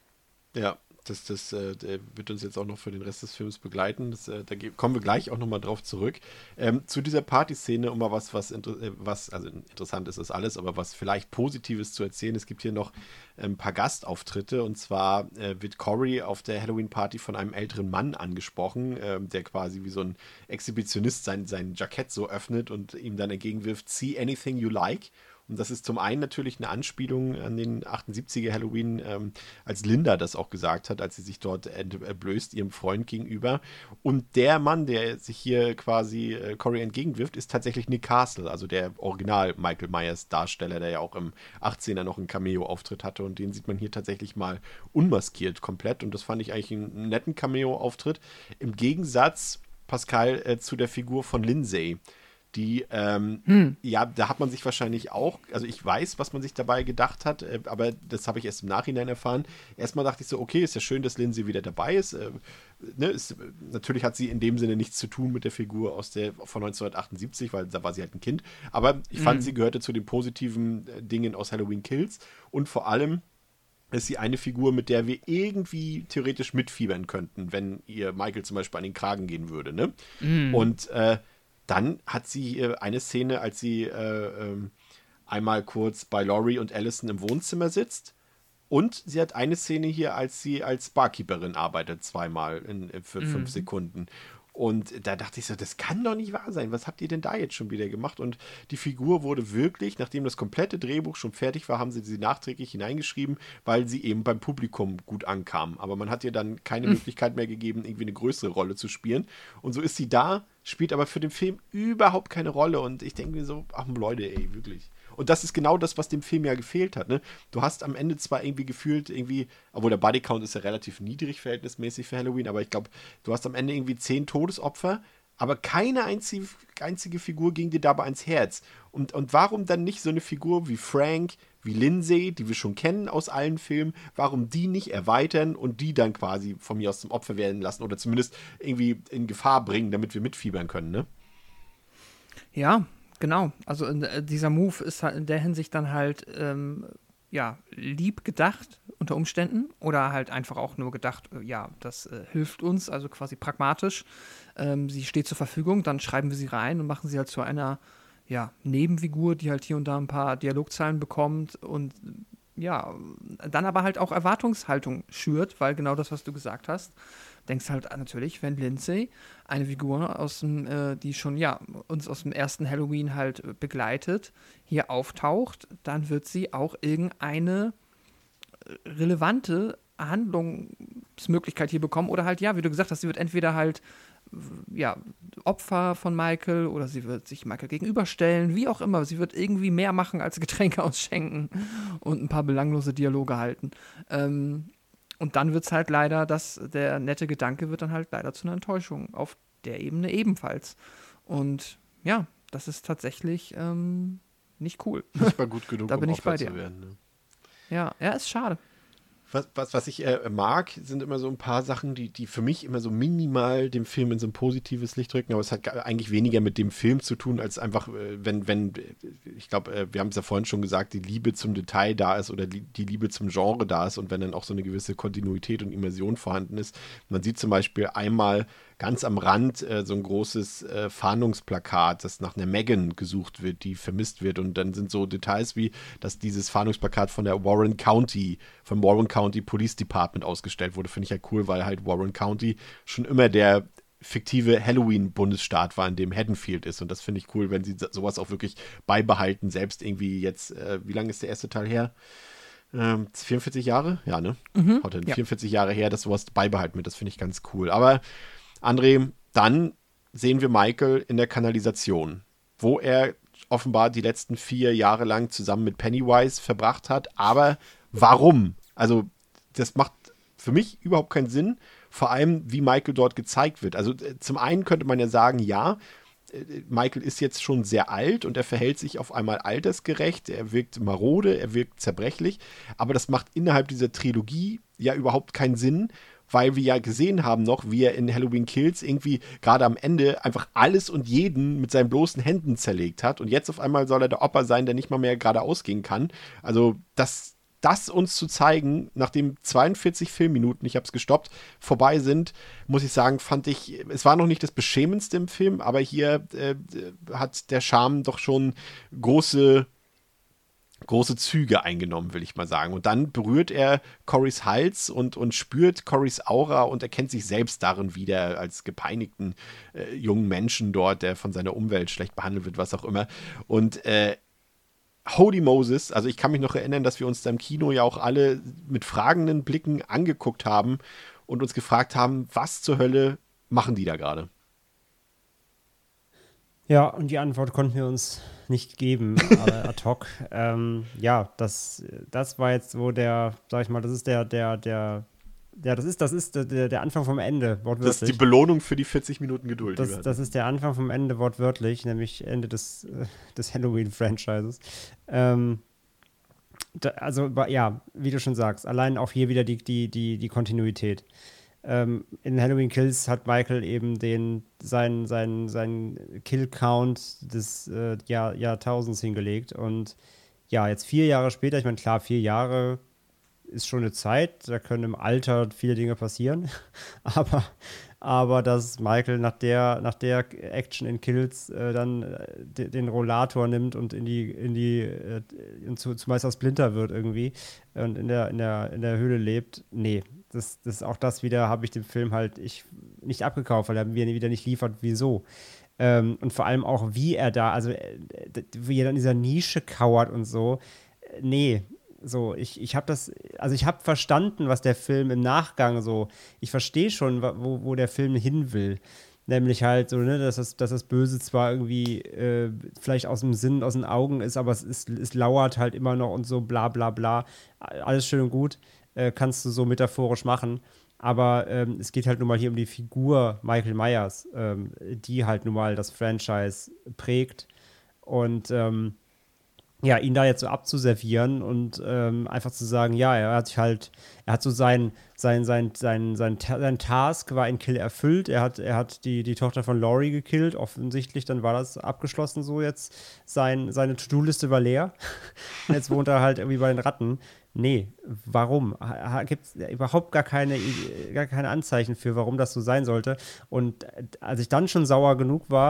C: Ja. Das, das äh, wird uns jetzt auch noch für den Rest des Films begleiten. Das, äh, da kommen wir gleich auch nochmal drauf zurück. Ähm, zu dieser Partyszene, um mal was, was, inter- was, also interessant ist das alles, aber was vielleicht Positives zu erzählen. Es gibt hier noch ein ähm, paar Gastauftritte und zwar äh, wird Corey auf der Halloween-Party von einem älteren Mann angesprochen, ähm, der quasi wie so ein Exhibitionist sein, sein Jackett so öffnet und ihm dann entgegenwirft, see anything you like. Und das ist zum einen natürlich eine Anspielung an den achtundsiebziger Halloween, ähm, als Linda das auch gesagt hat, als sie sich dort entblößt, ihrem Freund gegenüber. Und der Mann, der sich hier quasi äh, Corey entgegenwirft, ist tatsächlich Nick Castle, also der Original Michael Myers Darsteller, der ja auch im achtzehner noch einen Cameo-Auftritt hatte. Und den sieht man hier tatsächlich mal unmaskiert komplett. Und das fand ich eigentlich einen netten Cameo-Auftritt. Im Gegensatz, Pascal, äh, zu der Figur von Lindsay. Die, ähm, hm. ja, da hat man sich wahrscheinlich auch, also ich weiß, was man sich dabei gedacht hat, äh, aber das habe ich erst im Nachhinein erfahren. Erstmal dachte ich so, okay, ist ja schön, dass Lindsay wieder dabei ist. Äh, ne, ist natürlich hat sie in dem Sinne nichts zu tun mit der Figur aus der von neunzehnhundertachtundsiebzig, weil da war sie halt ein Kind. Aber ich fand, hm. sie gehörte zu den positiven äh, Dingen aus Halloween Kills und vor allem ist sie eine Figur, mit der wir irgendwie theoretisch mitfiebern könnten, wenn ihr Michael zum Beispiel an den Kragen gehen würde, ne? Hm. Und, äh, dann hat sie äh, eine Szene, als sie äh, ähm, einmal kurz bei Laurie und Allison im Wohnzimmer sitzt. Und sie hat eine Szene hier, als sie als Barkeeperin arbeitet, zweimal in, in, für mhm. fünf Sekunden. Und da dachte ich so, das kann doch nicht wahr sein. Was habt ihr denn da jetzt schon wieder gemacht? Und die Figur wurde wirklich, nachdem das komplette Drehbuch schon fertig war, haben sie sie nachträglich hineingeschrieben, weil sie eben beim Publikum gut ankam. Aber man hat ihr dann keine mhm. Möglichkeit mehr gegeben, irgendwie eine größere Rolle zu spielen. Und so ist sie da, spielt aber für den Film überhaupt keine Rolle. Und ich denke mir so, ach Leute, ey, wirklich. Und das ist genau das, was dem Film ja gefehlt hat, ne? Du hast am Ende zwar irgendwie gefühlt, irgendwie, obwohl der Bodycount ist ja relativ niedrig verhältnismäßig für Halloween, aber ich glaube, du hast am Ende irgendwie zehn Todesopfer, aber keine einzige, einzige Figur ging dir dabei ans Herz. Und, und warum dann nicht so eine Figur wie Frank, wie Lindsay, die wir schon kennen aus allen Filmen, warum die nicht erweitern und die dann quasi von mir aus zum Opfer werden lassen oder zumindest irgendwie in Gefahr bringen, damit wir mitfiebern können, ne?
F: Ja, genau. Also in, äh, dieser Move ist halt in der Hinsicht dann halt ähm, ja, lieb gedacht unter Umständen oder halt einfach auch nur gedacht, äh, ja, das äh, hilft uns, also quasi pragmatisch. Ähm, sie steht zur Verfügung, dann schreiben wir sie rein und machen sie halt zu einer ja, Nebenfigur, die halt hier und da ein paar Dialogzeilen bekommt und ja, dann aber halt auch Erwartungshaltung schürt, weil genau das, was du gesagt hast, denkst halt natürlich, wenn Lindsay, eine Figur aus dem, äh, die schon, ja, uns aus dem ersten Halloween halt begleitet, hier auftaucht, dann wird sie auch irgendeine relevante Handlungsmöglichkeit hier bekommen oder halt, ja, wie du gesagt hast, sie wird entweder halt ja, Opfer von Michael oder sie wird sich Michael gegenüberstellen, wie auch immer. Sie wird irgendwie mehr machen als Getränke ausschenken und ein paar belanglose Dialoge halten. Ähm, und dann wird es halt leider, dass der nette Gedanke wird dann halt leider zu einer Enttäuschung auf der Ebene ebenfalls. Und ja, das ist tatsächlich ähm, nicht cool.
C: Nicht mal gut genug,
F: da bin
C: um
F: ich bei dir.
C: zu werden. Ne?
F: Ja, ja, ist schade.
C: Was, was, was ich äh, mag, sind immer so ein paar Sachen, die, die für mich immer so minimal dem Film in so ein positives Licht rücken, aber es hat eigentlich weniger mit dem Film zu tun, als einfach, äh, wenn, wenn, ich glaube, äh, wir haben es ja vorhin schon gesagt, die Liebe zum Detail da ist oder die, die Liebe zum Genre da ist und wenn dann auch so eine gewisse Kontinuität und Immersion vorhanden ist. Man sieht zum Beispiel einmal ganz am Rand äh, so ein großes äh, Fahndungsplakat, das nach einer Megan gesucht wird, die vermisst wird. Und dann sind so Details wie, dass dieses Fahndungsplakat von der Warren County, vom Warren County Police Department ausgestellt wurde. Finde ich ja cool, weil halt Warren County schon immer der fiktive Halloween-Bundesstaat war, in dem Haddonfield ist. Und das finde ich cool, wenn sie sowas auch wirklich beibehalten. Selbst irgendwie jetzt, äh, wie lange ist der erste Teil her? Ähm, vierundvierzig Jahre? Ja, ne?
F: Mhm,
C: Haut dann
F: ja.
C: vierundvierzig Jahre her, dass sowas beibehalten wird. Das finde ich ganz cool. Aber André, dann sehen wir Michael in der Kanalisation, wo er offenbar die letzten vier Jahre lang zusammen mit Pennywise verbracht hat. Aber warum? Also das macht für mich überhaupt keinen Sinn, vor allem wie Michael dort gezeigt wird. Also äh, zum einen könnte man ja sagen, ja, äh, Michael ist jetzt schon sehr alt und er verhält sich auf einmal altersgerecht, er wirkt marode, er wirkt zerbrechlich, aber das macht innerhalb dieser Trilogie ja überhaupt keinen Sinn, weil wir ja gesehen haben noch, wie er in Halloween Kills irgendwie gerade am Ende einfach alles und jeden mit seinen bloßen Händen zerlegt hat. Und jetzt auf einmal soll er der Opa sein, der nicht mal mehr geradeaus gehen kann. Also das, das uns zu zeigen, nachdem zweiundvierzig Filmminuten, ich habe es gestoppt, vorbei sind, muss ich sagen, fand ich, es war noch nicht das Beschämendste im Film, aber hier äh, hat der Charme doch schon große große Züge eingenommen, will ich mal sagen. Und dann berührt er Corys Hals und, und spürt Corys Aura und erkennt sich selbst darin wieder als gepeinigten äh, jungen Menschen dort, der von seiner Umwelt schlecht behandelt wird, was auch immer. Und äh, Holy Moses, also ich kann mich noch erinnern, dass wir uns da im Kino ja auch alle mit fragenden Blicken angeguckt haben und uns gefragt haben, was zur Hölle machen die da gerade?
D: Ja, und die Antwort konnten wir uns nicht geben, aber ad hoc. Ähm, ja, das, das war jetzt so der, sag ich mal, das ist der, der, der, ja, das ist, das ist der, der Anfang vom Ende, wortwörtlich.
C: Das ist die Belohnung für die vierzig Minuten Geduld.
D: Das, das ist der Anfang vom Ende, wortwörtlich, nämlich Ende des, des Halloween-Franchises. Ähm, da, also, ja, wie du schon sagst, allein auch hier wieder die, die, die, die Kontinuität. Ähm, in Halloween Kills hat Michael eben den, seinen, seinen, seinen Kill-Count des äh, Jahr, Jahrtausends hingelegt. Und ja, jetzt vier Jahre später, ich meine, klar, vier Jahre ist schon eine Zeit, da können im Alter viele Dinge passieren. aber, aber dass Michael nach der, nach der Action in Kills äh, dann äh, de, den Rollator nimmt und in die, in die, äh, zu, zumeist aus Splinter wird irgendwie und in der, in der, in der Höhle lebt, nee. Das, das auch das wieder habe ich dem Film halt ich, nicht abgekauft, weil er mir wieder nicht liefert, wieso. Ähm, und vor allem auch, wie er da, also äh, wie er dann in dieser Nische kauert und so. Äh, nee, so, ich, ich habe das, also ich habe verstanden, was der Film im Nachgang so, ich verstehe schon, wo, wo der Film hin will. Nämlich halt so, ne, dass das, dass das Böse zwar irgendwie äh, vielleicht aus dem Sinn, aus den Augen ist, aber es, ist, es lauert halt immer noch und so bla bla bla. Alles schön und gut. Kannst du so metaphorisch machen, aber ähm, es geht halt nun mal hier um die Figur Michael Myers, ähm, die halt nun mal das Franchise prägt und ähm, ja, ihn da jetzt so abzuservieren und ähm, einfach zu sagen, ja, er hat sich halt, er hat so sein, sein, sein, sein, sein, sein Task war ein Kill erfüllt, er hat, er hat die, die Tochter von Laurie gekillt, offensichtlich, dann war das abgeschlossen so jetzt, sein, seine To-Do-Liste war leer, jetzt wohnt er halt irgendwie bei den Ratten. Nee, warum? Gibt es überhaupt gar keine, gar keine Anzeichen für, warum das so sein sollte. Und als ich dann schon sauer genug war,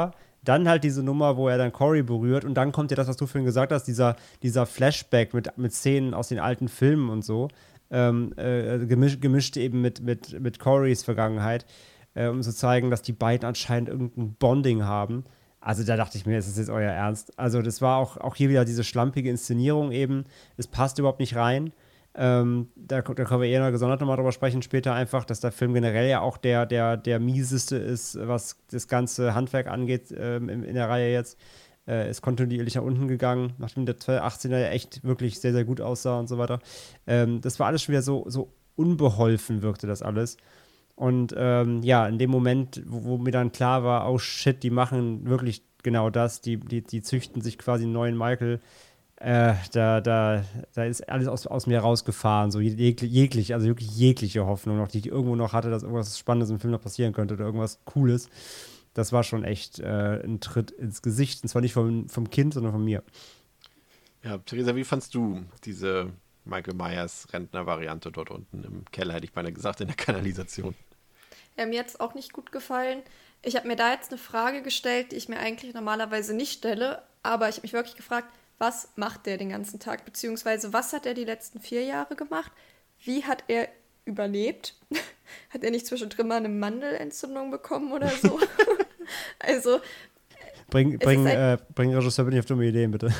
D: Dann halt diese Nummer, wo er dann Corey berührt und dann kommt ja das, was du vorhin gesagt hast, dieser, dieser Flashback mit, mit Szenen aus den alten Filmen und so, ähm, äh, gemischt, gemischt eben mit, mit, mit Corys Vergangenheit, äh, um zu zeigen, dass die beiden anscheinend irgendein Bonding haben. Also da dachte ich mir, ist das jetzt euer Ernst? Also das war auch, auch hier wieder diese schlampige Inszenierung eben, es passt überhaupt nicht rein. Ähm, da, da können wir eher noch gesondert nochmal drüber sprechen später einfach, dass der Film generell ja auch der, der, der mieseste ist, was das ganze Handwerk angeht ähm, in, in der Reihe jetzt. Äh, ist kontinuierlich nach unten gegangen, nachdem der zweitausendachtzehner ja echt wirklich sehr, sehr gut aussah und so weiter. Ähm, das war alles schon wieder so, so unbeholfen wirkte das alles. Und ähm, ja, in dem Moment, wo, wo mir dann klar war, oh shit, die machen wirklich genau das, die, die, die züchten sich quasi einen neuen Michael. Äh, da, da, da ist alles aus, aus mir rausgefahren, so jeglich, jeglich, also wirklich jegliche Hoffnung noch, die ich irgendwo noch hatte, dass irgendwas Spannendes im Film noch passieren könnte oder irgendwas Cooles. Das war schon echt äh, ein Tritt ins Gesicht, und zwar nicht vom, vom Kind, sondern von mir.
C: Ja, Theresa, wie fandst du diese Michael Myers Rentner-Variante dort unten im Keller, hätte ich beinahe gesagt, in der Kanalisation?
E: Ja, mir hat es auch nicht gut gefallen. Ich habe mir da jetzt eine Frage gestellt, die ich mir eigentlich normalerweise nicht stelle, aber ich habe mich wirklich gefragt, was macht der den ganzen Tag? Beziehungsweise, was hat er die letzten vier Jahre gemacht? Wie hat er überlebt? Hat er nicht zwischendrin mal eine Mandelentzündung bekommen oder so? Also.
D: Bring, bring, halt, äh, bring Regisseur bitte auf dumme Ideen, bitte.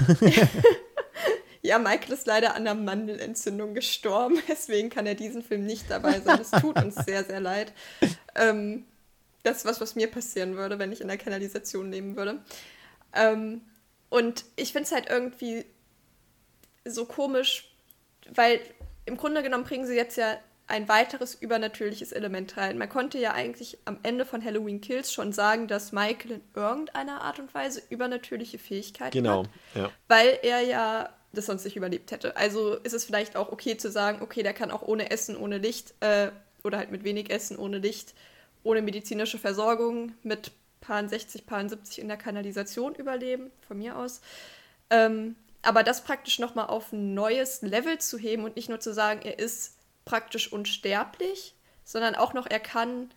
E: Ja, Michael ist leider an einer Mandelentzündung gestorben. Deswegen kann er diesen Film nicht dabei sein. Es tut uns sehr, sehr leid. Ähm, das ist was, was mir passieren würde, wenn ich in der Kanalisation leben würde. Ähm. Und ich finde es halt irgendwie so komisch, weil im Grunde genommen bringen sie jetzt ja ein weiteres übernatürliches Element rein. Man konnte ja eigentlich am Ende von Halloween Kills schon sagen, dass Michael in irgendeiner Art und Weise übernatürliche Fähigkeiten
C: genau,
E: hat.
C: Ja.
E: Weil er ja das sonst nicht überlebt hätte. Also ist es vielleicht auch okay zu sagen, okay, der kann auch ohne Essen, ohne Licht, äh, oder halt mit wenig Essen, ohne Licht, ohne medizinische Versorgung, mit Paar sechzig, Paar siebzig in der Kanalisation überleben, von mir aus. Ähm, aber das praktisch nochmal auf ein neues Level zu heben und nicht nur zu sagen, er ist praktisch unsterblich, sondern auch noch, er kann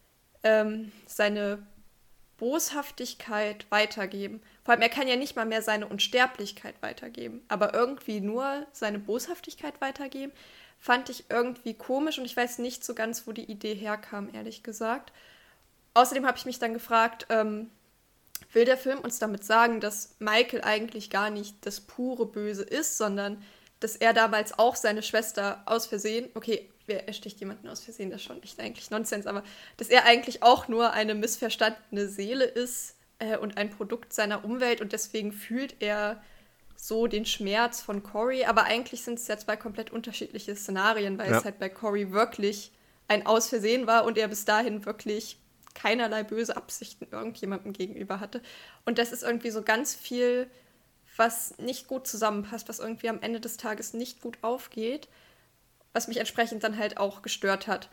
E: ähm, seine Boshaftigkeit weitergeben. Vor allem, er kann ja nicht mal mehr seine Unsterblichkeit weitergeben, aber irgendwie nur seine Boshaftigkeit weitergeben, fand ich irgendwie komisch und ich weiß nicht so ganz, wo die Idee herkam, ehrlich gesagt. Außerdem habe ich mich dann gefragt, ähm, will der Film uns damit sagen, dass Michael eigentlich gar nicht das pure Böse ist, sondern dass er damals auch seine Schwester aus Versehen, okay, wer ersticht jemanden aus Versehen, das ist schon echt eigentlich Nonsens, aber dass er eigentlich auch nur eine missverstandene Seele ist äh, und ein Produkt seiner Umwelt und deswegen fühlt er so den Schmerz von Corey, aber eigentlich sind es ja zwei komplett unterschiedliche Szenarien, weil ja. es halt bei Corey wirklich ein Aus Versehen war und er bis dahin wirklich keinerlei böse Absichten irgendjemandem gegenüber hatte. Und das ist irgendwie so ganz viel, was nicht gut zusammenpasst, was irgendwie am Ende des Tages nicht gut aufgeht, was mich entsprechend dann halt auch gestört hat.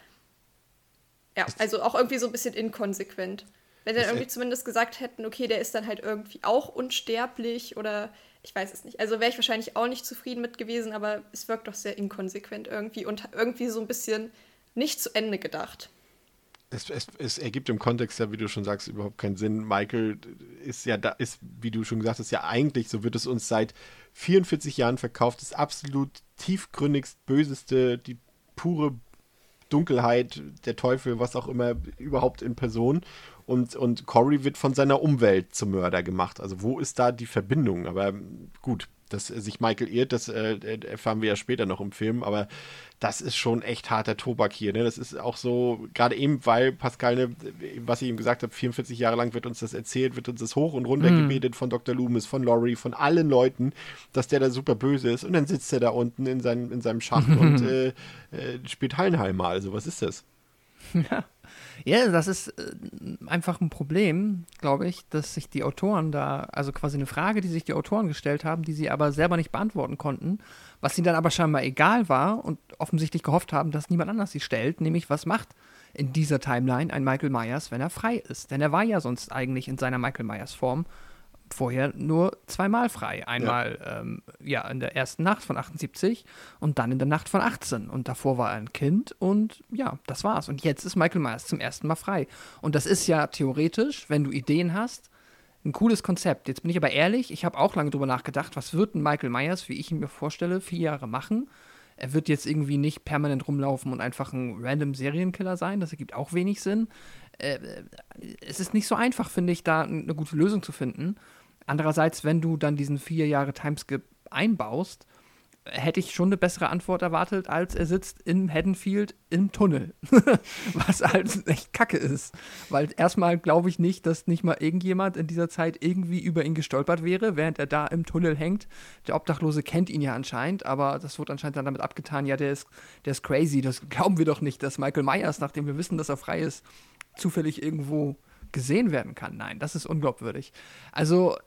E: Ja, also auch irgendwie so ein bisschen inkonsequent. Wenn sie dann irgendwie zumindest gesagt hätten, okay, der ist dann halt irgendwie auch unsterblich oder ich weiß es nicht. Also wäre ich wahrscheinlich auch nicht zufrieden mit gewesen, aber es wirkt doch sehr inkonsequent irgendwie und irgendwie so ein bisschen nicht zu Ende gedacht.
C: Es, es, es ergibt im Kontext ja, wie du schon sagst, überhaupt keinen Sinn. Michael ist ja da, ist, wie du schon gesagt hast, ja eigentlich, so wird es uns seit vierundvierzig Jahren verkauft, das absolut tiefgründigst Böseste, die pure Dunkelheit, der Teufel, was auch immer, überhaupt in Person. Und, und Corey wird von seiner Umwelt zum Mörder gemacht. Also wo ist da die Verbindung? Aber gut, dass sich Michael irrt, das äh, erfahren wir ja später noch im Film, aber das ist schon echt harter Tobak hier. Ne? Das ist auch so, gerade eben, weil Pascal, ne, was ich ihm gesagt habe, vierundvierzig Jahre lang wird uns das erzählt, wird uns das hoch und runter mm. gebetet von Doktor Loomis, von Laurie, von allen Leuten, dass der da super böse ist und dann sitzt er da unten in, sein, in seinem Schacht und äh, äh, spielt Hallenhalmer. Also was ist das?
F: Ja. Ja, das ist äh, einfach ein Problem, glaube ich, dass sich die Autoren da, also quasi eine Frage, die sich die Autoren gestellt haben, die sie aber selber nicht beantworten konnten, was ihnen dann aber scheinbar egal war und offensichtlich gehofft haben, dass niemand anders sie stellt, nämlich was macht in dieser Timeline ein Michael Myers, wenn er frei ist? Denn er war ja sonst eigentlich in seiner Michael Myers-Form vorher nur zweimal frei. Einmal ja. Ähm, ja, in der ersten Nacht von achtundsiebzig und dann in der Nacht von achtzehn. Und davor war er ein Kind und ja, das war's. Und jetzt ist Michael Myers zum ersten Mal frei. Und das ist ja theoretisch, wenn du Ideen hast, ein cooles Konzept. Jetzt bin ich aber ehrlich, ich habe auch lange drüber nachgedacht, was wird ein Michael Myers, wie ich ihn mir vorstelle, vier Jahre machen? Er wird jetzt irgendwie nicht permanent rumlaufen und einfach ein random Serienkiller sein. Das ergibt auch wenig Sinn. Äh, es ist nicht so einfach, finde ich, da eine gute Lösung zu finden. Andererseits, wenn du dann diesen vier Jahre Timeskip einbaust, hätte ich schon eine bessere Antwort erwartet, als er sitzt in Haddonfield im Tunnel. Was halt echt kacke ist. Weil erstmal glaube ich nicht, dass nicht mal irgendjemand in dieser Zeit irgendwie über ihn gestolpert wäre, während er da im Tunnel hängt. Der Obdachlose kennt ihn ja anscheinend, aber das wurde anscheinend dann damit abgetan, ja, der ist, der ist crazy. Das glauben wir doch nicht, dass Michael Myers, nachdem wir wissen, dass er frei ist, zufällig irgendwo gesehen werden kann. Nein, das ist unglaubwürdig. Also,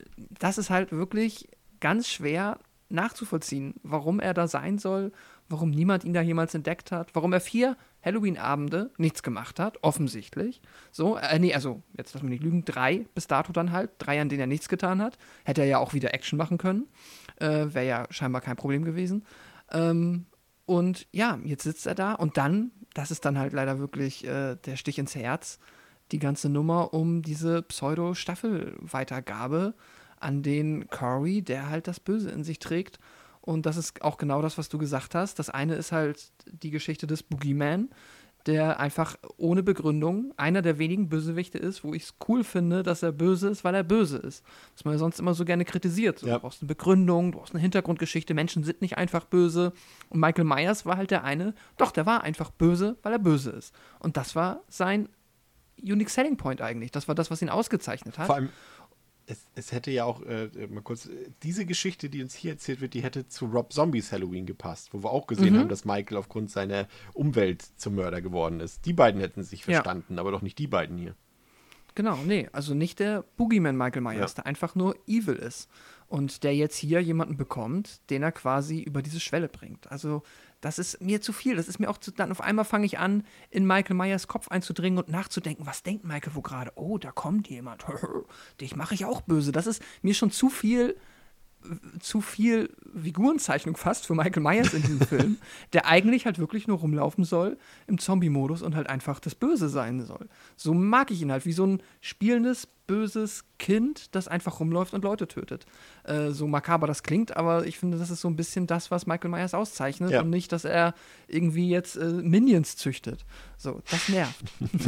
F: das ist halt wirklich ganz schwer nachzuvollziehen, warum er da sein soll, warum niemand ihn da jemals entdeckt hat, warum er vier Halloween-Abende nichts gemacht hat, offensichtlich. So, äh, nee, also, jetzt lass mich nicht lügen, drei bis dato dann halt, drei, an denen er nichts getan hat. Hätte er ja auch wieder Action machen können. Äh, Wäre ja scheinbar kein Problem gewesen. Ähm, und ja, jetzt sitzt er da und dann, das ist dann halt leider wirklich äh, der Stich ins Herz, die ganze Nummer um diese Pseudo-Staffelweitergabe an den Corey, der halt das Böse in sich trägt. Und das ist auch genau das, was du gesagt hast. Das eine ist halt die Geschichte des Boogeyman, der einfach ohne Begründung einer der wenigen Bösewichte ist, wo ich es cool finde, dass er böse ist, weil er böse ist. Was man ja sonst immer so gerne kritisiert. So, ja. Du brauchst eine Begründung, du brauchst eine Hintergrundgeschichte, Menschen sind nicht einfach böse. Und Michael Myers war halt der eine, doch, der war einfach böse, weil er böse ist. Und das war sein Unique Selling Point eigentlich. Das war das, was ihn ausgezeichnet hat.
C: Vor allem Es, es hätte ja auch, äh, mal kurz, diese Geschichte, die uns hier erzählt wird, die hätte zu Rob Zombies Halloween gepasst, wo wir auch gesehen
F: Mhm.
C: haben, dass Michael aufgrund seiner Umwelt zum Mörder geworden ist. Die beiden hätten sich
F: Ja.
C: verstanden, aber doch nicht die beiden hier.
F: Genau, nee, also nicht der Boogeyman Michael Myers,
C: Ja.
F: der einfach nur evil ist. Und der jetzt hier jemanden bekommt, den er quasi über diese Schwelle bringt. Also, das ist mir zu viel. Das ist mir auch zu, dann auf einmal fange ich an, in Michael Myers Kopf einzudringen und nachzudenken, was denkt Michael wo gerade? Oh, da kommt jemand. Dich mache ich auch böse. Das ist mir schon zu viel, zu viel Figurenzeichnung fast für Michael Myers in diesem Film, der eigentlich halt wirklich nur rumlaufen soll im Zombie-Modus und halt einfach das Böse sein soll. So mag ich ihn halt, wie so ein spielendes, böses Kind, das einfach rumläuft und Leute tötet. Äh, so makaber das klingt, aber ich finde, das ist so ein bisschen das, was Michael Myers auszeichnet
C: Ja.
F: und nicht, dass er irgendwie jetzt äh, Minions züchtet. So, das nervt.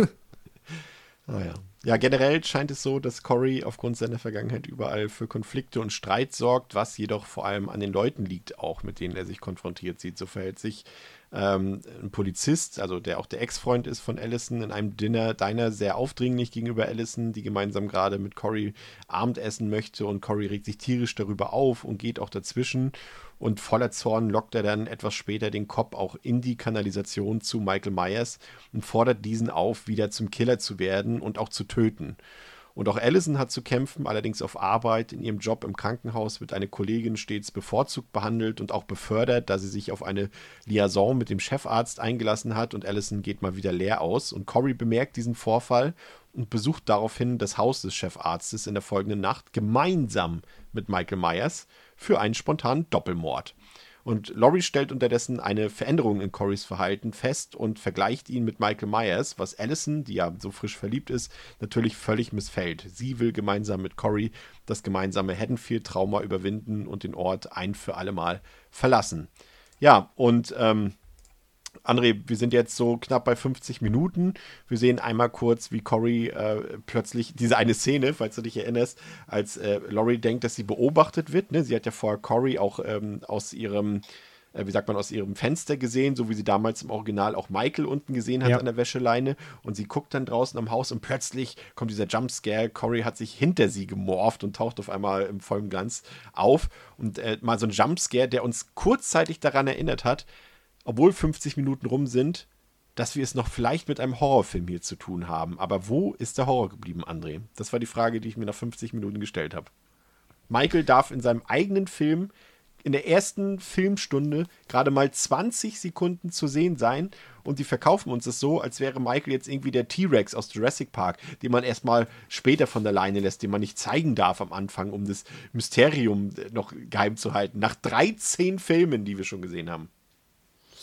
C: Ah ja. Ja, generell scheint es so, dass Corey aufgrund seiner Vergangenheit überall für Konflikte und Streit sorgt, was jedoch vor allem an den Leuten liegt, auch mit denen er sich konfrontiert sieht. So verhält sich ähm, ein Polizist, also der auch der Ex-Freund ist von Allison, in einem Dinner, Diner sehr aufdringlich gegenüber Allison, die gemeinsam gerade mit Corey Abendessen möchte, und Corey regt sich tierisch darüber auf und geht auch dazwischen. Und voller Zorn lockt er dann etwas später den Cop auch in die Kanalisation zu Michael Myers und fordert diesen auf, wieder zum Killer zu werden und auch zu töten. Und auch Allison hat zu kämpfen, allerdings auf Arbeit. In ihrem Job im Krankenhaus wird eine Kollegin stets bevorzugt behandelt und auch befördert, da sie sich auf eine Liaison mit dem Chefarzt eingelassen hat, und Allison geht mal wieder leer aus. Und Corey bemerkt diesen Vorfall und besucht daraufhin das Haus des Chefarztes in der folgenden Nacht gemeinsam mit Michael Myers für einen spontanen Doppelmord. Und Laurie stellt unterdessen eine Veränderung in Corys Verhalten fest und vergleicht ihn mit Michael Myers, was Allison, die ja so frisch verliebt ist, natürlich völlig missfällt. Sie will gemeinsam mit Corey das gemeinsame Haddonfield-Trauma überwinden und den Ort ein für alle Mal verlassen. Ja, und ähm, André, wir sind jetzt so knapp bei fünfzig Minuten. Wir sehen einmal kurz, wie Corey äh, plötzlich, diese eine Szene, falls du dich erinnerst, als äh, Laurie denkt, dass sie beobachtet wird. Ne? Sie hat ja vorher Corey auch ähm, aus ihrem, äh, wie sagt man, aus ihrem Fenster gesehen, so wie sie damals im Original auch Michael unten gesehen hat, ja, an der Wäscheleine. Und sie guckt dann draußen am Haus und plötzlich kommt dieser Jumpscare. Corey hat sich hinter sie gemorpht und taucht auf einmal im vollen Glanz auf. Und äh, mal so ein Jumpscare, der uns kurzzeitig daran erinnert hat, obwohl fünfzig Minuten rum sind, dass wir es noch vielleicht mit einem Horrorfilm hier zu tun haben. Aber wo ist der Horror geblieben, André? Das war die Frage, die ich mir nach fünfzig Minuten gestellt habe. Michael darf in seinem eigenen Film in der ersten Filmstunde gerade mal zwanzig Sekunden zu sehen sein, und die verkaufen uns das so, als wäre Michael jetzt irgendwie der T-Rex aus Jurassic Park, den man erstmal später von der Leine lässt, den man nicht zeigen darf am Anfang, um das Mysterium noch geheim zu halten. Nach dreizehn Filmen, die wir schon gesehen haben.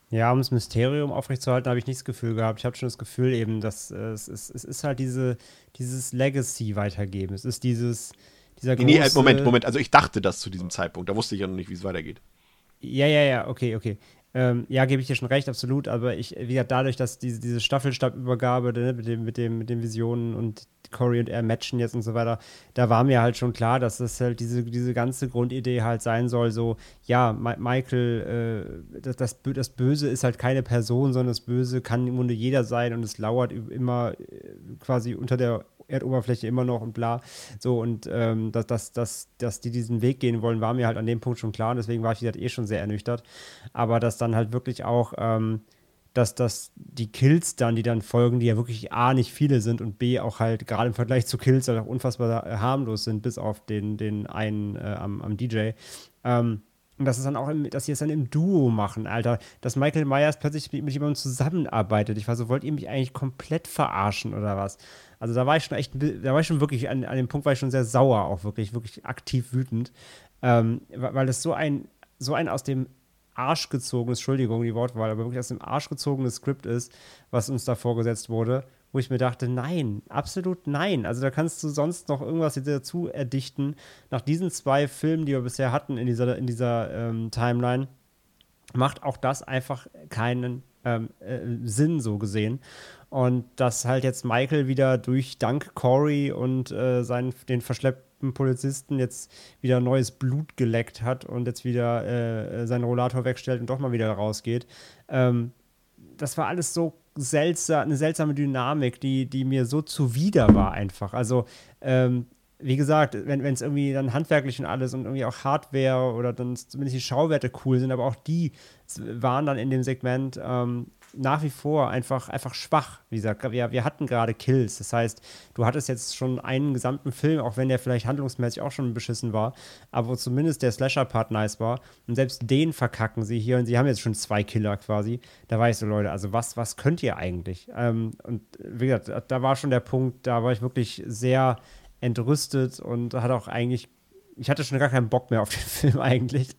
D: Ja, um das Mysterium aufrechtzuerhalten, habe ich nicht das Gefühl gehabt. Ich habe schon das Gefühl eben, dass äh, es, es, es ist halt diese, dieses Legacy weitergeben. Es ist dieses, dieser große...
C: Nee, nee, Moment, Moment. Also ich dachte das zu diesem Zeitpunkt. Da wusste ich ja noch nicht, wie es weitergeht.
D: Ja, ja, ja, okay, okay. Ähm, ja, gebe ich dir schon recht, absolut. Aber ich, wie gesagt, dadurch, dass diese, diese Staffelstabübergabe ne, mit, dem, mit, dem, mit den Visionen und Corey und er matchen jetzt und so weiter, da war mir halt schon klar, dass das halt diese, diese ganze Grundidee halt sein soll, so, ja, Ma- Michael, äh, das, das, Bö- das Böse ist halt keine Person, sondern das Böse kann im Grunde jeder sein und es lauert ü- immer äh, quasi unter der Erdoberfläche immer noch und bla. So, und ähm, dass, dass, dass, dass die diesen Weg gehen wollen, war mir halt an dem Punkt schon klar und deswegen war ich, wie gesagt, eh schon sehr ernüchtert. Aber dass dann halt wirklich auch, ähm, dass das die Kills dann, die dann folgen, die ja wirklich A, nicht viele sind und B, auch halt gerade im Vergleich zu Kills halt auch unfassbar äh, harmlos sind, bis auf den, den einen äh, am, am D J. Ähm, und dass es dann auch, im, dass sie es dann im Duo machen, Alter. Dass Michael Myers plötzlich mit, mit jemandem zusammenarbeitet. Ich war so, wollt ihr mich eigentlich komplett verarschen oder was? Also da war ich schon echt, ein bi- da war ich schon wirklich, an, an dem Punkt war ich schon sehr sauer, auch wirklich, wirklich aktiv wütend. Ähm, weil weil das so ein, so ein aus dem Arsch gezogenes, Entschuldigung, die Wortwahl, aber wirklich aus dem Arsch gezogenes Skript ist, was uns da vorgesetzt wurde, wo ich mir dachte, nein, absolut nein. Also da kannst du sonst noch irgendwas dazu erdichten. Nach diesen zwei Filmen, die wir bisher hatten in dieser, in dieser ähm, Timeline, macht auch das einfach keinen ähm, äh, Sinn, so gesehen. Und dass halt jetzt Michael wieder durch dank Corey und äh, seinen, den verschleppten Polizisten jetzt wieder neues Blut geleckt hat und jetzt wieder äh, seinen Rollator wegstellt und doch mal wieder rausgeht. Ähm, das war alles so seltsam, eine seltsame Dynamik, die, die mir so zuwider war einfach. Also, ähm, wie gesagt, wenn es irgendwie dann handwerklich und alles und irgendwie auch Hardware oder dann zumindest die Schauwerte cool sind, aber auch die waren dann in dem Segment ähm, nach wie vor einfach, einfach schwach. Wie gesagt, wir, wir hatten gerade Kills. Das heißt, du hattest jetzt schon einen gesamten Film, auch wenn der vielleicht handlungsmäßig auch schon beschissen war, aber wo zumindest der Slasher-Part nice war. Und selbst den verkacken sie hier und sie haben jetzt schon zwei Killer quasi. Da war ich so, Leute, also was, was könnt ihr eigentlich? Ähm, und wie gesagt, da war schon der Punkt, da war ich wirklich sehr entrüstet und hatte auch eigentlich, ich hatte schon gar keinen Bock mehr auf den Film eigentlich.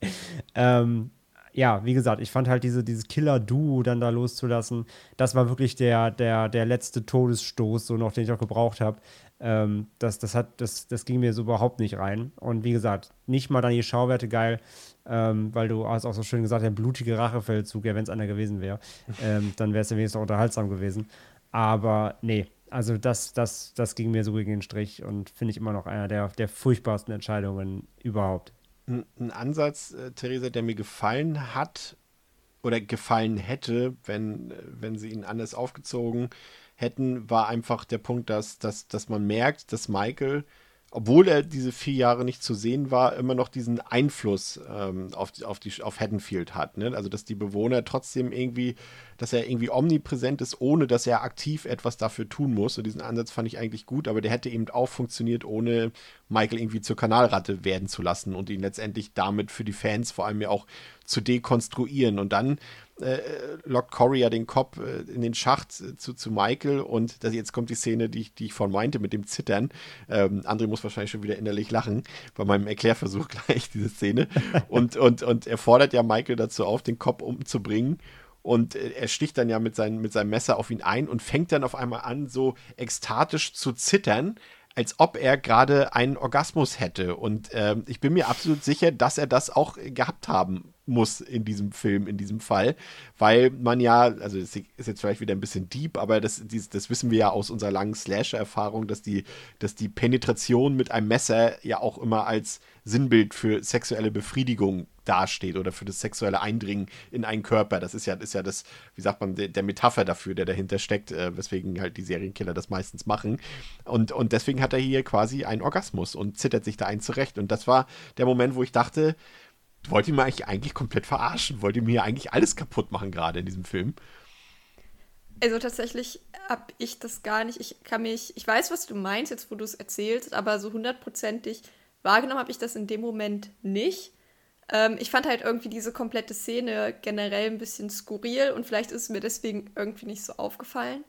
D: Ähm, ja, wie gesagt, ich fand halt diese, dieses Killer-Duo dann da loszulassen, das war wirklich der, der, der letzte Todesstoß, so noch, den ich auch gebraucht habe. Ähm, das, das, hat, das, das ging mir so überhaupt nicht rein. Und wie gesagt, nicht mal dann die Schauwerte geil, ähm, weil du hast auch so schön gesagt, der blutige Rachefeldzug, ja, wenn es einer gewesen wäre, ähm, dann wäre es ja wenigstens auch unterhaltsam gewesen. Aber nee, also das, das, das ging mir so gegen den Strich und finde ich immer noch einer der, der furchtbarsten Entscheidungen überhaupt.
C: Ein, ein Ansatz, äh, Theresa, der mir gefallen hat oder gefallen hätte, wenn, wenn sie ihn anders aufgezogen hätten, war einfach der Punkt, dass, dass, dass man merkt, dass Michael, obwohl er diese vier Jahre nicht zu sehen war, immer noch diesen Einfluss ähm, auf, die, auf, die, auf Haddonfield hat. Ne? Also, dass die Bewohner trotzdem irgendwie, dass er irgendwie omnipräsent ist, ohne dass er aktiv etwas dafür tun muss. Und diesen Ansatz fand ich eigentlich gut, aber der hätte eben auch funktioniert, ohne Michael irgendwie zur Kanalratte werden zu lassen und ihn letztendlich damit für die Fans vor allem ja auch zu dekonstruieren. Und dann äh, lockt Corey ja den Kopf äh, in den Schacht äh, zu, zu Michael und das, jetzt kommt die Szene, die ich, die ich vorhin meinte, mit dem Zittern. Ähm, André muss wahrscheinlich schon wieder innerlich lachen bei meinem Erklärversuch gleich, diese Szene. Und, und, und er fordert ja Michael dazu auf, den Kopf umzubringen. Und äh, er sticht dann ja mit, sein, mit seinem Messer auf ihn ein und fängt dann auf einmal an, so ekstatisch zu zittern, als ob er gerade einen Orgasmus hätte. Und ähm, ich bin mir absolut sicher, dass er das auch gehabt haben muss in diesem Film, in diesem Fall. Weil man ja, also das ist jetzt vielleicht wieder ein bisschen deep, aber das, das wissen wir ja aus unserer langen Slasher-Erfahrung, dass die, dass die Penetration mit einem Messer ja auch immer als Sinnbild für sexuelle Befriedigung dasteht oder für das sexuelle Eindringen in einen Körper. Das ist ja, ist ja das, wie sagt man, der, der Metapher dafür, der dahinter steckt, äh, weswegen halt die Serienkiller das meistens machen. Und, und deswegen hat er hier quasi einen Orgasmus und zittert sich da ein zurecht. Und das war der Moment, wo ich dachte, wollt ihr mir eigentlich, eigentlich komplett verarschen? Wollt ihr mir eigentlich alles kaputt machen gerade in diesem Film?
E: Also tatsächlich habe ich das gar nicht, ich kann mich, ich weiß, was du meinst, jetzt wo du es erzählst, aber so hundertprozentig wahrgenommen habe ich das in dem Moment nicht. Ähm, ich fand halt irgendwie diese komplette Szene generell ein bisschen skurril und vielleicht ist es mir deswegen irgendwie nicht so aufgefallen.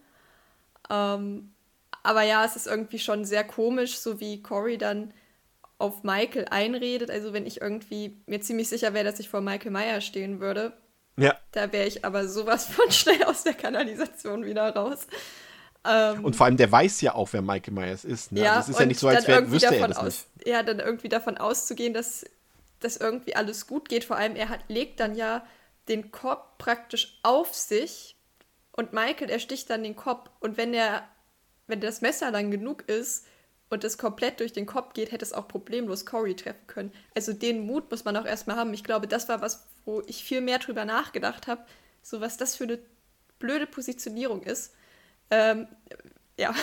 E: Ähm, aber ja, es ist irgendwie schon sehr komisch, so wie Corey dann auf Michael einredet. Also wenn ich irgendwie mir ziemlich sicher wäre, dass ich vor Michael Myers stehen würde,
C: Ja.
E: Da wäre ich aber sowas von schnell aus der Kanalisation wieder raus. Ähm,
C: und vor allem, der weiß ja auch, wer Michael Myers ist. Ne?
E: Ja,
C: also es ist ja nicht so, als wär, wüsste er das
E: aus,
C: nicht.
E: Ja, dann irgendwie davon auszugehen, dass, dass irgendwie alles gut geht. Vor allem, er hat, legt dann ja den Kopf praktisch auf sich und Michael ersticht dann den Kopf. Und wenn er, wenn das Messer lang genug ist und es komplett durch den Kopf geht, hätte es auch problemlos Corey treffen können. Also den Mut muss man auch erstmal haben. Ich glaube, das war was, wo ich viel mehr drüber nachgedacht habe, so was das für eine blöde Positionierung ist. Ähm, ja,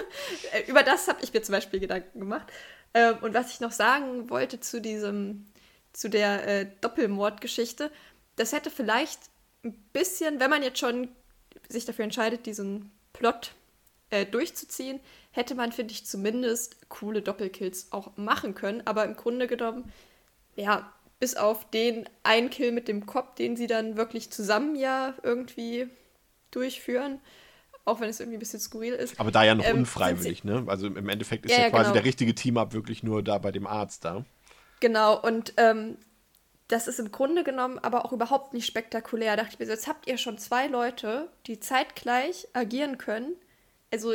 E: über das habe ich mir zum Beispiel Gedanken gemacht. Ähm, und was ich noch sagen wollte zu diesem, zu der äh, Doppelmordgeschichte, das hätte vielleicht ein bisschen, wenn man jetzt schon sich dafür entscheidet, diesen Plot äh, durchzuziehen, hätte man, finde ich, zumindest coole Doppelkills auch machen können. Aber im Grunde genommen, ja, bis auf den einen Kill mit dem Kopf, den sie dann wirklich zusammen ja irgendwie durchführen, auch wenn es irgendwie ein bisschen skurril ist.
C: Aber da ja noch
E: ähm,
C: unfreiwillig, ne? Also im Endeffekt ist
E: ja,
C: ja,
E: ja
C: quasi
E: genau.
C: der richtige Team-Up wirklich nur da bei dem Arzt da.
E: Genau, und ähm, das ist im Grunde genommen aber auch überhaupt nicht spektakulär. Da dachte ich mir so, jetzt habt ihr schon zwei Leute, die zeitgleich agieren können. Also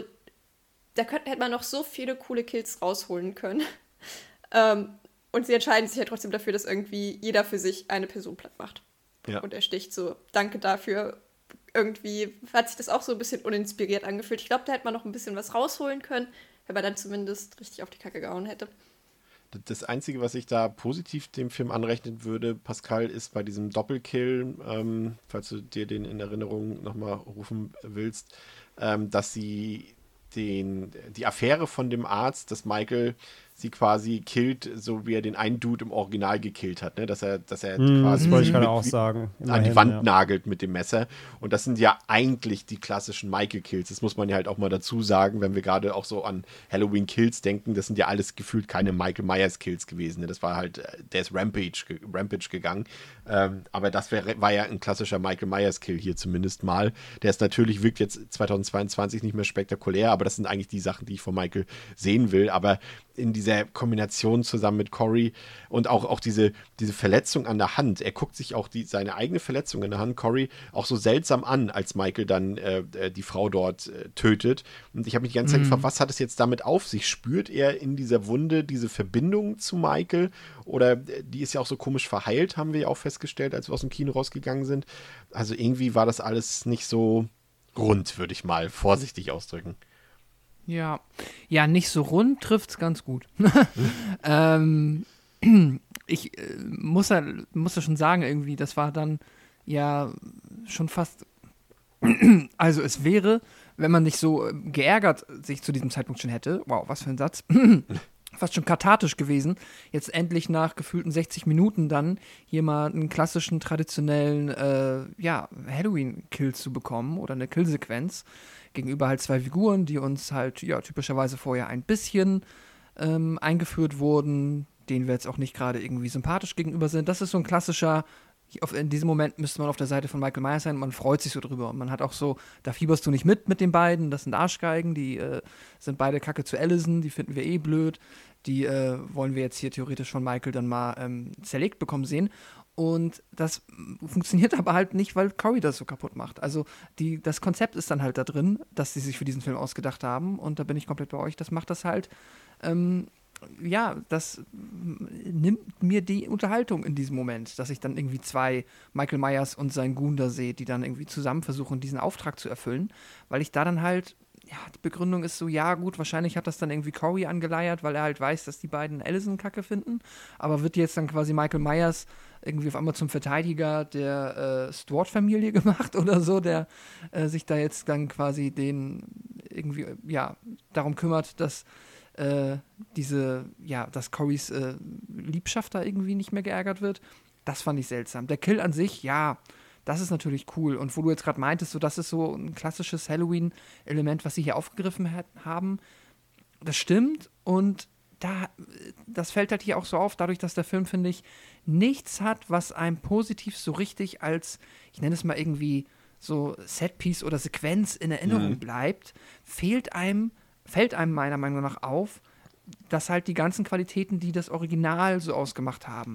E: da könnte, hätte man noch so viele coole Kills rausholen können. ähm, und sie entscheiden sich ja trotzdem dafür, dass irgendwie jeder für sich eine Person platt macht.
C: Ja.
E: Und er sticht so, danke dafür. Irgendwie hat sich das auch so ein bisschen uninspiriert angefühlt. Ich glaube, da hätte man noch ein bisschen was rausholen können, wenn man dann zumindest richtig auf die Kacke gehauen hätte.
C: Das Einzige, was ich da positiv dem Film anrechnen würde, Pascal, ist bei diesem Doppelkill, ähm, falls du dir den in Erinnerung nochmal rufen willst, ähm, dass sie den, die Affäre von dem Arzt, dass Michael sie quasi killt, so wie er den einen Dude im Original gekillt hat, ne? Dass er, dass er
D: Mm,
C: quasi
D: das wollte ich
C: mit,
D: gerade auch sagen.
C: an
D: Immerhin,
C: die Wand
D: ja.
C: nagelt mit dem Messer. Und das sind ja eigentlich die klassischen Michael-Kills. Das muss man ja halt auch mal dazu sagen, wenn wir gerade auch so an Halloween-Kills denken. Das sind ja alles gefühlt keine Michael Myers-Kills gewesen. Ne? Das war halt, der ist Rampage, Rampage gegangen. Ähm, aber das wär, war ja ein klassischer Michael Myers-Kill hier zumindest mal. Der ist natürlich, wirkt jetzt zweitausendzweiundzwanzig nicht mehr spektakulär, aber das sind eigentlich die Sachen, die ich von Michael sehen will. Aber in dieser Kombination zusammen mit Corey und auch, auch diese, diese Verletzung an der Hand. Er guckt sich auch die, seine eigene Verletzung in der Hand, Corey, auch so seltsam an, als Michael dann äh, die Frau dort äh, tötet. Und ich habe mich die ganze Zeit
D: Mhm.
C: gefragt, was hat es jetzt damit auf sich? Spürt er in dieser Wunde diese Verbindung zu Michael? Oder äh, die ist ja auch so komisch verheilt, haben wir ja auch festgestellt, als wir aus dem Kino rausgegangen sind. Also irgendwie war das alles nicht so rund, würde ich mal vorsichtig ausdrücken.
F: Ja, ja, nicht so rund trifft's ganz gut. ähm, ich äh, muss ja, muss ja schon sagen, irgendwie, das war dann ja schon fast, also es wäre, wenn man nicht so äh, geärgert sich zu diesem Zeitpunkt schon hätte, wow, was für ein Satz, fast schon kathartisch gewesen, jetzt endlich nach gefühlten sechzig Minuten dann hier mal einen klassischen, traditionellen, äh, ja, Halloween-Kill zu bekommen oder eine Killsequenz gegenüber halt zwei Figuren, die uns halt, ja, typischerweise vorher ein bisschen ähm, eingeführt wurden, denen wir jetzt auch nicht gerade irgendwie sympathisch gegenüber sind. Das ist so ein klassischer, auf, in diesem Moment müsste man auf der Seite von Michael Myers sein und man freut sich so drüber. Und man hat auch so, da fieberst du nicht mit mit den beiden, das sind Arschgeigen, die äh, sind beide Kacke zu Allison, die finden wir eh blöd, die äh, wollen wir jetzt hier theoretisch von Michael dann mal ähm, zerlegt bekommen sehen. Und das funktioniert aber halt nicht, weil Corey das so kaputt macht. Also die, das Konzept ist dann halt da drin, dass sie sich für diesen Film ausgedacht haben. Und da bin ich komplett bei euch. Das macht das halt, ähm, ja, das nimmt mir die Unterhaltung in diesem Moment, dass ich dann irgendwie zwei Michael Myers und sein Goon da sehe, die dann irgendwie zusammen versuchen, diesen Auftrag zu erfüllen. Weil ich da dann halt, ja, die Begründung ist so, ja gut, wahrscheinlich hat das dann irgendwie Corey angeleiert, weil er halt weiß, dass die beiden Allison kacke finden. Aber wird jetzt dann quasi Michael Myers irgendwie auf einmal zum Verteidiger der äh, Stewart-Familie gemacht oder so, der äh, sich da jetzt dann quasi den irgendwie, ja, darum kümmert, dass äh, diese, ja, dass Corys äh, Liebschaft da irgendwie nicht mehr geärgert wird. Das fand ich seltsam. Der Kill an sich, ja, das ist natürlich cool. Und wo du jetzt gerade meintest, so, das ist so ein klassisches Halloween-Element, was sie hier aufgegriffen hat, haben, das stimmt. Und da, das fällt halt hier auch so auf, dadurch, dass der Film, finde ich, nichts hat, was einem positiv so richtig als, ich nenne es mal irgendwie so Setpiece oder Sequenz in Erinnerung
C: Mhm.
F: bleibt, fehlt einem, fällt einem meiner Meinung nach auf, dass halt die ganzen Qualitäten, die das Original so ausgemacht haben,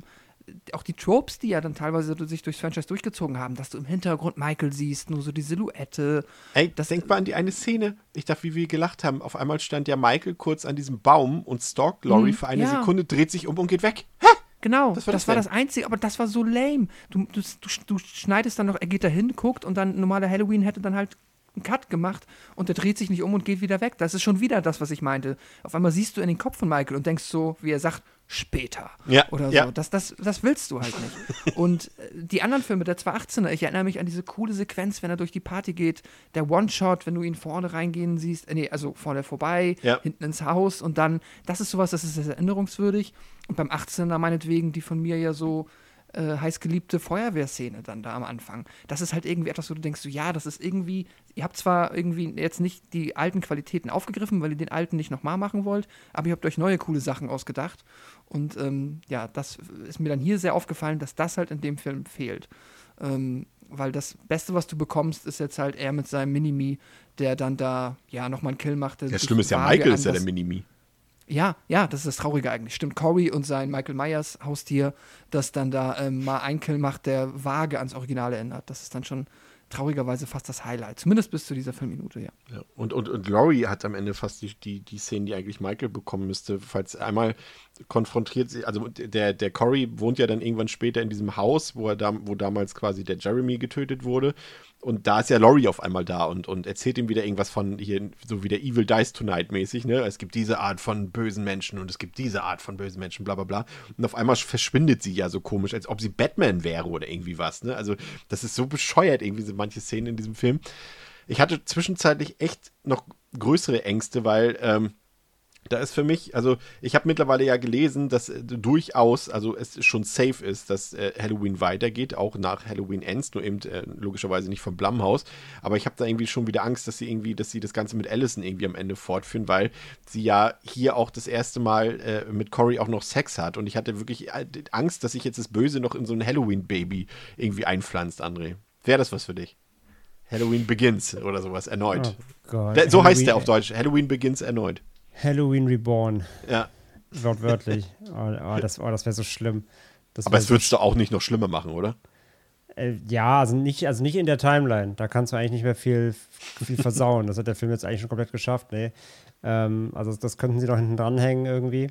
F: auch die Tropes, die ja dann teilweise sich durchs Franchise durchgezogen haben, dass du im Hintergrund Michael siehst, nur so die Silhouette.
C: Ey,
F: das
C: denk mal an die eine Szene. Ich dachte, wie wir gelacht haben. Auf einmal stand ja Michael kurz an diesem Baum und stalkt Laurie
F: Mhm,
C: für eine
F: ja.
C: Sekunde, dreht sich um und geht weg.
F: Genau,
C: Was
F: das
C: war
F: war,
C: das denn?
F: das Einzige, aber das war so lame. Du, du, du, du schneidest dann noch, er geht da hin, guckt und dann normaler Halloween hätte dann halt einen Cut gemacht und der dreht sich nicht um und geht wieder weg. Das ist schon wieder das, was ich meinte. Auf einmal siehst du in den Kopf von Michael und denkst so, wie er sagt, später.
C: Ja,
F: Oder so.
C: ja.
F: Das, das, das willst du halt nicht. Und äh, die anderen Filme, der zweihundertachtzehner, ich erinnere mich an diese coole Sequenz, wenn er durch die Party geht, der One-Shot, wenn du ihn vorne reingehen siehst, äh, nee, also vorne vorbei,
C: Ja.
F: hinten ins Haus und dann, das ist sowas, das ist sehr erinnerungswürdig. Und beim achtzehner meinetwegen, die von mir ja so äh, heißgeliebte Feuerwehrszene dann da am Anfang. Das ist halt irgendwie etwas, wo du denkst, so, ja, das ist irgendwie, ihr habt zwar irgendwie jetzt nicht die alten Qualitäten aufgegriffen, weil ihr den alten nicht nochmal machen wollt, aber ihr habt euch neue coole Sachen ausgedacht. Und ähm, ja, das ist mir dann hier sehr aufgefallen, dass das halt in dem Film fehlt. Ähm, weil das Beste, was du bekommst, ist jetzt halt er mit seinem Minimi, der dann da, ja, nochmal einen Kill machte.
C: Das Schlimme ist ja, Michael ist ja der Minimi.
F: Ja, ja, das ist das Traurige eigentlich. Stimmt, Corey und sein Michael Myers Haustier, das dann da ähm, mal einen Kill macht, der vage ans Original erinnert. Das ist dann schon traurigerweise fast das Highlight. Zumindest bis zu dieser Filmminute, ja.
C: Ja. Und, und, und Laurie hat am Ende fast die, die, die Szenen, die eigentlich Michael bekommen müsste, falls einmal konfrontiert sie, also der, der Corey wohnt ja dann irgendwann später in diesem Haus, wo er da, wo damals quasi der Jeremy getötet wurde. Und da ist ja Laurie auf einmal da und, und erzählt ihm wieder irgendwas von hier, so wie der Evil Dies Tonight mäßig, ne? Es gibt diese Art von bösen Menschen und es gibt diese Art von bösen Menschen, bla bla bla. Und auf einmal verschwindet sie ja so komisch, als ob sie Batman wäre oder irgendwie was, ne? Also das ist so bescheuert, irgendwie so manche Szenen in diesem Film. Ich hatte zwischenzeitlich echt noch größere Ängste, weil ähm, da ist für mich, also ich habe mittlerweile ja gelesen, dass äh, durchaus, also es schon safe ist, dass äh, Halloween weitergeht, auch nach Halloween Ends, nur eben äh, logischerweise nicht vom Blumhouse, aber ich habe da irgendwie schon wieder Angst, dass sie irgendwie, dass sie das Ganze mit Allison irgendwie am Ende fortführen, weil sie ja hier auch das erste Mal äh, mit Corey auch noch Sex hat und ich hatte wirklich äh, Angst, dass sich jetzt das Böse noch in so ein Halloween-Baby irgendwie einpflanzt, André. Wäre das was für dich? Halloween Begins oder sowas, erneut.
D: Oh Gott.
C: Der, so
D: Halloween-
C: heißt der auf Deutsch, Halloween Begins erneut.
D: Halloween Reborn,
C: Ja.
D: wortwörtlich. oh, oh, das oh, das wäre so schlimm. Das
C: Aber
D: wär
C: es
D: so
C: wird es doch auch nicht noch schlimmer machen, oder?
D: Äh, ja, also nicht, also nicht in der Timeline. Da kannst du eigentlich nicht mehr viel, viel versauen. Das hat der Film jetzt eigentlich schon komplett geschafft. Nee. Ähm, also das könnten sie doch hinten dranhängen irgendwie.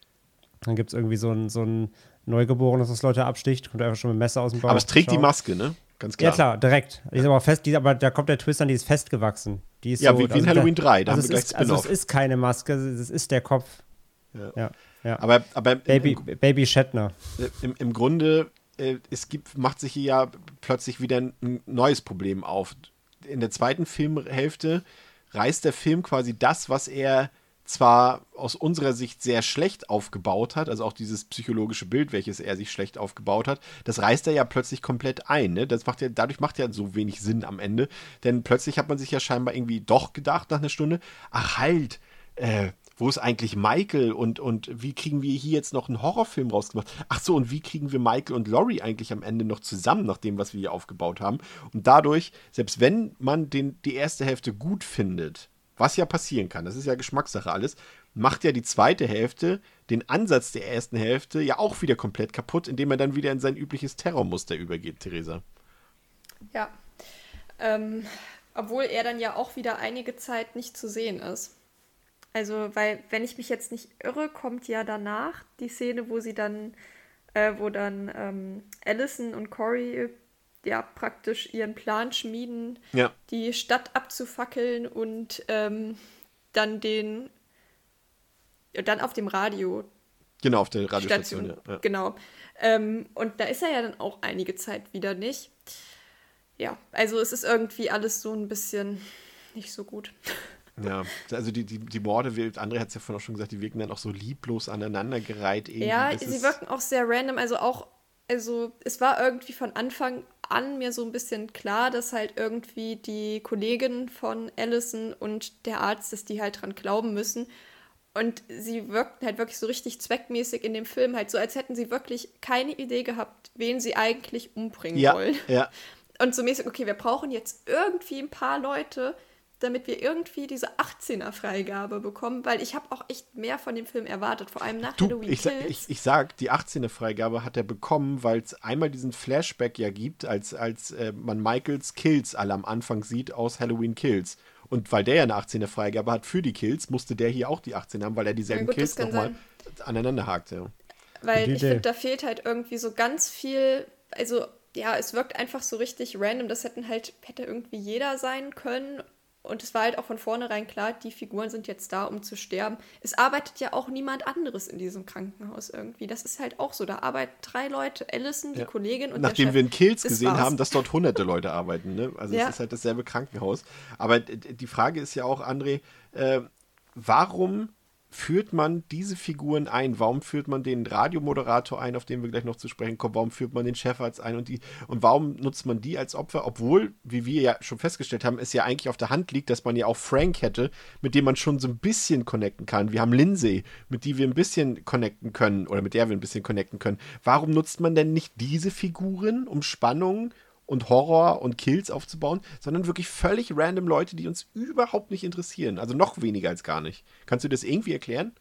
D: Dann gibt es irgendwie so ein, so ein Neugeborenes, das Leute absticht, kommt einfach schon mit dem Messer aus dem Bauch.
C: Aber es trägt die
D: Schau.
C: Maske, ne? Ganz klar.
D: Ja, klar, direkt. Die ist aber fest, die ist, aber da kommt der Twist an, die ist festgewachsen. Die ist
C: Ja,
D: so,
C: wie, wie in
D: also
C: Halloween
D: da,
C: drei, da
D: also
C: haben wir
D: es
C: gleich
D: ist, also es
C: Spin-off.
D: ist keine Maske, es ist der Kopf.
C: Ja.
D: Ja, ja.
C: Aber, aber
D: Baby,
C: im,
D: Baby Shatner.
C: im, im Grunde, äh, es gibt, macht sich hier ja plötzlich wieder ein, ein neues Problem auf. In der zweiten Filmhälfte reißt der Film quasi das, was er zwar aus unserer Sicht sehr schlecht aufgebaut hat, also auch dieses psychologische Bild, welches er sich schlecht aufgebaut hat, das reißt er ja plötzlich komplett ein. Ne? Das macht ja, dadurch macht ja so wenig Sinn am Ende, denn plötzlich hat man sich ja scheinbar irgendwie doch gedacht nach einer Stunde, ach halt, äh, wo ist eigentlich Michael und, und wie kriegen wir hier jetzt noch einen Horrorfilm rausgemacht? Ach so, und wie kriegen wir Michael und Laurie eigentlich am Ende noch zusammen, nach dem, was wir hier aufgebaut haben? Und dadurch, selbst wenn man den, die erste Hälfte gut findet, was ja passieren kann, das ist ja Geschmackssache alles, macht ja die zweite Hälfte den Ansatz der ersten Hälfte ja auch wieder komplett kaputt, indem er dann wieder in sein übliches Terrormuster übergeht, Theresa.
E: Ja. Ähm, obwohl er dann ja auch wieder einige Zeit nicht zu sehen ist. Also, weil, wenn ich mich jetzt nicht irre, kommt ja danach die Szene, wo sie dann, äh, wo dann ähm, Allison und Corey ja praktisch ihren Plan schmieden,
C: Ja.
E: die Stadt abzufackeln und ähm, dann den dann auf dem Radio
C: Genau, auf der Radiostation.
E: Station,
C: Ja. Ja.
E: genau. Ähm, und da ist er ja dann auch einige Zeit wieder nicht. Ja, also es ist irgendwie alles so ein bisschen nicht so gut.
C: Ja, also die, die, die Morde, André hat es ja vorhin auch schon gesagt, die wirken dann auch so lieblos aneinandergereiht. Irgendwie.
E: Ja,
C: Das
E: sie
C: ist-
E: wirken auch sehr random, also auch, also es war irgendwie von Anfang an mir so ein bisschen klar, dass halt irgendwie die Kollegin von Allison und der Arzt, dass die halt dran glauben müssen. Und sie wirkten halt wirklich so richtig zweckmäßig in dem Film, halt so, als hätten sie wirklich keine Idee gehabt, wen sie eigentlich umbringen
C: ja,
E: wollen.
C: ja,
E: Und so mäßig, okay, wir brauchen jetzt irgendwie ein paar Leute, damit wir irgendwie diese achtzehner-Freigabe bekommen, weil ich habe auch echt mehr von dem Film erwartet, vor allem nach
C: Du,
E: Halloween
C: ich, sa-
E: Kills.
C: ich, ich sag, die achtzehner-Freigabe hat er bekommen, weil es einmal diesen Flashback ja gibt, als, als äh, man Michaels Kills alle am Anfang sieht aus Halloween Kills. Und weil der ja eine achtzehner-Freigabe hat für die Kills, musste der hier auch die achtzehn haben, weil er dieselben
E: Ja gut,
C: Kills
E: das kann
C: nochmal aneinander hakt. Ja.
E: Weil
D: Gute
E: ich
D: Idee.
E: finde, da fehlt halt irgendwie so ganz viel, also ja, es wirkt einfach so richtig random, das hätten halt, hätte irgendwie jeder sein können und es war halt auch von vornherein klar, die Figuren sind jetzt da, um zu sterben. Es arbeitet ja auch niemand anderes in diesem Krankenhaus irgendwie, das ist halt auch so, da arbeiten drei Leute, Allison, die
C: Ja.
E: Kollegin und
C: Nachdem
E: der Chef.
C: wir in Kills
E: Das
C: gesehen
E: war's.
C: haben, dass dort hunderte Leute arbeiten. Ne? Also
E: Ja.
C: es ist halt dasselbe Krankenhaus. Aber d- die Frage ist ja auch, André, äh, warum führt man diese Figuren ein? Warum führt man den Radiomoderator ein, auf den wir gleich noch zu sprechen kommen? Warum führt man den Chefarzt ein? Und, die, und warum nutzt man die als Opfer? Obwohl, wie wir ja schon festgestellt haben, es ja eigentlich auf der Hand liegt, dass man ja auch Frank hätte, mit dem man schon so ein bisschen connecten kann. Wir haben Lindsay, mit die wir ein bisschen connecten können oder mit der wir ein bisschen connecten können. Warum nutzt man denn nicht diese Figuren, um Spannung und Horror und Kills aufzubauen, sondern wirklich völlig random Leute, die uns überhaupt nicht interessieren. Also noch weniger als gar nicht. Kannst du das irgendwie erklären?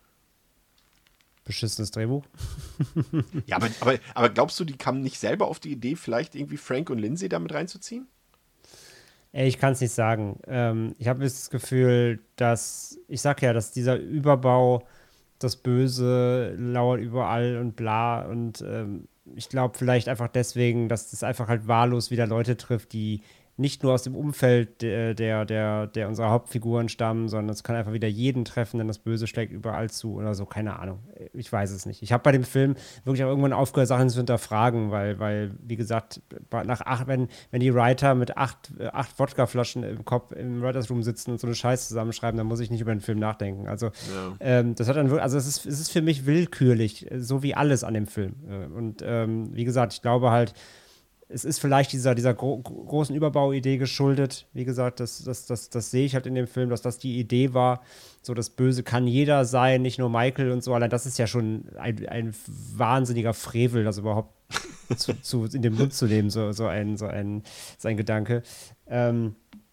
D: Beschissenes Drehbuch.
C: Ja, aber, aber, aber glaubst du, die kamen nicht selber auf die Idee, vielleicht irgendwie Frank und Lindsay damit reinzuziehen?
D: Ey, ich kann es nicht sagen. Ähm, ich habe das Gefühl, dass, ich sag ja, dass dieser Überbau, das Böse lauert überall und bla und ähm, ich glaube vielleicht einfach deswegen, dass das einfach halt wahllos wieder Leute trifft, die nicht nur aus dem Umfeld der, der, der, der unserer Hauptfiguren stammen, sondern es kann einfach wieder jeden treffen, denn das Böse schlägt überall zu oder so, keine Ahnung. Ich weiß es nicht. Ich habe bei dem Film wirklich auch irgendwann aufgehört, Sachen zu hinterfragen, weil, weil wie gesagt, nach acht, wenn, wenn die Writer mit acht, acht Wodkaflaschen im Kopf im Writers Room sitzen und so eine Scheiße zusammenschreiben, dann muss ich nicht über den Film nachdenken. Also,
C: Ja.
D: ähm, das hat dann wirklich, also es ist, es ist für mich willkürlich, so wie alles an dem Film. Und ähm, wie gesagt, ich glaube halt, es ist vielleicht dieser, dieser gro großen Überbauidee geschuldet. Wie gesagt, das, das, das, das sehe ich halt in dem Film, dass das die Idee war. So, das Böse kann jeder sein, nicht nur Michael und so. Allein das ist ja schon ein, ein wahnsinniger Frevel, das überhaupt zu, zu, in den Mund zu nehmen, so, so, ein, so, ein, so ein Gedanke. Ähm,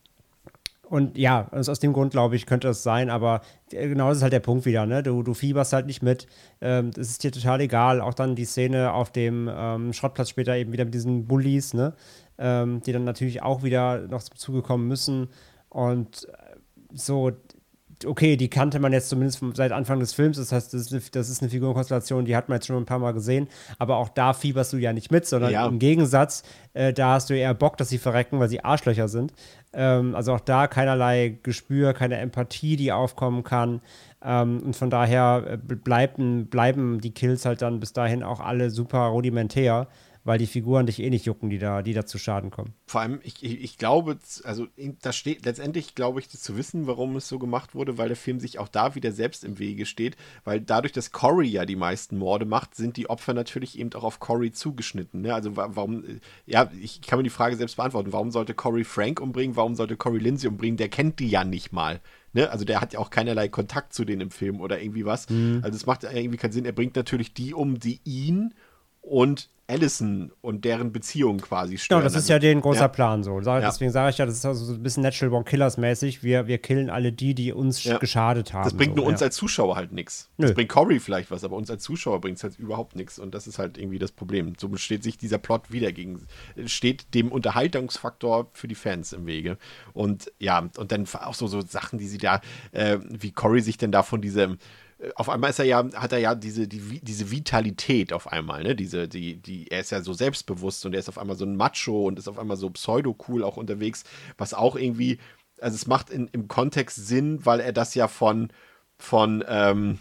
D: Und ja, also aus dem Grund, glaube ich, könnte das sein, aber genau das ist halt der Punkt wieder, ne? Du, du fieberst halt nicht mit. Ähm, das ist dir total egal. Auch dann die Szene auf dem ähm, Schrottplatz später eben wieder mit diesen Bullies, ne? Ähm, die dann natürlich auch wieder noch zum Zuge kommen müssen. Und äh, so, okay, die kannte man jetzt zumindest vom, seit Anfang des Films. Das heißt, das ist, eine, das ist eine Figurenkonstellation, die hat man jetzt schon ein paar Mal gesehen. Aber auch da fieberst du ja nicht mit, sondern
C: Ja.
D: im Gegensatz, äh, da hast du eher Bock, dass sie verrecken, weil sie Arschlöcher sind. Ähm, also auch da keinerlei Gespür, keine Empathie, die aufkommen kann. Ähm, und von daher äh, bleiben, bleiben die Kills halt dann bis dahin auch alle super rudimentär, weil die Figuren dich eh nicht jucken, die da, die da zu Schaden kommen.
C: Vor allem, ich, ich, ich glaube, also da steht letztendlich, glaube ich, zu wissen, warum es so gemacht wurde, weil der Film sich auch da wieder selbst im Wege steht, weil dadurch, dass Corey ja die meisten Morde macht, sind die Opfer natürlich eben auch auf Corey zugeschnitten. Ne? Also wa- warum, ja, ich kann mir die Frage selbst beantworten, warum sollte Corey Frank umbringen, warum sollte Corey Lindsay umbringen, der kennt die ja nicht mal. Ne? Also der hat ja auch keinerlei Kontakt zu denen im Film oder irgendwie was.
D: Mhm.
C: Also es macht irgendwie keinen Sinn, er bringt natürlich die um, die ihn und Allison und deren Beziehung quasi stören.
D: Genau, das ist ja den großer
C: Ja.
D: Plan so. Sag-
C: Ja.
D: Deswegen sage ich ja, das ist also so ein bisschen Natural Born Killers mäßig. Wir, wir killen alle die, die uns
C: Ja.
D: geschadet haben.
C: Das bringt
D: so,
C: nur uns
D: ja.
C: als Zuschauer halt nichts.
D: Nö.
C: Das bringt Corey vielleicht was, aber uns als Zuschauer bringt es halt überhaupt nichts. Und das ist halt irgendwie das Problem. Somit steht sich dieser Plot wieder gegen, steht dem Unterhaltungsfaktor für die Fans im Wege. Und ja, und dann auch so, so Sachen, die sie da, äh, wie Corey sich denn da von diesem auf einmal ist er ja, hat er ja diese, die, diese Vitalität auf einmal, ne? Diese, die, die, er ist ja so selbstbewusst und er ist auf einmal so ein Macho und ist auf einmal so pseudo-cool auch unterwegs, was auch irgendwie, also es macht in, im Kontext Sinn, weil er das ja von, von, ähm,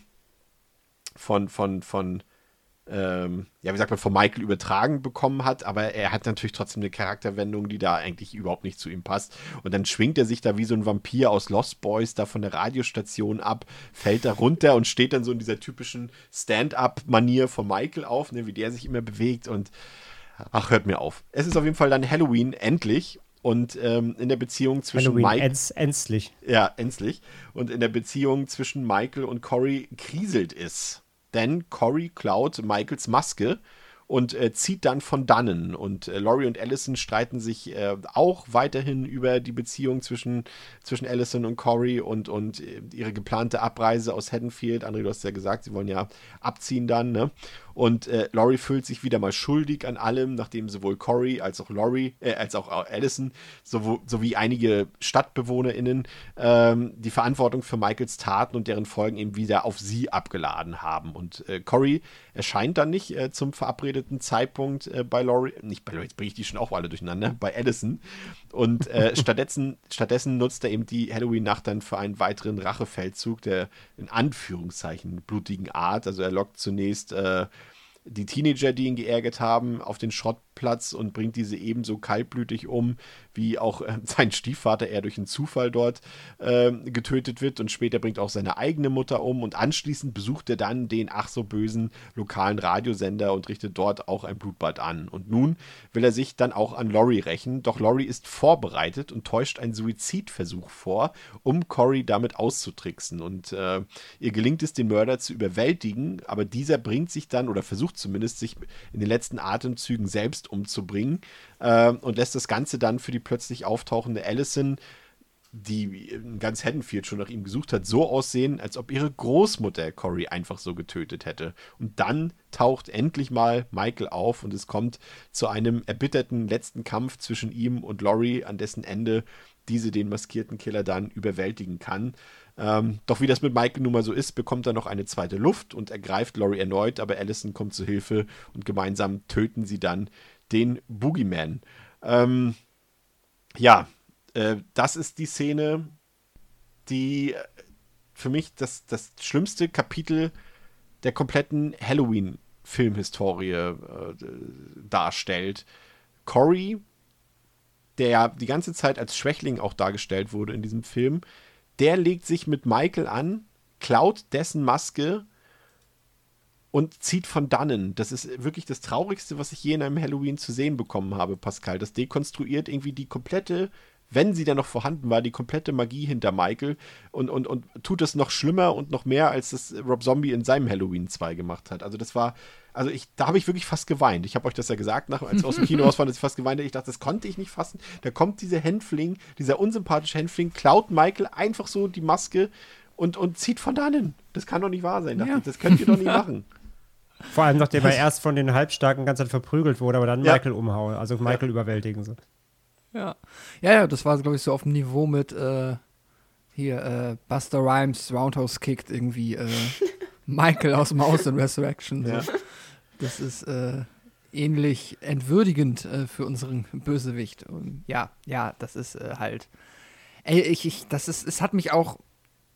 C: von, von, von, ähm, ja, wie sagt man, von Michael übertragen bekommen hat, aber er hat natürlich trotzdem eine Charakterwendung, die da eigentlich überhaupt nicht zu ihm passt. Und dann schwingt er sich da wie so ein Vampir aus Lost Boys da von der Radiostation ab, fällt da runter und steht dann so in dieser typischen Stand-up-Manier von Michael auf, ne, wie der sich immer bewegt und ach, hört mir auf. Es ist auf jeden Fall dann Halloween, endlich. Und ähm, in der Beziehung zwischen
D: Halloween,
C: Mike...
D: ends, endlich.
C: Ja, endlich. Und in der Beziehung zwischen Michael und Corey kriselt es. Denn Corey klaut Michaels Maske und äh, zieht dann von dannen. Und äh, Laurie und Allison streiten sich äh, auch weiterhin über die Beziehung zwischen, zwischen Allison und Corey und, und äh, ihre geplante Abreise aus Haddonfield. André, du hast ja gesagt, sie wollen ja abziehen dann, ne? Und äh, Laurie fühlt sich wieder mal schuldig an allem, nachdem sowohl Corey als auch Laurie, äh, als auch Allison, sowie, sowie einige StadtbewohnerInnen ähm, die Verantwortung für Michaels Taten und deren Folgen eben wieder auf sie abgeladen haben. Und äh, Corey erscheint dann nicht äh, zum verabredeten Zeitpunkt äh, bei Laurie, nicht bei Laurie, jetzt bringe ich die schon auch alle durcheinander, bei Allison. Und äh, stattdessen, stattdessen nutzt er eben die Halloween-Nacht dann für einen weiteren Rachefeldzug der in Anführungszeichen blutigen Art. Also er lockt zunächst äh, die Teenager, die ihn geärgert haben, auf den Schrottplatz und bringt diese ebenso kaltblütig um, wie auch äh, sein Stiefvater eher durch einen Zufall dort äh, getötet wird, und später bringt auch seine eigene Mutter um, und anschließend besucht er dann den ach so bösen lokalen Radiosender und richtet dort auch ein Blutbad an. Und nun will er sich dann auch an Laurie rächen, doch Laurie ist vorbereitet und täuscht einen Suizidversuch vor, um Corey damit auszutricksen, und äh, ihr gelingt es, den Mörder zu überwältigen, aber dieser bringt sich dann, oder versucht zumindest, sich in den letzten Atemzügen selbst umzubringen äh, und lässt das Ganze dann für die plötzlich auftauchende Allison, die in ganz Haddonfield schon nach ihm gesucht hat, so aussehen, als ob ihre Großmutter Corey einfach so getötet hätte. Und dann taucht endlich mal Michael auf und es kommt zu einem erbitterten letzten Kampf zwischen ihm und Laurie, an dessen Ende diese den maskierten Killer dann überwältigen kann. Ähm, doch wie das mit Michael nun mal so ist, bekommt er noch eine zweite Luft und ergreift Laurie erneut, aber Allison kommt zu Hilfe und gemeinsam töten sie dann den Boogeyman. Ähm, ja, äh, das ist die Szene, die für mich das, das schlimmste Kapitel der kompletten Halloween-Filmhistorie äh, darstellt. Corey, der ja die ganze Zeit als Schwächling auch dargestellt wurde in diesem Film, der legt sich mit Michael an, klaut dessen Maske und zieht von dannen. Das ist wirklich das Traurigste, was ich je in einem Halloween zu sehen bekommen habe, Pascal. Das dekonstruiert irgendwie die komplette, wenn sie dann noch vorhanden war, die komplette Magie hinter Michael und, und, und tut das noch schlimmer und noch mehr, als das Rob Zombie in seinem Halloween zwei gemacht hat. Also das war, also ich, da habe ich wirklich fast geweint. Ich habe euch das ja gesagt, nach, als wir aus dem Kino rausfahren, dass ich fast geweint habe. Ich dachte, das konnte ich nicht fassen. Da kommt dieser Hänfling, dieser unsympathische Hänfling, klaut Michael einfach so die Maske und, und zieht von dannen. Das kann doch nicht wahr sein. Dachte
F: Ja.
C: ich, das könnt ihr doch nicht machen.
D: Vor allem, nachdem er erst von den Halbstarken ganz verprügelt wurde, aber dann
C: Ja.
D: Michael umhauen, also Michael
C: Ja.
D: überwältigen. So.
F: Ja. Ja, ja, das war, glaube ich, so auf dem Niveau mit äh, hier, äh, Buster Rhymes Roundhouse kickt irgendwie äh, Michael aus Mouse in Resurrection. So.
C: Ja.
F: Das ist äh, ähnlich entwürdigend äh, für unseren Bösewicht. Und ja, ja, das ist äh, halt. Ey, ich, ich, das ist, es hat mich auch.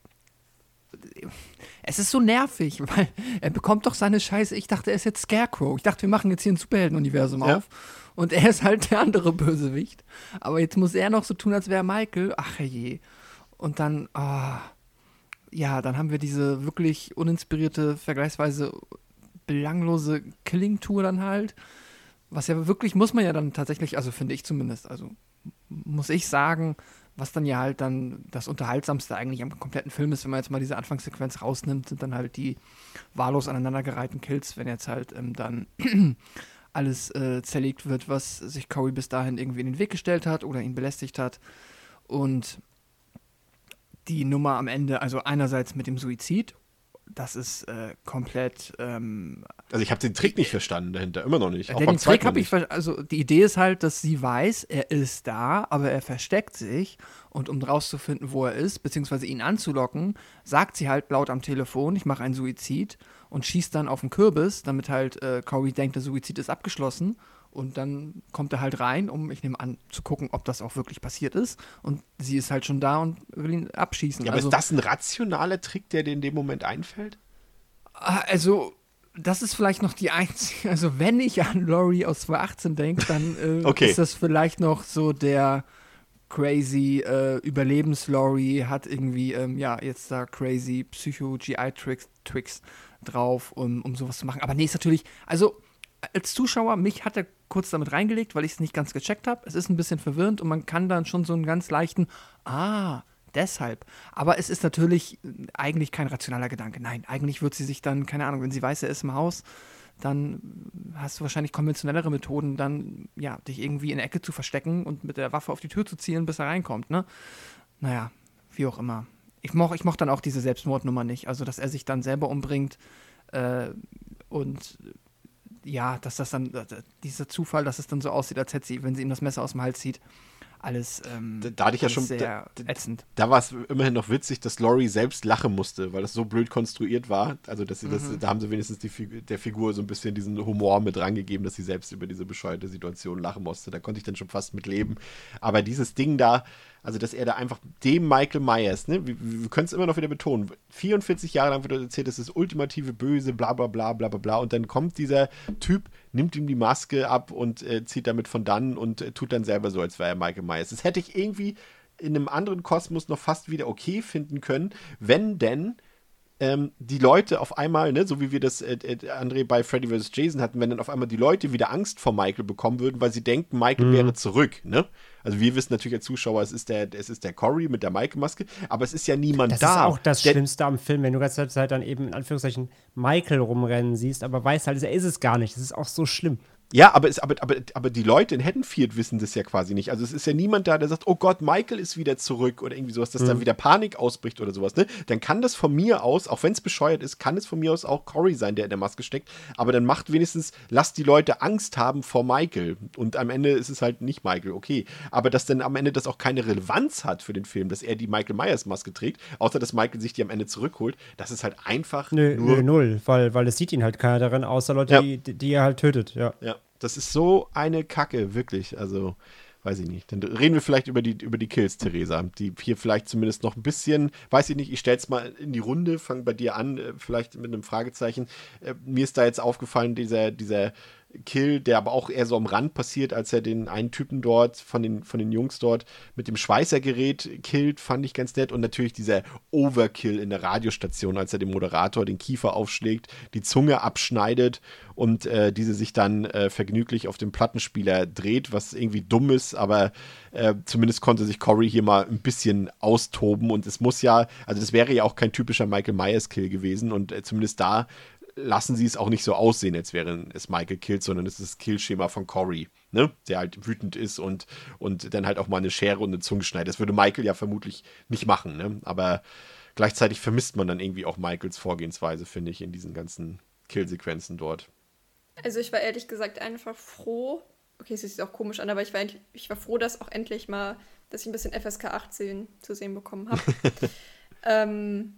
F: Es ist so nervig, weil er bekommt doch seine Scheiße. Ich dachte, er ist jetzt Scarecrow. Ich dachte, wir machen jetzt hier ein Superhelden-Universum
C: Ja.
F: auf. Und er ist halt der andere Bösewicht. Aber jetzt muss er noch so tun, als wäre Michael. Ach je. Und dann, ah, ja, dann haben wir diese wirklich uninspirierte, vergleichsweise belanglose Killing-Tour dann halt. Was ja wirklich, muss man ja dann tatsächlich, also finde ich zumindest, also muss ich sagen, was dann ja halt dann das Unterhaltsamste eigentlich am kompletten Film ist, wenn man jetzt mal diese Anfangssequenz rausnimmt, sind dann halt die wahllos aneinandergereihten Kills, wenn jetzt halt ähm, dann alles äh, zerlegt wird, was sich Corey bis dahin irgendwie in den Weg gestellt hat oder ihn belästigt hat. Und die Nummer am Ende, also einerseits mit dem Suizid, das ist äh, komplett ähm,
C: Also ich habe den Trick nicht verstanden dahinter, immer noch nicht. Auch
F: der,
C: beim
F: den Trick
C: zweiten
F: habe ich,
C: nicht.
F: ver- also die Idee ist halt, dass sie weiß, er ist da, aber er versteckt sich, und um rauszufinden, wo er ist, beziehungsweise ihn anzulocken, sagt sie halt laut am Telefon, ich mache einen Suizid, und schießt dann auf den Kürbis, damit halt äh, Corey denkt, der Suizid ist abgeschlossen, und dann kommt er halt rein, um, ich nehme an, zu gucken, ob das auch wirklich passiert ist, und sie ist halt schon da und will ihn abschießen.
C: Ja, aber
F: also,
C: ist das ein rationaler Trick, der dir in dem Moment einfällt?
F: Also, das ist vielleicht noch die einzige, also wenn ich an Laurie aus zweitausendachtzehn denke, dann äh,
C: Okay.
F: ist das vielleicht noch so der crazy äh, Überlebens-Laurie, hat irgendwie, ähm, ja, jetzt da crazy Psycho-G I-Tricks Tricks drauf, um, um sowas zu machen. Aber nee, ist natürlich, also als Zuschauer, mich hat er kurz damit reingelegt, weil ich es nicht ganz gecheckt habe. Es ist ein bisschen verwirrend und man kann dann schon so einen ganz leichten, ah, deshalb. Aber es ist natürlich eigentlich kein rationaler Gedanke. Nein, eigentlich wird sie sich dann, keine Ahnung, wenn sie weiß, er ist im Haus, dann hast du wahrscheinlich konventionellere Methoden, dann ja, dich irgendwie in der Ecke zu verstecken und mit der Waffe auf die Tür zu zielen, bis er reinkommt, ne? Naja, wie auch immer. Ich mochte ich moch dann auch diese Selbstmordnummer nicht, also dass er sich dann selber umbringt äh, und ja, dass das dann, dieser Zufall, dass es dann so aussieht, als hätte sie, wenn sie ihm das Messer aus dem Hals zieht, alles, ähm,
C: da, da hatte ich ja schon
F: sehr
C: da,
F: ätzend.
C: Da war es immerhin noch witzig, dass Laurie selbst lachen musste, weil das so blöd konstruiert war. Also dass sie
F: Mhm.
C: das, da haben sie wenigstens die Figur, der Figur so ein bisschen diesen Humor mit rangegeben, dass sie selbst über diese bescheuerte Situation lachen musste. Da konnte ich dann schon fast mit leben. Aber dieses Ding da, also dass er da einfach dem Michael Myers, ne, wir, wir können es immer noch wieder betonen, vierundvierzig Jahre lang wird erzählt, das ist das ultimative Böse, bla bla bla bla bla bla. Und dann kommt dieser Typ, nimmt ihm die Maske ab und äh, zieht damit von dann und äh, tut dann selber so, als wäre er Michael Myers. Das hätte ich irgendwie in einem anderen Kosmos noch fast wieder okay finden können, wenn denn ähm, die Leute auf einmal, ne, so wie wir das, äh, äh, André, bei Freddy versus. Jason hatten, wenn dann auf einmal die Leute wieder Angst vor Michael bekommen würden, weil sie denken, Michael
D: Mhm.
C: wäre zurück, ne? Also wir wissen natürlich als Zuschauer, es ist der, es ist der Corey mit der Michael-Maske, aber es ist ja niemand
D: Das
C: da.
D: ist auch das
C: der,
D: Schlimmste am Film, wenn du ganze Zeit dann eben in Anführungszeichen Michael rumrennen siehst, aber weißt halt, er ist es gar nicht. Das ist auch so schlimm.
C: Ja, aber, es, aber, aber, aber die Leute in Haddonfield wissen das ja quasi nicht. Also es ist ja niemand da, der sagt, oh Gott, Michael ist wieder zurück oder irgendwie sowas, dass
D: Mhm.
C: da wieder Panik ausbricht oder sowas. Ne? Dann kann das von mir aus, auch wenn es bescheuert ist, kann es von mir aus auch Corey sein, der in der Maske steckt. Aber dann macht wenigstens, lasst die Leute Angst haben vor Michael. Und am Ende ist es halt nicht Michael, okay. Aber dass dann am Ende das auch keine Relevanz hat für den Film, dass er die Michael Myers Maske trägt, außer dass Michael sich die am Ende zurückholt, das ist halt einfach
D: Nö,
C: nur...
D: nö, null, weil, weil es sieht ihn halt keiner darin, außer Leute,
C: Ja.
D: die, die er halt tötet, ja.
C: Ja, das ist so eine Kacke, wirklich. Also, weiß ich nicht. Dann reden wir vielleicht über die, über die Kills, Theresa, die hier vielleicht zumindest noch ein bisschen, weiß ich nicht, ich stell's mal in die Runde, fang bei dir an, äh, vielleicht mit einem Fragezeichen. Äh, mir ist da jetzt aufgefallen, dieser, dieser Kill, der aber auch eher so am Rand passiert, als er den einen Typen dort, von den, von den Jungs dort, mit dem Schweißergerät killt, fand ich ganz nett. Und natürlich dieser Overkill in der Radiostation, als er dem Moderator den Kiefer aufschlägt, die Zunge abschneidet und äh, diese sich dann äh, vergnüglich auf den Plattenspieler dreht, was irgendwie dumm ist, aber äh, zumindest konnte sich Corey hier mal ein bisschen austoben. Und es muss ja, also das wäre ja auch kein typischer Michael Myers-Kill gewesen und äh, zumindest da lassen sie es auch nicht so aussehen, als wäre es Michael killt, sondern es ist das Killschema von Corey, ne? Der halt wütend ist und, und dann halt auch mal eine Schere und eine Zunge schneidet. Das würde Michael ja vermutlich nicht machen, ne? Aber gleichzeitig vermisst man dann irgendwie auch Michaels Vorgehensweise, finde ich, in diesen ganzen Killsequenzen dort.
E: Also ich war ehrlich gesagt einfach froh, okay, es sieht auch komisch an, aber ich war, ich war froh, dass auch endlich mal, dass ich ein bisschen F S K achtzehn zu sehen bekommen habe. ähm,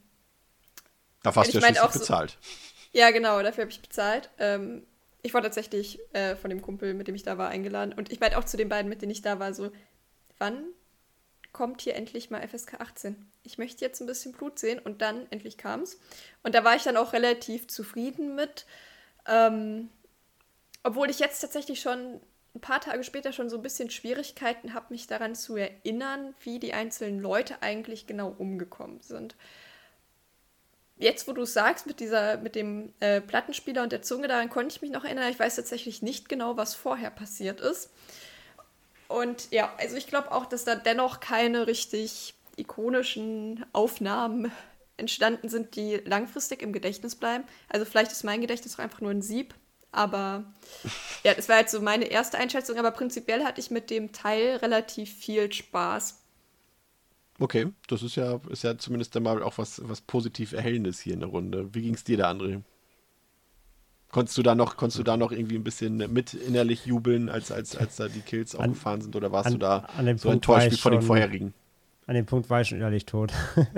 C: Da hast du ja
E: ich mein
C: schließlich
E: auch so-
C: bezahlt.
E: Ja, genau, dafür habe ich bezahlt. Ähm, ich war tatsächlich äh, von dem Kumpel, mit dem ich da war, eingeladen. Und ich meinte auch zu den beiden, mit denen ich da war, so, wann kommt hier endlich mal F S K achtzehn? Ich möchte jetzt ein bisschen Blut sehen. Und dann endlich kam es. Und da war ich dann auch relativ zufrieden mit. Ähm, obwohl ich jetzt tatsächlich schon ein paar Tage später schon so ein bisschen Schwierigkeiten habe, mich daran zu erinnern, wie die einzelnen Leute eigentlich genau umgekommen sind. Jetzt, wo du es sagst, mit dieser, mit dem äh, Plattenspieler und der Zunge, daran konnte ich mich noch erinnern. Ich weiß tatsächlich nicht genau, was vorher passiert ist. Und ja, also ich glaube auch, dass da dennoch keine richtig ikonischen Aufnahmen entstanden sind, die langfristig im Gedächtnis bleiben. Also vielleicht ist mein Gedächtnis auch einfach nur ein Sieb. Aber ja, das war halt so meine erste Einschätzung. Aber prinzipiell hatte ich mit dem Teil relativ viel Spaß.
C: Okay, das ist ja, ist ja zumindest dann mal auch was, was positiv Erhellendes hier in der Runde. Wie ging es dir da, André? Konntest du da noch, konntest du da noch irgendwie ein bisschen mit innerlich jubeln, als, als, als da die Kills
D: An-
C: aufgefahren sind? Oder warst
D: an-
C: du da
D: an dem
C: so
D: Punkt war
C: enttäuscht wie
D: ich
C: von den
D: schon-
C: vorherigen?
D: An dem Punkt war ich schon innerlich tot.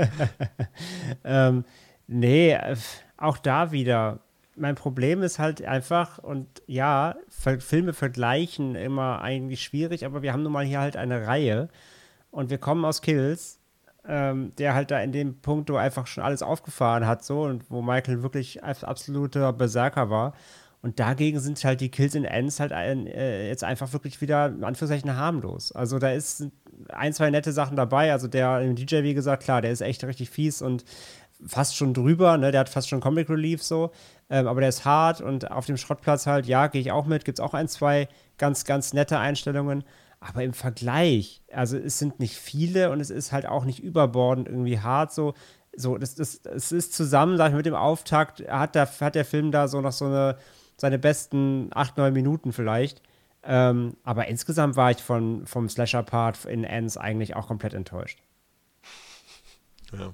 D: ähm, nee, äh, auch da wieder. Mein Problem ist halt einfach, und ja, Ver- Filme vergleichen immer eigentlich schwierig, aber wir haben nun mal hier halt eine Reihe und wir kommen aus Kills, ähm, der halt da in dem Punkt wo einfach schon alles aufgefahren hat, so, und wo Michael wirklich ein absoluter Berserker war. Und dagegen sind halt die Kills in Ends halt ein, äh, jetzt einfach wirklich wieder, in Anführungszeichen, harmlos. Also da ist ein, zwei nette Sachen dabei. Also der im D J, wie gesagt, klar, der ist echt richtig fies und fast schon drüber, ne? Der hat fast schon Comic Relief so. Ähm, aber der ist hart und auf dem Schrottplatz halt, ja, gehe ich auch mit. Gibt es auch ein, zwei ganz, ganz nette Einstellungen. Aber im Vergleich, also es sind nicht viele und es ist halt auch nicht überbordend irgendwie hart so. So, das, das, es ist zusammen, sag ich, mit dem Auftakt, hat der, hat der Film da so noch so eine seine besten acht, neun Minuten vielleicht. Ähm, aber insgesamt war ich von, vom Slasher-Part in Ends eigentlich auch komplett enttäuscht.
C: Ja.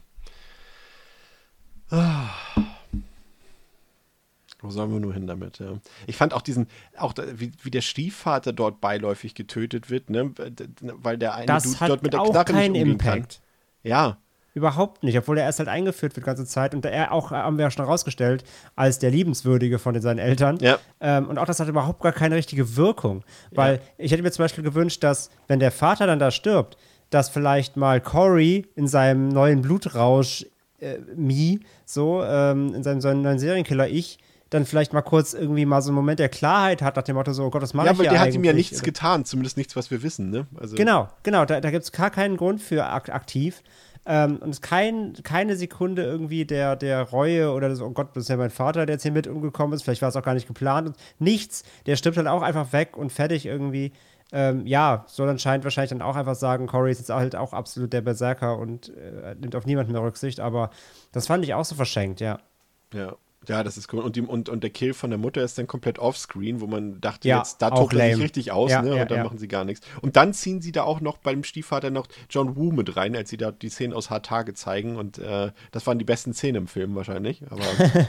C: Ah. Wo sollen wir nur hin damit, ja. Ich fand auch diesen, auch da, wie, wie der Stiefvater dort beiläufig getötet wird, ne, weil der eine
D: das
C: Dude
D: hat
C: dort mit der
D: auch
C: Knarre
D: keinen
C: nicht umgehen
D: Impact.
C: kann. Ja.
D: Überhaupt nicht, obwohl er erst halt eingeführt wird die ganze Zeit und er auch, haben wir ja schon herausgestellt, als der Liebenswürdige von seinen Eltern.
C: Ja.
D: Ähm, und auch das hat überhaupt gar keine richtige Wirkung. Weil
C: Ja.
D: ich hätte mir zum Beispiel gewünscht, dass, wenn der Vater dann da stirbt, dass vielleicht mal Corey in seinem neuen Blutrausch äh, Me, so, ähm, in seinem, seinem neuen Serienkiller-Ich, dann vielleicht mal kurz irgendwie mal so einen Moment der Klarheit hat, nach dem Motto so, oh Gott, was mache ich
C: Ja, weil
D: hier
C: der hat
D: eigentlich?
C: ihm ja nichts getan, zumindest nichts, was wir wissen, ne? Also
D: Genau, genau, da, da gibt es gar keinen Grund für akt aktiv. Ähm, und es ist kein, keine Sekunde irgendwie der, der Reue oder das, oh Gott, das ist ja mein Vater, der jetzt hier mit umgekommen ist, vielleicht war es auch gar nicht geplant. Und nichts, der stirbt halt auch einfach weg und fertig irgendwie. Ähm, ja, soll anscheinend wahrscheinlich dann auch einfach sagen, Corey ist jetzt halt auch absolut der Berserker und äh, nimmt auf niemanden mehr Rücksicht, aber das fand ich auch so verschenkt, ja.
C: Ja. Ja, das ist cool. Und, die, und, und der Kill von der Mutter ist dann komplett offscreen, wo man dachte,
D: Ja,
C: jetzt, da
D: auch
C: tobt er sich
D: lame.
C: richtig aus,
D: Ja,
C: ne?
D: ja,
C: Und dann
D: ja.
C: machen sie gar nichts. Und dann ziehen sie da auch noch beim Stiefvater noch John Woo mit rein, als sie da die Szenen aus Hard Tage zeigen. Und äh, das waren die besten Szenen im Film wahrscheinlich. Aber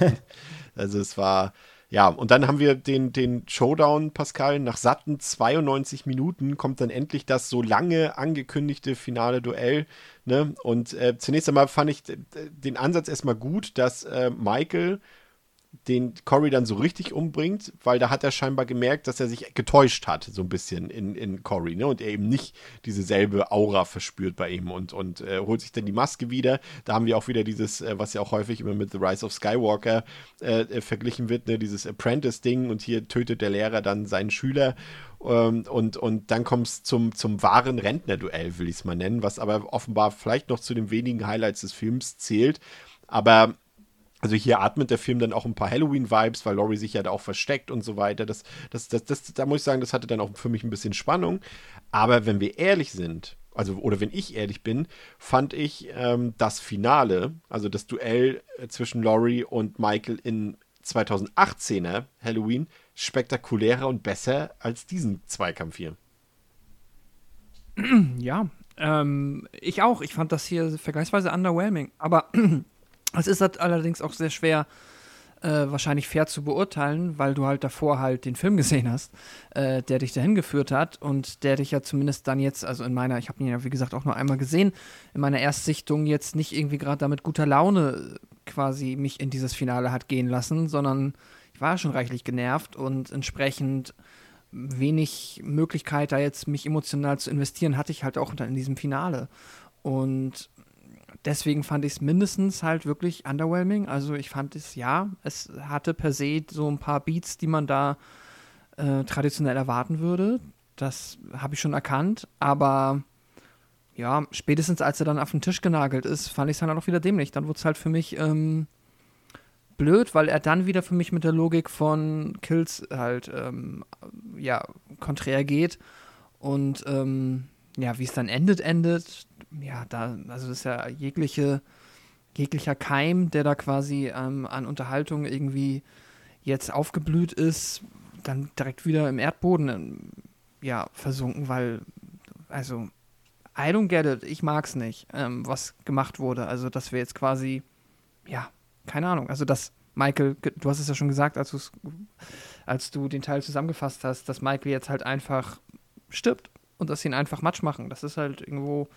C: also es war, ja, und dann haben wir den, den Showdown, Pascal. Nach satten zweiundneunzig Minuten kommt dann endlich das so lange angekündigte finale Duell. Ne? Und äh, zunächst einmal fand ich äh, den Ansatz erstmal gut, dass äh, Michael den Corey dann so richtig umbringt, weil da hat er scheinbar gemerkt, dass er sich getäuscht hat, so ein bisschen in, in Corey, ne? Und er eben nicht diese selbe Aura verspürt bei ihm und, und äh, holt sich dann die Maske wieder. Da haben wir auch wieder dieses, äh, was ja auch häufig immer mit The Rise of Skywalker äh, äh, verglichen wird, ne? Dieses Apprentice-Ding, und hier tötet der Lehrer dann seinen Schüler. Ähm, und, und dann kommt es zum, zum wahren Rentnerduell, will ich es mal nennen, was aber offenbar vielleicht noch zu den wenigen Highlights des Films zählt. Aber also hier atmet der Film dann auch ein paar Halloween-Vibes, weil Laurie sich ja da auch versteckt und so weiter. Das, das, das, das, da muss ich sagen, das hatte dann auch für mich ein bisschen Spannung. Aber wenn wir ehrlich sind, also oder wenn ich ehrlich bin, fand ich ähm, das Finale, also das Duell äh, zwischen Laurie und Michael in zweitausendachtzehner Halloween, spektakulärer und besser als diesen Zweikampf hier.
F: Ja, ähm, ich auch. Ich fand das hier vergleichsweise underwhelming. Aber es ist halt allerdings auch sehr schwer, äh, wahrscheinlich fair zu beurteilen, weil du halt davor halt den Film gesehen hast, äh, der dich dahin geführt hat und der dich ja zumindest dann jetzt, also in meiner, ich habe ihn ja wie gesagt auch nur einmal gesehen, in meiner Erstsichtung jetzt nicht irgendwie gerade da mit guter Laune quasi mich in dieses Finale hat gehen lassen, sondern ich war schon reichlich genervt und entsprechend wenig Möglichkeit, da jetzt mich emotional zu investieren, hatte ich halt auch dann in diesem Finale. Und deswegen fand ich es mindestens halt wirklich underwhelming. Also ich fand es, ja, es hatte per se so ein paar Beats, die man da äh, traditionell erwarten würde. Das habe ich schon erkannt. Aber ja, spätestens als er dann auf den Tisch genagelt ist, fand ich es dann auch wieder dämlich. Dann wurde es halt für mich ähm, blöd, weil er dann wieder für mich mit der Logik von Kills halt ähm, ja, konträr geht. Und ähm, ja, wie es dann endet, endet, ja, da, also das ist ja jegliche, jeglicher Keim, der da quasi ähm, an Unterhaltung irgendwie jetzt aufgeblüht ist, dann direkt wieder im Erdboden ähm, ja, versunken, weil, also, I don't get it, ich mag's nicht, ähm, was gemacht wurde. Also, dass wir jetzt quasi, ja, keine Ahnung, also dass Michael, du hast es ja schon gesagt, als, du's, als du den Teil zusammengefasst hast, dass Michael jetzt halt einfach stirbt und dass sie ihn einfach Matsch machen. Das ist halt irgendwo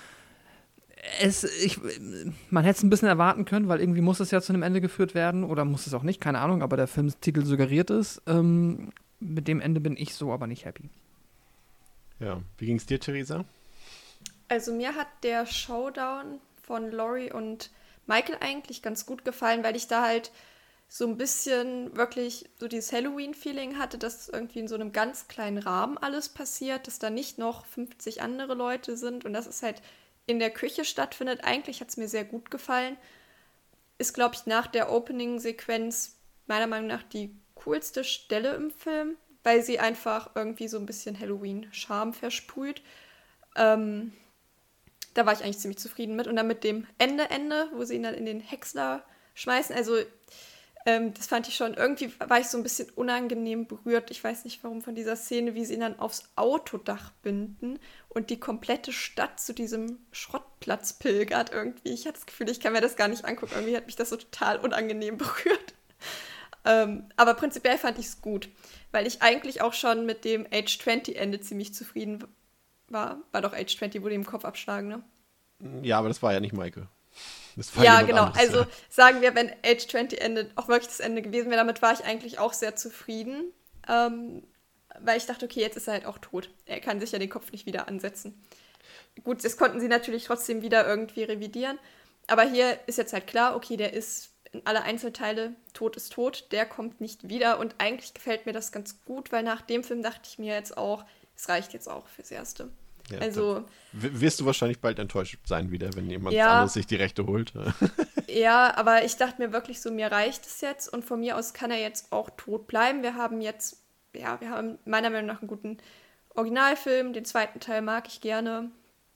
F: es, ich, man hätte es ein bisschen erwarten können, weil irgendwie muss es ja zu einem Ende geführt werden oder muss es auch nicht, keine Ahnung, aber der Filmtitel suggeriert es. Ähm, mit dem Ende bin ich so aber nicht happy.
C: Ja, wie ging es dir, Theresa?
E: Also mir hat der Showdown von Laurie und Michael eigentlich ganz gut gefallen, weil ich da halt so ein bisschen wirklich so dieses Halloween-Feeling hatte, dass irgendwie in so einem ganz kleinen Rahmen alles passiert, dass da nicht noch fünfzig andere Leute sind und dass es halt in der Küche stattfindet. Eigentlich hat es mir sehr gut gefallen. Ist, glaube ich, nach der Opening-Sequenz meiner Meinung nach die coolste Stelle im Film, weil sie einfach irgendwie so ein bisschen Halloween-Charme versprüht. Ähm, da war ich eigentlich ziemlich zufrieden mit. Und dann mit dem Ende-Ende, wo sie ihn dann in den Häcksler schmeißen. Also Ähm, das fand ich schon, irgendwie war ich so ein bisschen unangenehm berührt. Ich weiß nicht warum, von dieser Szene, wie sie ihn dann aufs Autodach binden und die komplette Stadt zu diesem Schrottplatz pilgert irgendwie. Ich hatte das Gefühl, ich kann mir das gar nicht angucken. Irgendwie hat mich das so total unangenehm berührt. Ähm, aber prinzipiell fand ich es gut, weil ich eigentlich auch schon mit dem Age zwanzig Ende ziemlich zufrieden war. War doch Age zwanzig, wo die im Kopf abschlagen, ne?
C: Ja, aber das war ja nicht Michael. Das war
E: ja,
C: jemand
E: genau.
C: anderes,
E: Also
C: ja.
E: sagen wir, wenn Age zwanzig Ende auch wirklich das Ende gewesen wäre, damit war ich eigentlich auch sehr zufrieden. Ähm, weil ich dachte, okay, jetzt ist er halt auch tot. Er kann sich ja den Kopf nicht wieder ansetzen. Gut, das konnten sie natürlich trotzdem wieder irgendwie revidieren. Aber hier ist jetzt halt klar, okay, der ist in alle Einzelteile, tot ist tot, der kommt nicht wieder. Und eigentlich gefällt mir das ganz gut, weil nach dem Film dachte ich mir jetzt auch, es reicht jetzt auch fürs Erste.
C: Ja,
E: also
C: wirst du wahrscheinlich bald enttäuscht sein wieder, wenn jemand
E: ja,
C: anderes sich die Rechte holt.
E: Ja, aber ich dachte mir wirklich so, mir reicht es jetzt und von mir aus kann er jetzt auch tot bleiben. Wir haben jetzt, ja, wir haben meiner Meinung nach einen guten Originalfilm, den zweiten Teil mag ich gerne,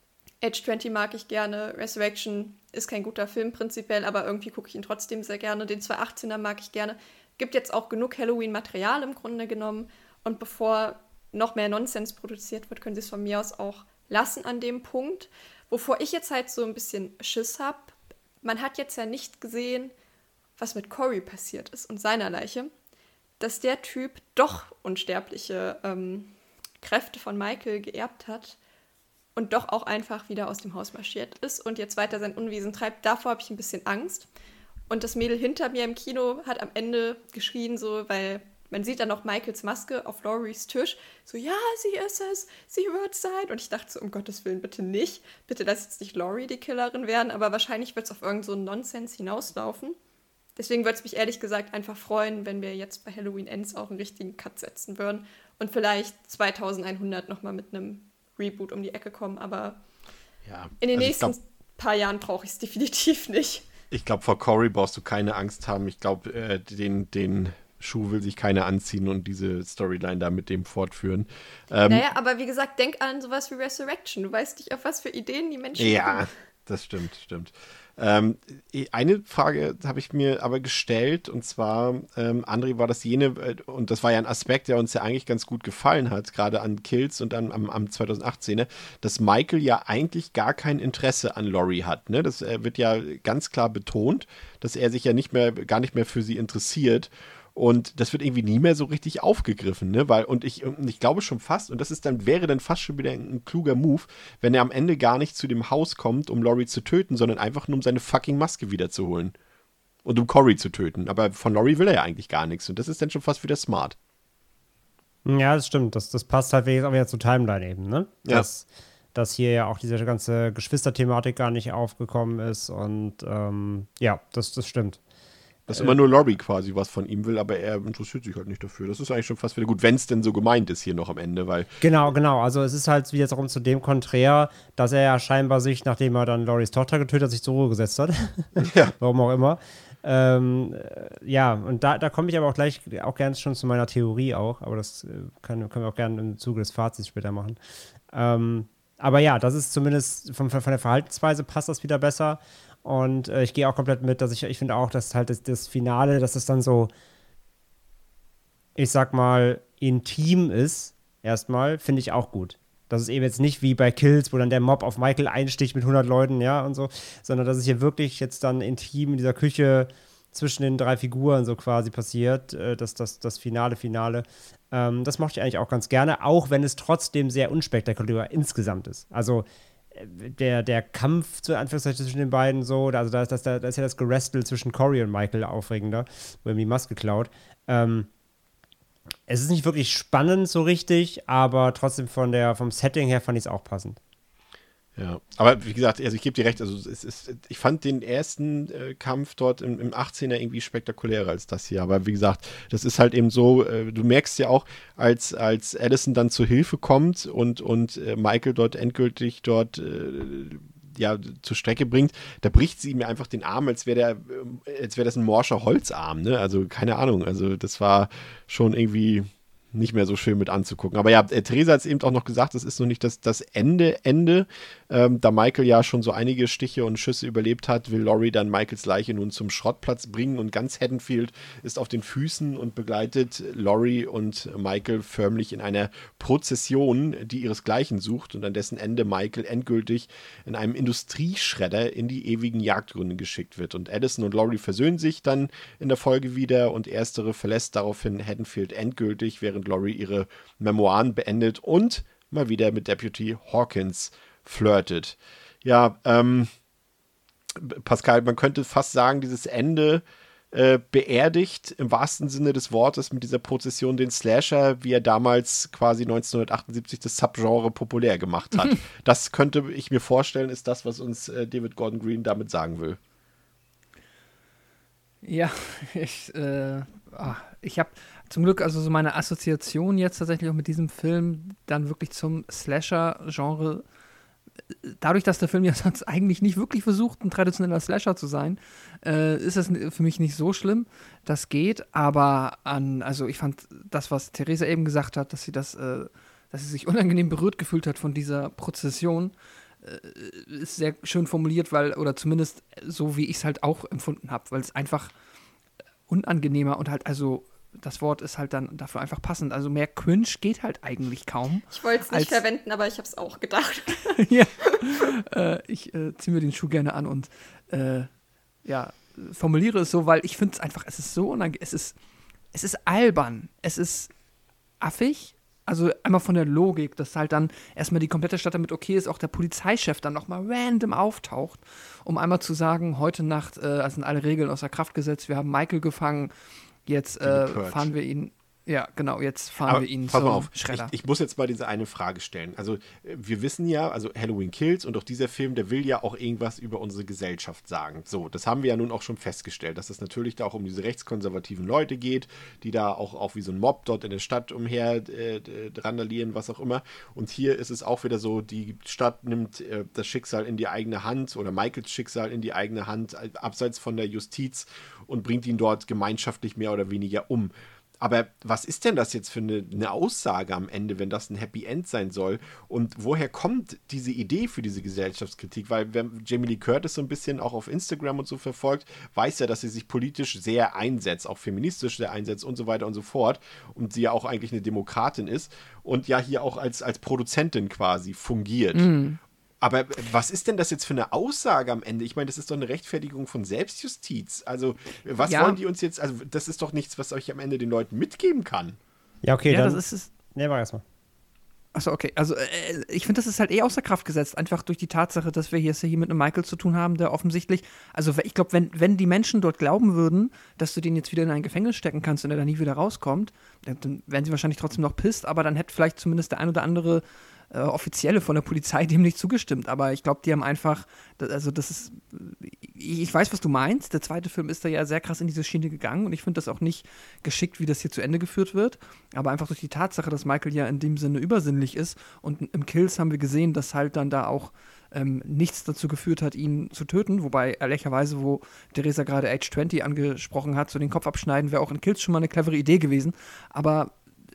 E: Age zwanzig mag ich gerne, Resurrection ist kein guter Film prinzipiell, aber irgendwie gucke ich ihn trotzdem sehr gerne, den zweitausendachtzehner mag ich gerne. Gibt jetzt auch genug Halloween-Material im Grunde genommen und bevor noch mehr Nonsens produziert wird, können sie es von mir aus auch lassen an dem Punkt. Wovor ich jetzt halt so ein bisschen Schiss habe, man hat jetzt ja nicht gesehen, was mit Corey passiert ist und seiner Leiche, dass der Typ doch unsterbliche ähm, Kräfte von Michael geerbt hat und doch auch einfach wieder aus dem Haus marschiert ist und jetzt weiter sein Unwesen treibt. Davor habe ich ein bisschen Angst. Und das Mädel hinter mir im Kino hat am Ende geschrien, so, weil man sieht dann noch Michaels Maske auf Lauries Tisch. So, ja, sie ist es, sie wird es sein. Und ich dachte so, um Gottes Willen, bitte nicht. Bitte lass jetzt nicht Laurie die Killerin werden. Aber wahrscheinlich wird es auf irgend so einen Nonsens hinauslaufen. Deswegen würde es mich ehrlich gesagt einfach freuen, wenn wir jetzt bei Halloween Ends auch einen richtigen Cut setzen würden. Und vielleicht zweitausendeinhundert nochmal mit einem Reboot um die Ecke kommen. Aber
C: ja,
E: in den
C: also
E: nächsten
C: glaub,
E: paar Jahren brauche ich es definitiv nicht.
C: Ich glaube, vor Corey brauchst du keine Angst haben. Ich glaube, äh, den, den Schuh will sich keiner anziehen und diese Storyline da mit dem fortführen. Ähm,
E: naja, aber wie gesagt, denk an sowas wie Resurrection. Du weißt nicht, auf was für Ideen die Menschen
C: ja,
E: kommen.
C: das stimmt, stimmt. Ähm, eine Frage habe ich mir aber gestellt, und zwar, ähm, André, war das jene, und das war ja ein Aspekt, der uns ja eigentlich ganz gut gefallen hat, gerade an Kills und an, am, am zweitausendachtzehner, dass Michael ja eigentlich gar kein Interesse an Laurie hat. Ne? Das äh, wird ja ganz klar betont, dass er sich ja nicht mehr, gar nicht mehr für sie interessiert. Und das wird irgendwie nie mehr so richtig aufgegriffen, ne? Weil, und ich, und ich glaube schon fast, und das ist dann, wäre dann fast schon wieder ein, ein kluger Move, wenn er am Ende gar nicht zu dem Haus kommt, um Laurie zu töten, sondern einfach nur um seine fucking Maske wiederzuholen. Und um Corey zu töten. Aber von Laurie will er ja eigentlich gar nichts. Und das ist dann schon fast wieder smart.
D: Ja, das stimmt. Das, das passt halt auch wieder zur Timeline eben, ne?
C: Ja.
D: Dass, dass hier ja auch diese ganze Geschwisterthematik gar nicht aufgekommen ist. Und ähm, ja, das, das stimmt.
C: Dass immer nur Laurie quasi was von ihm will, aber er interessiert sich halt nicht dafür. Das ist eigentlich schon fast wieder gut, wenn es denn so gemeint ist hier noch am Ende, weil...
D: Genau, genau. Also es ist halt wiederum zu dem Konträr, dass er ja scheinbar sich, nachdem er dann Lauries Tochter getötet hat, sich zur Ruhe gesetzt hat.
C: Ja.
D: Warum auch immer. Ähm, äh, ja, und da, da komme ich aber auch gleich auch gerne schon zu meiner Theorie auch, aber das äh, können, können wir auch gerne im Zuge des Fazits später machen. Ähm, aber ja, das ist zumindest von, von der Verhaltensweise passt das wieder besser. Und äh, ich gehe auch komplett mit, dass ich, ich finde auch, dass halt das, das Finale, dass es dann so, ich sag mal, intim ist, erstmal, finde ich auch gut. Das ist eben jetzt nicht wie bei Kills, wo dann der Mob auf Michael einsticht mit hundert Leuten, ja, und so, sondern dass es hier wirklich jetzt dann intim in dieser Küche zwischen den drei Figuren so quasi passiert, äh, das, das, das Finale, Finale. Ähm, das mochte ich eigentlich auch ganz gerne, auch wenn es trotzdem sehr unspektakulär insgesamt ist. Also der, der Kampf zu Anführungszeichen zwischen den beiden so, also da ist, das, da ist ja das Gerastel zwischen Corey und Michael aufregender, wo er ihm die Maske klaut. Ähm, es ist nicht wirklich spannend so richtig, aber trotzdem von der, vom Setting her fand ich es auch passend.
C: Ja, aber wie gesagt, also ich gebe dir recht, also es ist, ich fand den ersten äh, Kampf dort im, im achtzehner irgendwie spektakulärer als das hier, aber wie gesagt, das ist halt eben so, äh, du merkst ja auch, als, als Allison dann zur Hilfe kommt und, und äh, Michael dort endgültig dort äh, ja, zur Strecke bringt, da bricht sie ihm einfach den Arm, als wäre der, als wäre das ein morscher Holzarm, ne, also keine Ahnung, also das war schon irgendwie, nicht mehr so schön mit anzugucken. Aber ja, äh, Theresa hat es eben auch noch gesagt, es ist noch nicht das, das Ende, Ende. Ähm, da Michael ja schon so einige Stiche und Schüsse überlebt hat, will Laurie dann Michaels Leiche nun zum Schrottplatz bringen und ganz Haddonfield ist auf den Füßen und begleitet Laurie und Michael förmlich in einer Prozession, die ihresgleichen sucht und an dessen Ende Michael endgültig in einem Industrieschredder in die ewigen Jagdgründe geschickt wird. Und Addison und Laurie versöhnen sich dann in der Folge wieder und erstere verlässt daraufhin Haddonfield endgültig, während Laurie ihre Memoiren beendet und mal wieder mit Deputy Hawkins flirtet. Ja, ähm, Pascal, man könnte fast sagen, dieses Ende äh, beerdigt im wahrsten Sinne des Wortes mit dieser Prozession den Slasher, wie er damals quasi neunzehnhundertachtundsiebzig das Subgenre populär gemacht hat. Das könnte ich mir vorstellen, ist das, was uns äh, David Gordon Green damit sagen will.
F: Ja, ich, äh, ah, ich habe zum Glück also so meine Assoziation jetzt tatsächlich auch mit diesem Film dann wirklich zum Slasher-Genre. Dadurch, dass der Film ja sonst eigentlich nicht wirklich versucht, ein traditioneller Slasher zu sein, äh, ist es für mich nicht so schlimm. Das geht, aber an, also ich fand das, was Theresa eben gesagt hat, dass sie das, äh, dass sie sich unangenehm berührt gefühlt hat von dieser Prozession, ist sehr schön formuliert, weil, oder zumindest so, wie ich es halt auch empfunden habe, weil es einfach unangenehmer und halt, also das Wort ist halt dann dafür einfach passend. Also mehr Cringe geht halt eigentlich kaum.
E: Ich wollte es nicht verwenden, aber ich habe es auch gedacht.
F: Ja, äh, ich äh, ziehe mir den Schuh gerne an und äh, ja, formuliere es so, weil ich finde es einfach, es ist so unangenehm, es ist, es ist albern, es ist affig. Also einmal von der Logik, dass halt dann erstmal die komplette Stadt damit okay ist, auch der Polizeichef dann nochmal random auftaucht, um einmal zu sagen, heute Nacht äh, sind alle Regeln außer Kraft gesetzt, wir haben Michael gefangen, jetzt äh, fahren wir ihn, ja genau, jetzt fahren
C: Aber
F: wir ihn
C: pass
F: zum
C: mal auf.
F: Schredder.
C: Ich, ich muss jetzt mal diese eine Frage stellen. Also wir wissen ja, also Halloween Kills und auch dieser Film, der will ja auch irgendwas über unsere Gesellschaft sagen. So, das haben wir ja nun auch schon festgestellt, dass es natürlich da auch um diese rechtskonservativen Leute geht, die da auch, auch wie so ein Mob dort in der Stadt umher äh, randalieren, was auch immer. Und hier ist es auch wieder so, die Stadt nimmt äh, das Schicksal in die eigene Hand oder Michaels Schicksal in die eigene Hand, abseits von der Justiz und bringt ihn dort gemeinschaftlich mehr oder weniger um. Aber was ist denn das jetzt für eine, eine Aussage am Ende, wenn das ein Happy End sein soll? Und woher kommt diese Idee für diese Gesellschaftskritik? Weil wer Jamie Lee Curtis so ein bisschen auch auf Instagram und so verfolgt, weiß ja, dass sie sich politisch sehr einsetzt, auch feministisch sehr einsetzt und so weiter und so fort. Und sie ja auch eigentlich eine Demokratin ist und ja hier auch als, als Produzentin quasi fungiert. Mhm. Aber was ist denn das jetzt für eine Aussage am Ende? Ich meine, das ist doch eine Rechtfertigung von Selbstjustiz. Also, was ja. wollen die uns jetzt, also das ist doch nichts, was euch am Ende den Leuten mitgeben kann.
D: Ja, okay,
F: ja,
D: dann.
F: Das ist es.
D: Nee, mach erstmal.
F: Achso, okay. Also, äh, ich finde, das ist halt eh außer Kraft gesetzt. Einfach durch die Tatsache, dass wir hier, hier mit einem Michael zu tun haben, der offensichtlich, also ich glaube, wenn, wenn die Menschen dort glauben würden, dass du den jetzt wieder in ein Gefängnis stecken kannst und er da nie wieder rauskommt, dann, dann wären sie wahrscheinlich trotzdem noch pisst, aber dann hätte vielleicht zumindest der ein oder andere Äh, Offizielle von der Polizei dem nicht zugestimmt, aber ich glaube, die haben einfach, also das ist, ich weiß, was du meinst, der zweite Film ist da ja sehr krass in diese Schiene gegangen und ich finde das auch nicht geschickt, wie das hier zu Ende geführt wird, aber einfach durch die Tatsache, dass Michael ja in dem Sinne übersinnlich ist und im Kills haben wir gesehen, dass halt dann da auch ähm, nichts dazu geführt hat, ihn zu töten, wobei ehrlicherweise, wo Theresa gerade Age zwanzig angesprochen hat, so den Kopf abschneiden, wäre auch in Kills schon mal eine clevere Idee gewesen, aber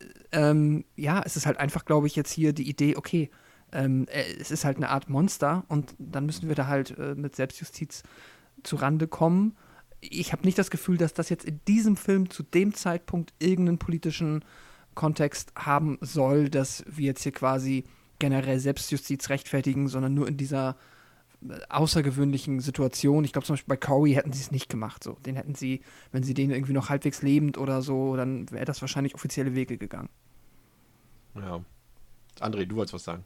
F: Ähm, ja, es ist halt einfach, glaube ich, jetzt hier die Idee, okay, ähm, es ist halt eine Art Monster und dann müssen wir da halt äh, mit Selbstjustiz zu Rande kommen. Ich habe nicht das Gefühl, dass das jetzt in diesem Film zu dem Zeitpunkt irgendeinen politischen Kontext haben soll, dass wir jetzt hier quasi generell Selbstjustiz rechtfertigen, sondern nur in dieser außergewöhnlichen Situation. Ich glaube zum Beispiel bei Corey hätten sie es nicht gemacht. So. Den hätten sie, wenn sie den irgendwie noch halbwegs lebend oder so, dann wäre das wahrscheinlich offizielle Wege gegangen.
C: Ja. André, du wolltest was sagen.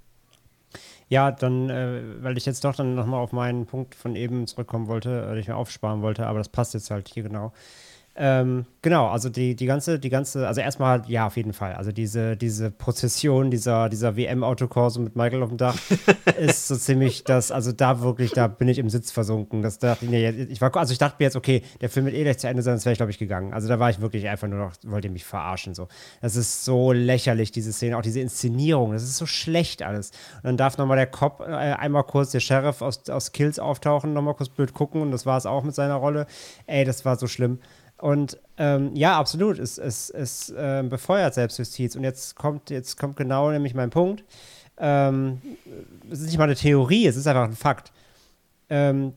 D: Ja, dann, äh, weil ich jetzt doch dann nochmal auf meinen Punkt von eben zurückkommen wollte, äh, den ich mir aufsparen wollte, aber das passt jetzt halt hier genau. Ähm, genau, also die, die ganze, die ganze, also erstmal, ja, auf jeden Fall. Also diese, diese Prozession, dieser, dieser W M-Autokorso mit Michael auf dem Dach ist so ziemlich das, also da wirklich, da bin ich im Sitz versunken. Das dachte ich, nee, ich war, also ich dachte mir jetzt, okay, der Film wird eh gleich zu Ende sein, das wäre ich, glaube ich, gegangen. Also da war ich wirklich einfach nur noch, wollt ihr mich verarschen, so. Das ist so lächerlich, diese Szene, auch diese Inszenierung, das ist so schlecht alles. Und dann darf nochmal der Cop äh, einmal kurz, der Sheriff aus, aus Kills auftauchen, nochmal kurz blöd gucken und das war es auch mit seiner Rolle. Ey, das war so schlimm. Und ähm, ja, absolut, es, es, es äh, befeuert Selbstjustiz. Und jetzt kommt, jetzt kommt genau nämlich mein Punkt. Ähm, es ist nicht mal eine Theorie, es ist einfach ein Fakt. Ähm,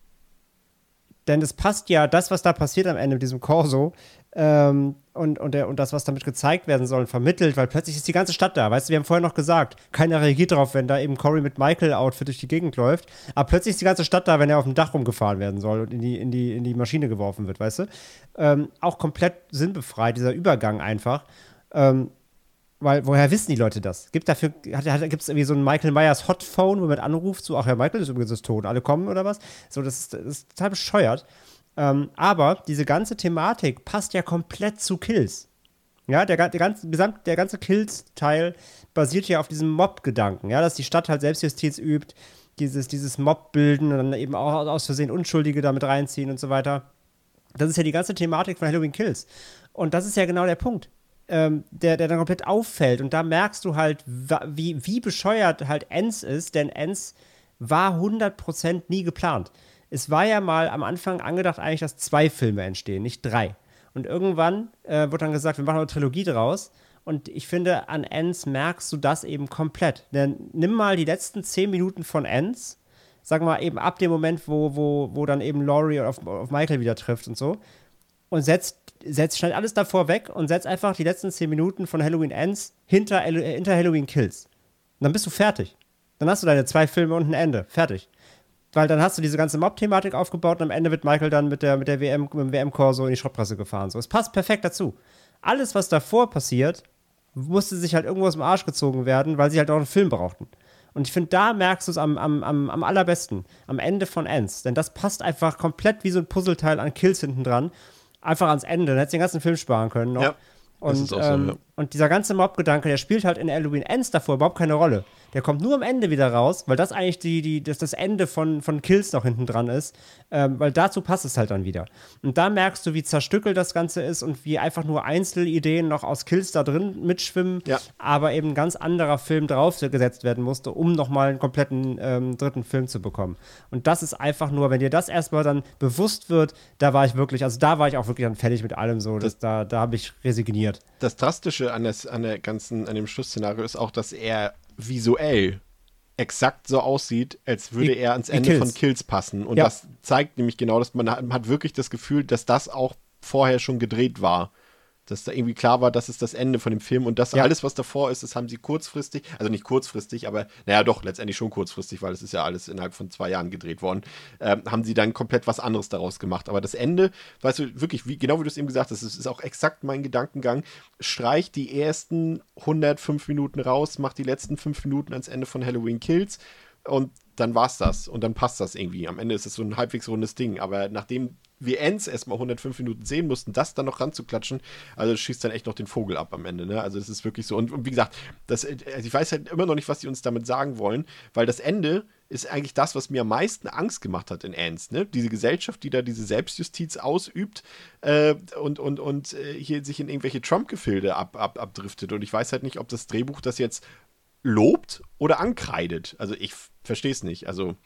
D: denn es passt ja, das, was da passiert am Ende mit diesem Corso ähm, und, und, der, und das, was damit gezeigt werden soll, vermittelt, weil plötzlich ist die ganze Stadt da. Weißt du, wir haben vorher noch gesagt, keiner reagiert darauf, wenn da eben Corey mit Michael-Outfit durch die Gegend läuft. Aber plötzlich ist die ganze Stadt da, wenn er auf dem Dach rumgefahren werden soll und in die, in die, in die Maschine geworfen wird, weißt du? Ähm, auch komplett sinnbefreit, dieser Übergang einfach. Ähm, Weil, woher wissen die Leute das? Gibt dafür, hat, hat, gibt es irgendwie so ein Michael Myers Hotphone, wo man anruft, so, ach ja, Michael ist übrigens das tot, alle kommen oder was? So, das ist, das ist total bescheuert. Ähm, aber diese ganze Thematik passt ja komplett zu Kills. Ja, der, der, ganze, gesamt, der ganze Kills-Teil basiert ja auf diesem Mob-Gedanken, ja, dass die Stadt halt Selbstjustiz übt, dieses, dieses Mob-Bilden und dann eben auch aus Versehen Unschuldige damit reinziehen und so weiter. Das ist ja die ganze Thematik von Halloween Kills. Und das ist ja genau der Punkt. Ähm, der, der dann komplett auffällt. Und da merkst du halt, wie, wie bescheuert halt Ends ist, denn Ends war hundert Prozent nie geplant. Es war ja mal am Anfang angedacht eigentlich, dass zwei Filme entstehen, nicht drei. Und irgendwann äh, wird dann gesagt, wir machen eine Trilogie draus. Und ich finde, an Ends merkst du das eben komplett. Denn nimm mal die letzten zehn Minuten von Ends, sag mal eben ab dem Moment, wo, wo, wo dann eben Laurie auf, auf Michael wieder trifft und so, und setzt, setzt schneid alles davor weg und setzt einfach die letzten zehn Minuten von Halloween Ends hinter, hinter Halloween Kills. Und dann bist du fertig. Dann hast du deine zwei Filme und ein Ende. Fertig. Weil dann hast du diese ganze Mob-Thematik aufgebaut und am Ende wird Michael dann mit der, mit der W M, mit dem W M-Corso in die Schrottpresse gefahren. So, es passt perfekt dazu. Alles, was davor passiert, musste sich halt irgendwo aus dem Arsch gezogen werden, weil sie halt auch einen Film brauchten. Und ich finde, da merkst du es am, am, am, am allerbesten. Am Ende von Ends. Denn das passt einfach komplett wie so ein Puzzleteil an Kills hinten dran. Einfach ans Ende. Dann hättest du den ganzen Film sparen können noch. Ja, und, ist auch ähm, so, ja. Und dieser ganze Mob-Gedanke, der spielt halt in Halloween Ends davor überhaupt keine Rolle. Der kommt nur am Ende wieder raus, weil das eigentlich die, die, das, das Ende von, von Kills noch hinten dran ist. Ähm, weil dazu passt es halt dann wieder. Und da merkst du, wie zerstückelt das Ganze ist und wie einfach nur Einzelideen noch aus Kills da drin mitschwimmen, ja. aber eben ein ganz anderer Film draufgesetzt werden musste, um nochmal einen kompletten ähm, dritten Film zu bekommen. Und das ist einfach nur, wenn dir das erstmal dann bewusst wird, da war ich wirklich, also da war ich auch wirklich dann fertig mit allem so. Das, da da habe ich resigniert.
C: Das Drastische an, das, an der ganzen, an dem Schlussszenario ist auch, dass er visuell exakt so aussieht, als würde
D: wie,
C: er ans Ende Kills. von Kills passen. Und ja. das zeigt nämlich genau, dass man hat, man hat wirklich das Gefühl, dass das auch vorher schon gedreht war. Dass da irgendwie klar war, das ist das Ende von dem Film und das ja. alles, was davor ist, das haben sie kurzfristig, also nicht kurzfristig, aber naja doch, letztendlich schon kurzfristig, weil es ist ja alles innerhalb von zwei Jahren gedreht worden, äh, haben sie dann komplett was anderes daraus gemacht. Aber das Ende, weißt du, wirklich, wie, genau wie du es eben gesagt hast, es ist auch exakt mein Gedankengang, streicht die ersten hundertfünf Minuten raus, macht die letzten fünf Minuten ans Ende von Halloween Kills und dann war's das und dann passt das irgendwie. Am Ende ist es so ein halbwegs rundes Ding, aber nachdem wir Ends erstmal hundertfünf Minuten sehen mussten, das dann noch ranzuklatschen, also das schießt dann echt noch den Vogel ab am Ende, ne? Also das ist wirklich so. Und, und wie gesagt, das, also ich weiß halt immer noch nicht, was die uns damit sagen wollen, weil das Ende ist eigentlich das, was mir am meisten Angst gemacht hat in Ends, ne? Diese Gesellschaft, die da diese Selbstjustiz ausübt äh, und, und, und äh, hier sich in irgendwelche Trump-Gefilde ab, ab, abdriftet. Und ich weiß halt nicht, ob das Drehbuch das jetzt lobt oder ankreidet. Also ich verstehe es nicht. Also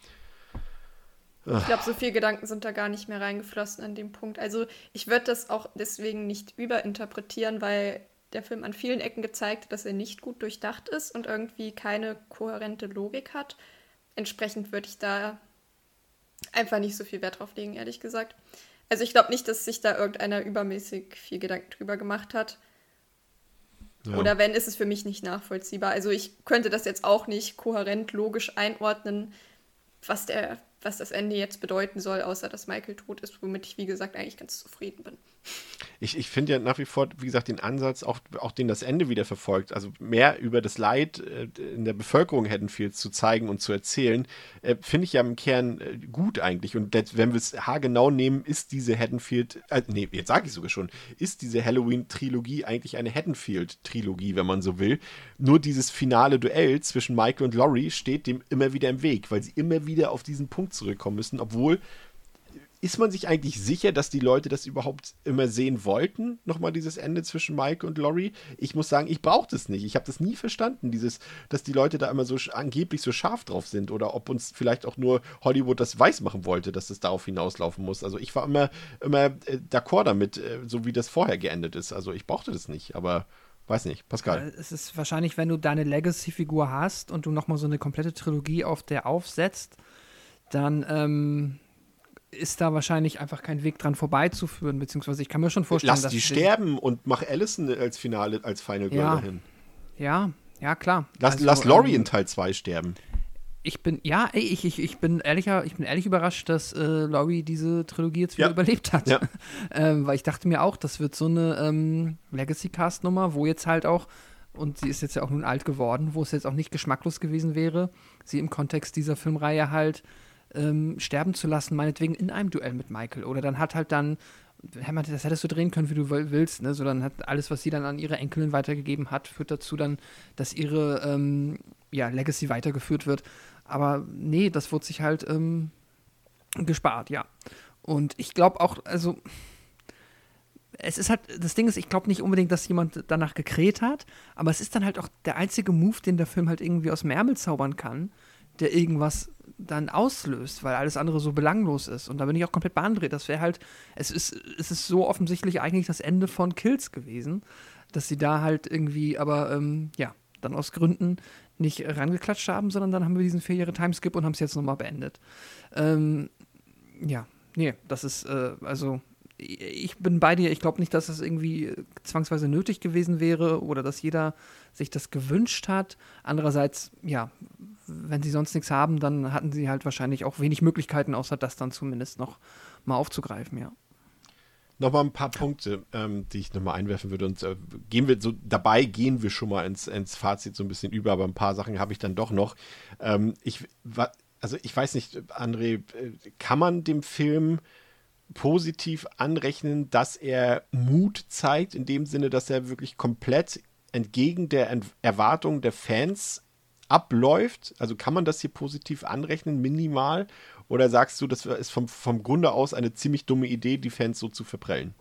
E: ich glaube, so viele Gedanken sind da gar nicht mehr reingeflossen an dem Punkt. Also ich würde das auch deswegen nicht überinterpretieren, weil der Film an vielen Ecken gezeigt hat, dass er nicht gut durchdacht ist und irgendwie keine kohärente Logik hat. Entsprechend würde ich da einfach nicht so viel Wert drauf legen, ehrlich gesagt. Also ich glaube nicht, dass sich da irgendeiner übermäßig viel Gedanken drüber gemacht hat. Ja. Oder wenn, ist es für mich nicht nachvollziehbar. Also ich könnte das jetzt auch nicht kohärent, logisch einordnen, was der, was das Ende jetzt bedeuten soll, außer dass Michael tot ist, womit ich, wie gesagt, eigentlich ganz zufrieden bin.
C: Ich, ich finde ja nach wie vor, wie gesagt, den Ansatz, auch, auch den das Ende wieder verfolgt, also mehr über das Leid äh, in der Bevölkerung Haddonfields zu zeigen und zu erzählen, äh, finde ich ja im Kern äh, gut eigentlich. Und das, wenn wir es haargenau nehmen, ist diese Haddonfield, äh, nee, jetzt sage ich sogar schon, ist diese Halloween-Trilogie eigentlich eine Haddonfield-Trilogie, wenn man so will. Nur dieses finale Duell zwischen Michael und Laurie steht dem immer wieder im Weg, weil sie immer wieder auf diesen Punkt zurückkommen müssen, obwohl ist man sich eigentlich sicher, dass die Leute das überhaupt immer sehen wollten? Nochmal dieses Ende zwischen Mike und Laurie? Ich muss sagen, ich brauche das nicht. Ich habe das nie verstanden, dieses, dass die Leute da immer so angeblich so scharf drauf sind oder ob uns vielleicht auch nur Hollywood das weiß machen wollte, dass das darauf hinauslaufen muss. Also ich war immer, immer äh, d'accord damit, äh, so wie das vorher geendet ist. Also ich brauchte das nicht, aber weiß nicht. Pascal.
F: Es ist wahrscheinlich, wenn du deine Legacy-Figur hast und du nochmal so eine komplette Trilogie auf der aufsetzt, dann ähm ist da wahrscheinlich einfach kein Weg dran vorbeizuführen, beziehungsweise ich kann mir schon vorstellen,
C: Lass
F: dass
C: die sterben und mach Allison als Finale, als Final Girl
F: ja,
C: dahin.
F: Ja, ja, klar.
C: Lass,
F: also,
C: lass Laurie
F: ähm,
C: in Teil zwei sterben.
F: Ich bin, ja, ey, ich, ich, ich bin ehrlicher, ich bin ehrlich überrascht, dass äh, Laurie diese Trilogie jetzt wieder
C: ja.
F: überlebt hat.
C: Ja.
F: ähm, weil ich dachte mir auch, das wird so eine ähm, Legacy-Cast-Nummer, wo jetzt halt auch, und sie ist jetzt ja auch nun alt geworden, wo es jetzt auch nicht geschmacklos gewesen wäre, sie im Kontext dieser Filmreihe halt Ähm, sterben zu lassen, meinetwegen in einem Duell mit Michael. Oder dann hat halt dann, das hättest du drehen können, wie du willst, ne? So dann hat alles, was sie dann an ihre Enkelin weitergegeben hat, führt dazu dann, dass ihre ähm, ja, Legacy weitergeführt wird. Aber nee, das wurde sich halt ähm, gespart, ja. Und ich glaube auch, also es ist halt, das Ding ist, ich glaube nicht unbedingt, dass jemand danach gekräht hat, aber es ist dann halt auch der einzige Move, den der Film halt irgendwie aus dem Ärmel zaubern kann, der irgendwas dann auslöst, weil alles andere so belanglos ist. Und da bin ich auch komplett bei André. Das wäre halt, es ist, es ist so offensichtlich eigentlich das Ende von Kills gewesen, dass sie da halt irgendwie, aber ähm, ja, dann aus Gründen nicht rangeklatscht haben, sondern dann haben wir diesen vier Jahre Timeskip und haben es jetzt nochmal beendet. Ähm, ja, nee, das ist, äh, also ich bin bei dir. Ich glaube nicht, dass das irgendwie zwangsweise nötig gewesen wäre oder dass jeder sich das gewünscht hat. Andererseits, ja, wenn sie sonst nichts haben, dann hatten sie halt wahrscheinlich auch wenig Möglichkeiten, außer das dann zumindest noch mal aufzugreifen, ja.
C: Nochmal ein paar Punkte, ähm, die ich nochmal einwerfen würde. Und äh, gehen wir so, dabei gehen wir schon mal ins, ins Fazit so ein bisschen über, aber ein paar Sachen habe ich dann doch noch. Ähm, ich, wa, also ich weiß nicht, André, kann man dem Film positiv anrechnen, dass er Mut zeigt, in dem Sinne, dass er wirklich komplett entgegen der Ent- Erwartung der Fans abläuft? Also kann man das hier positiv anrechnen, minimal? Oder sagst du, das ist vom, vom Grunde aus eine ziemlich dumme Idee, die Fans so zu verprellen?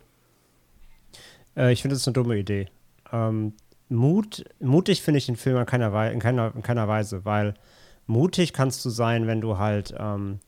D: Äh, ich finde, das ist eine dumme Idee. Ähm, Mut, mutig finde ich den Film in keiner, Wei- in, keiner, in keiner Weise, weil mutig kannst du sein, wenn du halt ähm,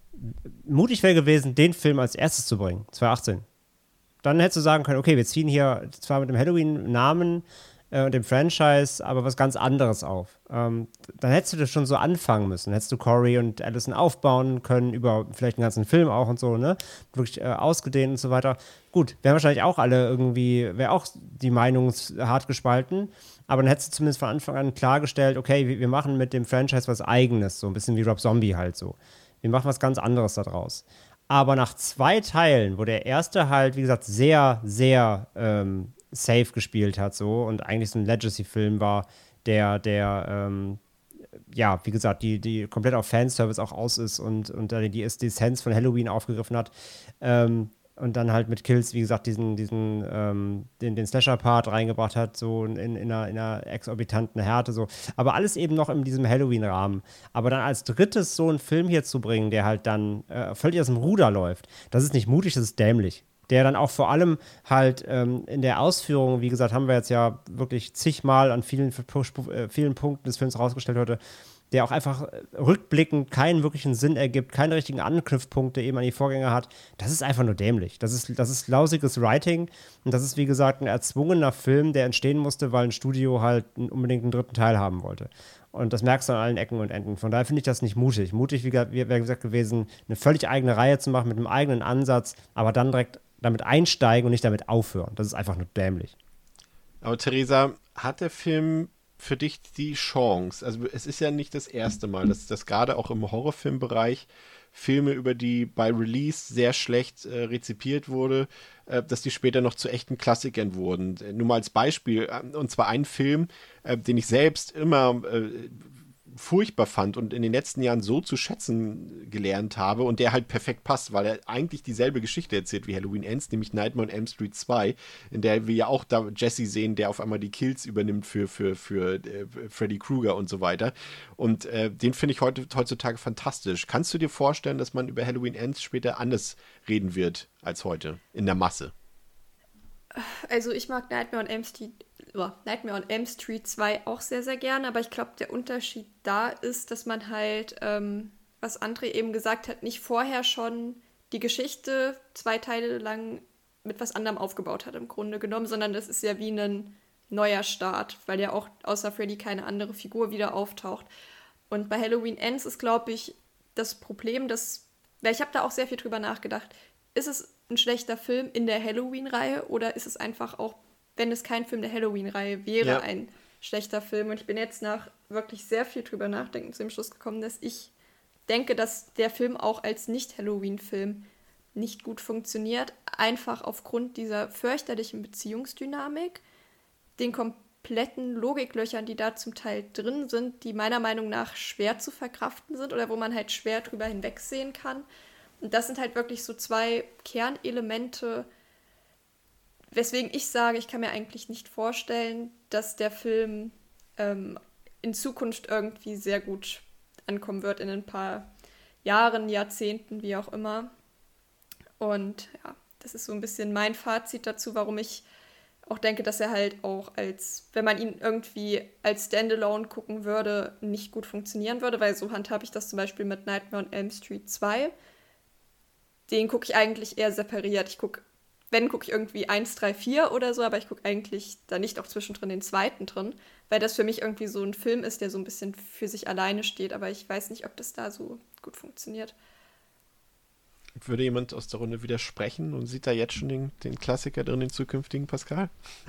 D: mutig wäre gewesen, den Film als erstes zu bringen, zwanzig achtzehn. Dann hättest du sagen können, okay, wir ziehen hier zwar mit dem Halloween-Namen äh, und dem Franchise, aber was ganz anderes auf. Ähm, dann hättest du das schon so anfangen müssen. Hättest du Corey und Allison aufbauen können, über vielleicht einen ganzen Film auch und so, ne? Wirklich äh, ausgedehnt und so weiter. Gut, wären wahrscheinlich auch alle irgendwie, wäre auch die Meinung hart gespalten, aber dann hättest du zumindest von Anfang an klargestellt, okay, wir, wir machen mit dem Franchise was Eigenes, so ein bisschen wie Rob Zombie halt so. Wir machen was ganz anderes da draus. Aber nach zwei Teilen, wo der erste halt, wie gesagt, sehr, sehr ähm, safe gespielt hat so und eigentlich so ein Legacy-Film war, der, der, ähm, ja, wie gesagt, die, die komplett auf Fanservice auch aus ist und, und die, die Essenz von Halloween aufgegriffen hat. Ähm, und dann halt mit Kills, wie gesagt, diesen, diesen, ähm, den, den Slasher-Part reingebracht hat, so in, in, einer, in einer exorbitanten Härte, so. Aber alles eben noch in diesem Halloween-Rahmen. Aber dann als drittes so einen Film hier zu bringen, der halt dann äh, völlig aus dem Ruder läuft, das ist nicht mutig, das ist dämlich. Der dann auch vor allem halt ähm, in der Ausführung, wie gesagt, haben wir jetzt ja wirklich zigmal an vielen, äh, vielen Punkten des Films rausgestellt heute, der auch einfach rückblickend keinen wirklichen Sinn ergibt, keine richtigen Anknüpfpunkte eben an die Vorgänger hat, das ist einfach nur dämlich. Das ist, das ist lausiges Writing und das ist, wie gesagt, ein erzwungener Film, der entstehen musste, weil ein Studio halt unbedingt einen dritten Teil haben wollte. Und das merkst du an allen Ecken und Enden. Von daher finde ich das nicht mutig. Mutig wäre gesagt gewesen, eine völlig eigene Reihe zu machen mit einem eigenen Ansatz, aber dann direkt damit einsteigen und nicht damit aufhören. Das ist einfach nur dämlich.
C: Aber Theresa, hat der Film für dich die Chance, also es ist ja nicht das erste Mal, dass das gerade auch im Horrorfilmbereich Filme, über die bei Release sehr schlecht äh, rezipiert wurde, äh, dass die später noch zu echten Klassikern wurden. Nur mal als Beispiel, äh, und zwar ein Film, äh, den ich selbst immer äh, furchtbar fand und in den letzten Jahren so zu schätzen gelernt habe und der halt perfekt passt, weil er eigentlich dieselbe Geschichte erzählt wie Halloween Ends, nämlich Nightmare on Elm Street zwei, in der wir ja auch da Jesse sehen, der auf einmal die Kills übernimmt für, für, für äh, Freddy Krueger und so weiter. Und äh, den finde ich heute, heutzutage fantastisch. Kannst du dir vorstellen, dass man über Halloween Ends später anders reden wird als heute in der Masse?
E: Also ich mag Nightmare on Elm Street, oh, Nightmare on Elm Street zwei auch sehr, sehr gerne, aber ich glaube, der Unterschied da ist, dass man halt, ähm, was André eben gesagt hat, nicht vorher schon die Geschichte zwei Teile lang mit was anderem aufgebaut hat im Grunde genommen, sondern das ist ja wie ein neuer Start, weil ja auch außer Freddy keine andere Figur wieder auftaucht. Und bei Halloween Ends ist, glaube ich, das Problem, dass, weil ich habe da auch sehr viel drüber nachgedacht, ist es ein schlechter Film in der Halloween-Reihe oder ist es einfach auch, wenn es kein Film der Halloween-Reihe wäre, ja. ein schlechter Film? Und ich bin jetzt nach wirklich sehr viel drüber nachdenken zu dem Schluss gekommen, dass ich denke, dass der Film auch als Nicht-Halloween-Film nicht gut funktioniert, einfach aufgrund dieser fürchterlichen Beziehungsdynamik, den kompletten Logiklöchern, die da zum Teil drin sind, die meiner Meinung nach schwer zu verkraften sind oder wo man halt schwer drüber hinwegsehen kann. Und das sind halt wirklich so zwei Kernelemente, weswegen ich sage, ich kann mir eigentlich nicht vorstellen, dass der Film ähm, in Zukunft irgendwie sehr gut ankommen wird, in ein paar Jahren, Jahrzehnten, wie auch immer. Und ja, das ist so ein bisschen mein Fazit dazu, warum ich auch denke, dass er halt auch als, wenn man ihn irgendwie als Standalone gucken würde, nicht gut funktionieren würde, weil so handhabe ich das zum Beispiel mit Nightmare on Elm Street zwei. Den gucke ich eigentlich eher separiert. Ich gucke, wenn, gucke ich irgendwie eins, drei, vier oder so, aber ich gucke eigentlich da nicht auch zwischendrin den zweiten drin, weil das für mich irgendwie so ein Film ist, der so ein bisschen für sich alleine steht, aber ich weiß nicht, ob das da so gut funktioniert.
C: Würde jemand aus der Runde widersprechen und sieht da jetzt schon den, den Klassiker drin, den zukünftigen, Pascal?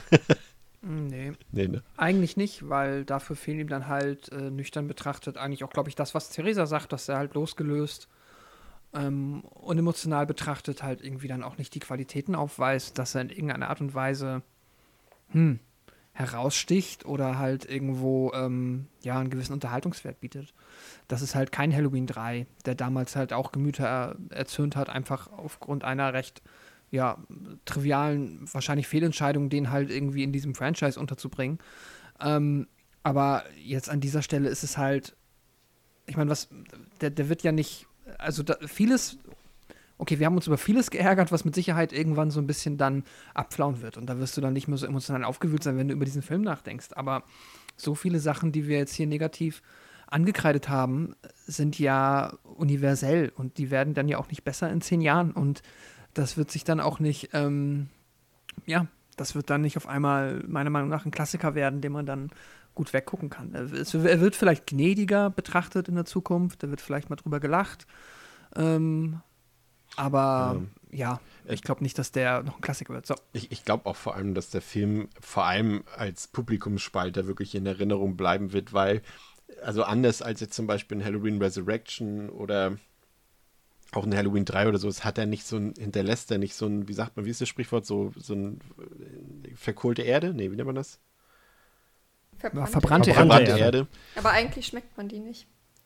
F: Nee.
C: nee ne?
F: Eigentlich nicht, weil dafür fehlt ihm dann halt äh, nüchtern betrachtet eigentlich auch, glaube ich, das, was Theresa sagt, dass er halt losgelöst ähm, und emotional betrachtet halt irgendwie dann auch nicht die Qualitäten aufweist, dass er in irgendeiner Art und Weise hm, heraussticht oder halt irgendwo ähm, ja einen gewissen Unterhaltungswert bietet. Das ist halt kein Halloween drei, der damals halt auch Gemüter er- erzürnt hat, einfach aufgrund einer recht ja, trivialen, wahrscheinlich Fehlentscheidung, den halt irgendwie in diesem Franchise unterzubringen. Ähm, aber jetzt an dieser Stelle ist es halt, ich meine, was, der, der wird ja nicht, also da, vieles, okay, wir haben uns über vieles geärgert, was mit Sicherheit irgendwann so ein bisschen dann abflauen wird. Und da wirst du dann nicht mehr so emotional aufgewühlt sein, wenn du über diesen Film nachdenkst. Aber so viele Sachen, die wir jetzt hier negativ angekreidet haben, sind ja universell und die werden dann ja auch nicht besser in zehn Jahren. Und das wird sich dann auch nicht, ähm, ja, das wird dann nicht auf einmal meiner Meinung nach ein Klassiker werden, den man dann gut weggucken kann. Er, es, er wird vielleicht gnädiger betrachtet in der Zukunft, da wird vielleicht mal drüber gelacht, ähm, aber ähm, ja, ich glaube nicht, dass der noch ein Klassiker wird. So.
C: Ich, ich glaube auch vor allem, dass der Film vor allem als Publikumsspalter wirklich in Erinnerung bleiben wird, weil, also anders als jetzt zum Beispiel in Halloween Resurrection oder auch in Halloween drei oder so, es hat er nicht so ein, hinterlässt er nicht so ein, wie sagt man, wie ist das Sprichwort, so, so ein verkohlte Erde? Nee, wie nennt man das?
E: Verbrannte,
F: verbrannte,
C: verbrannte
F: Erde.
C: Erde.
E: Aber eigentlich schmeckt man die nicht.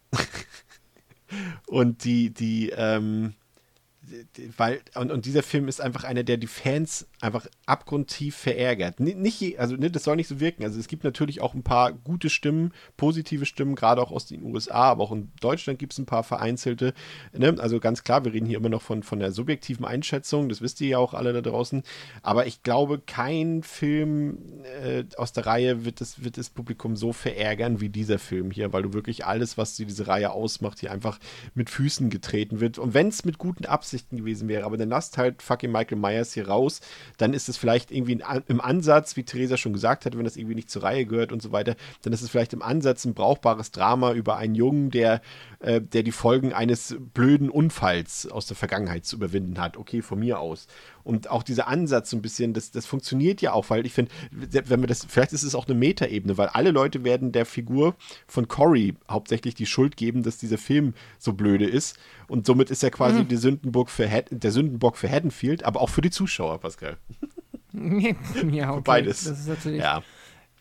C: Und die, die, ähm, die, weil, und, und dieser Film ist einfach einer, der die Fans einfach abgrundtief verärgert. N- nicht, je, also ne, das soll nicht so wirken. Also es gibt natürlich auch ein paar gute Stimmen, positive Stimmen, gerade auch aus den U S A, aber auch in Deutschland gibt es ein paar vereinzelte. Ne? Also ganz klar, wir reden hier immer noch von, von der subjektiven Einschätzung, das wisst ihr ja auch alle da draußen. Aber ich glaube, kein Film äh, aus der Reihe wird das, wird das Publikum so verärgern wie dieser Film hier, weil du wirklich alles, was diese Reihe ausmacht, hier einfach mit Füßen getreten wird. Und wenn es mit guten Absichten gewesen wäre, aber dann lasst halt fucking Michael Myers hier raus, dann ist es vielleicht irgendwie ein, im Ansatz, wie Theresa schon gesagt hat, wenn das irgendwie nicht zur Reihe gehört und so weiter, dann ist es vielleicht im Ansatz ein brauchbares Drama über einen Jungen, der, äh, der die Folgen eines blöden Unfalls aus der Vergangenheit zu überwinden hat. Okay, von mir aus. Und auch dieser Ansatz so ein bisschen, das, das funktioniert ja auch, weil ich finde, wenn wir das, vielleicht ist es auch eine Metaebene, weil alle Leute werden der Figur von Corey hauptsächlich die Schuld geben, dass dieser Film so blöde ist. Und somit ist er quasi mhm. die Sündenbock für Had- der Sündenbock für Haddonfield, aber auch für die Zuschauer, Pascal.
F: Ja, okay.
C: Beides.
F: Das ist natürlich,
C: ja.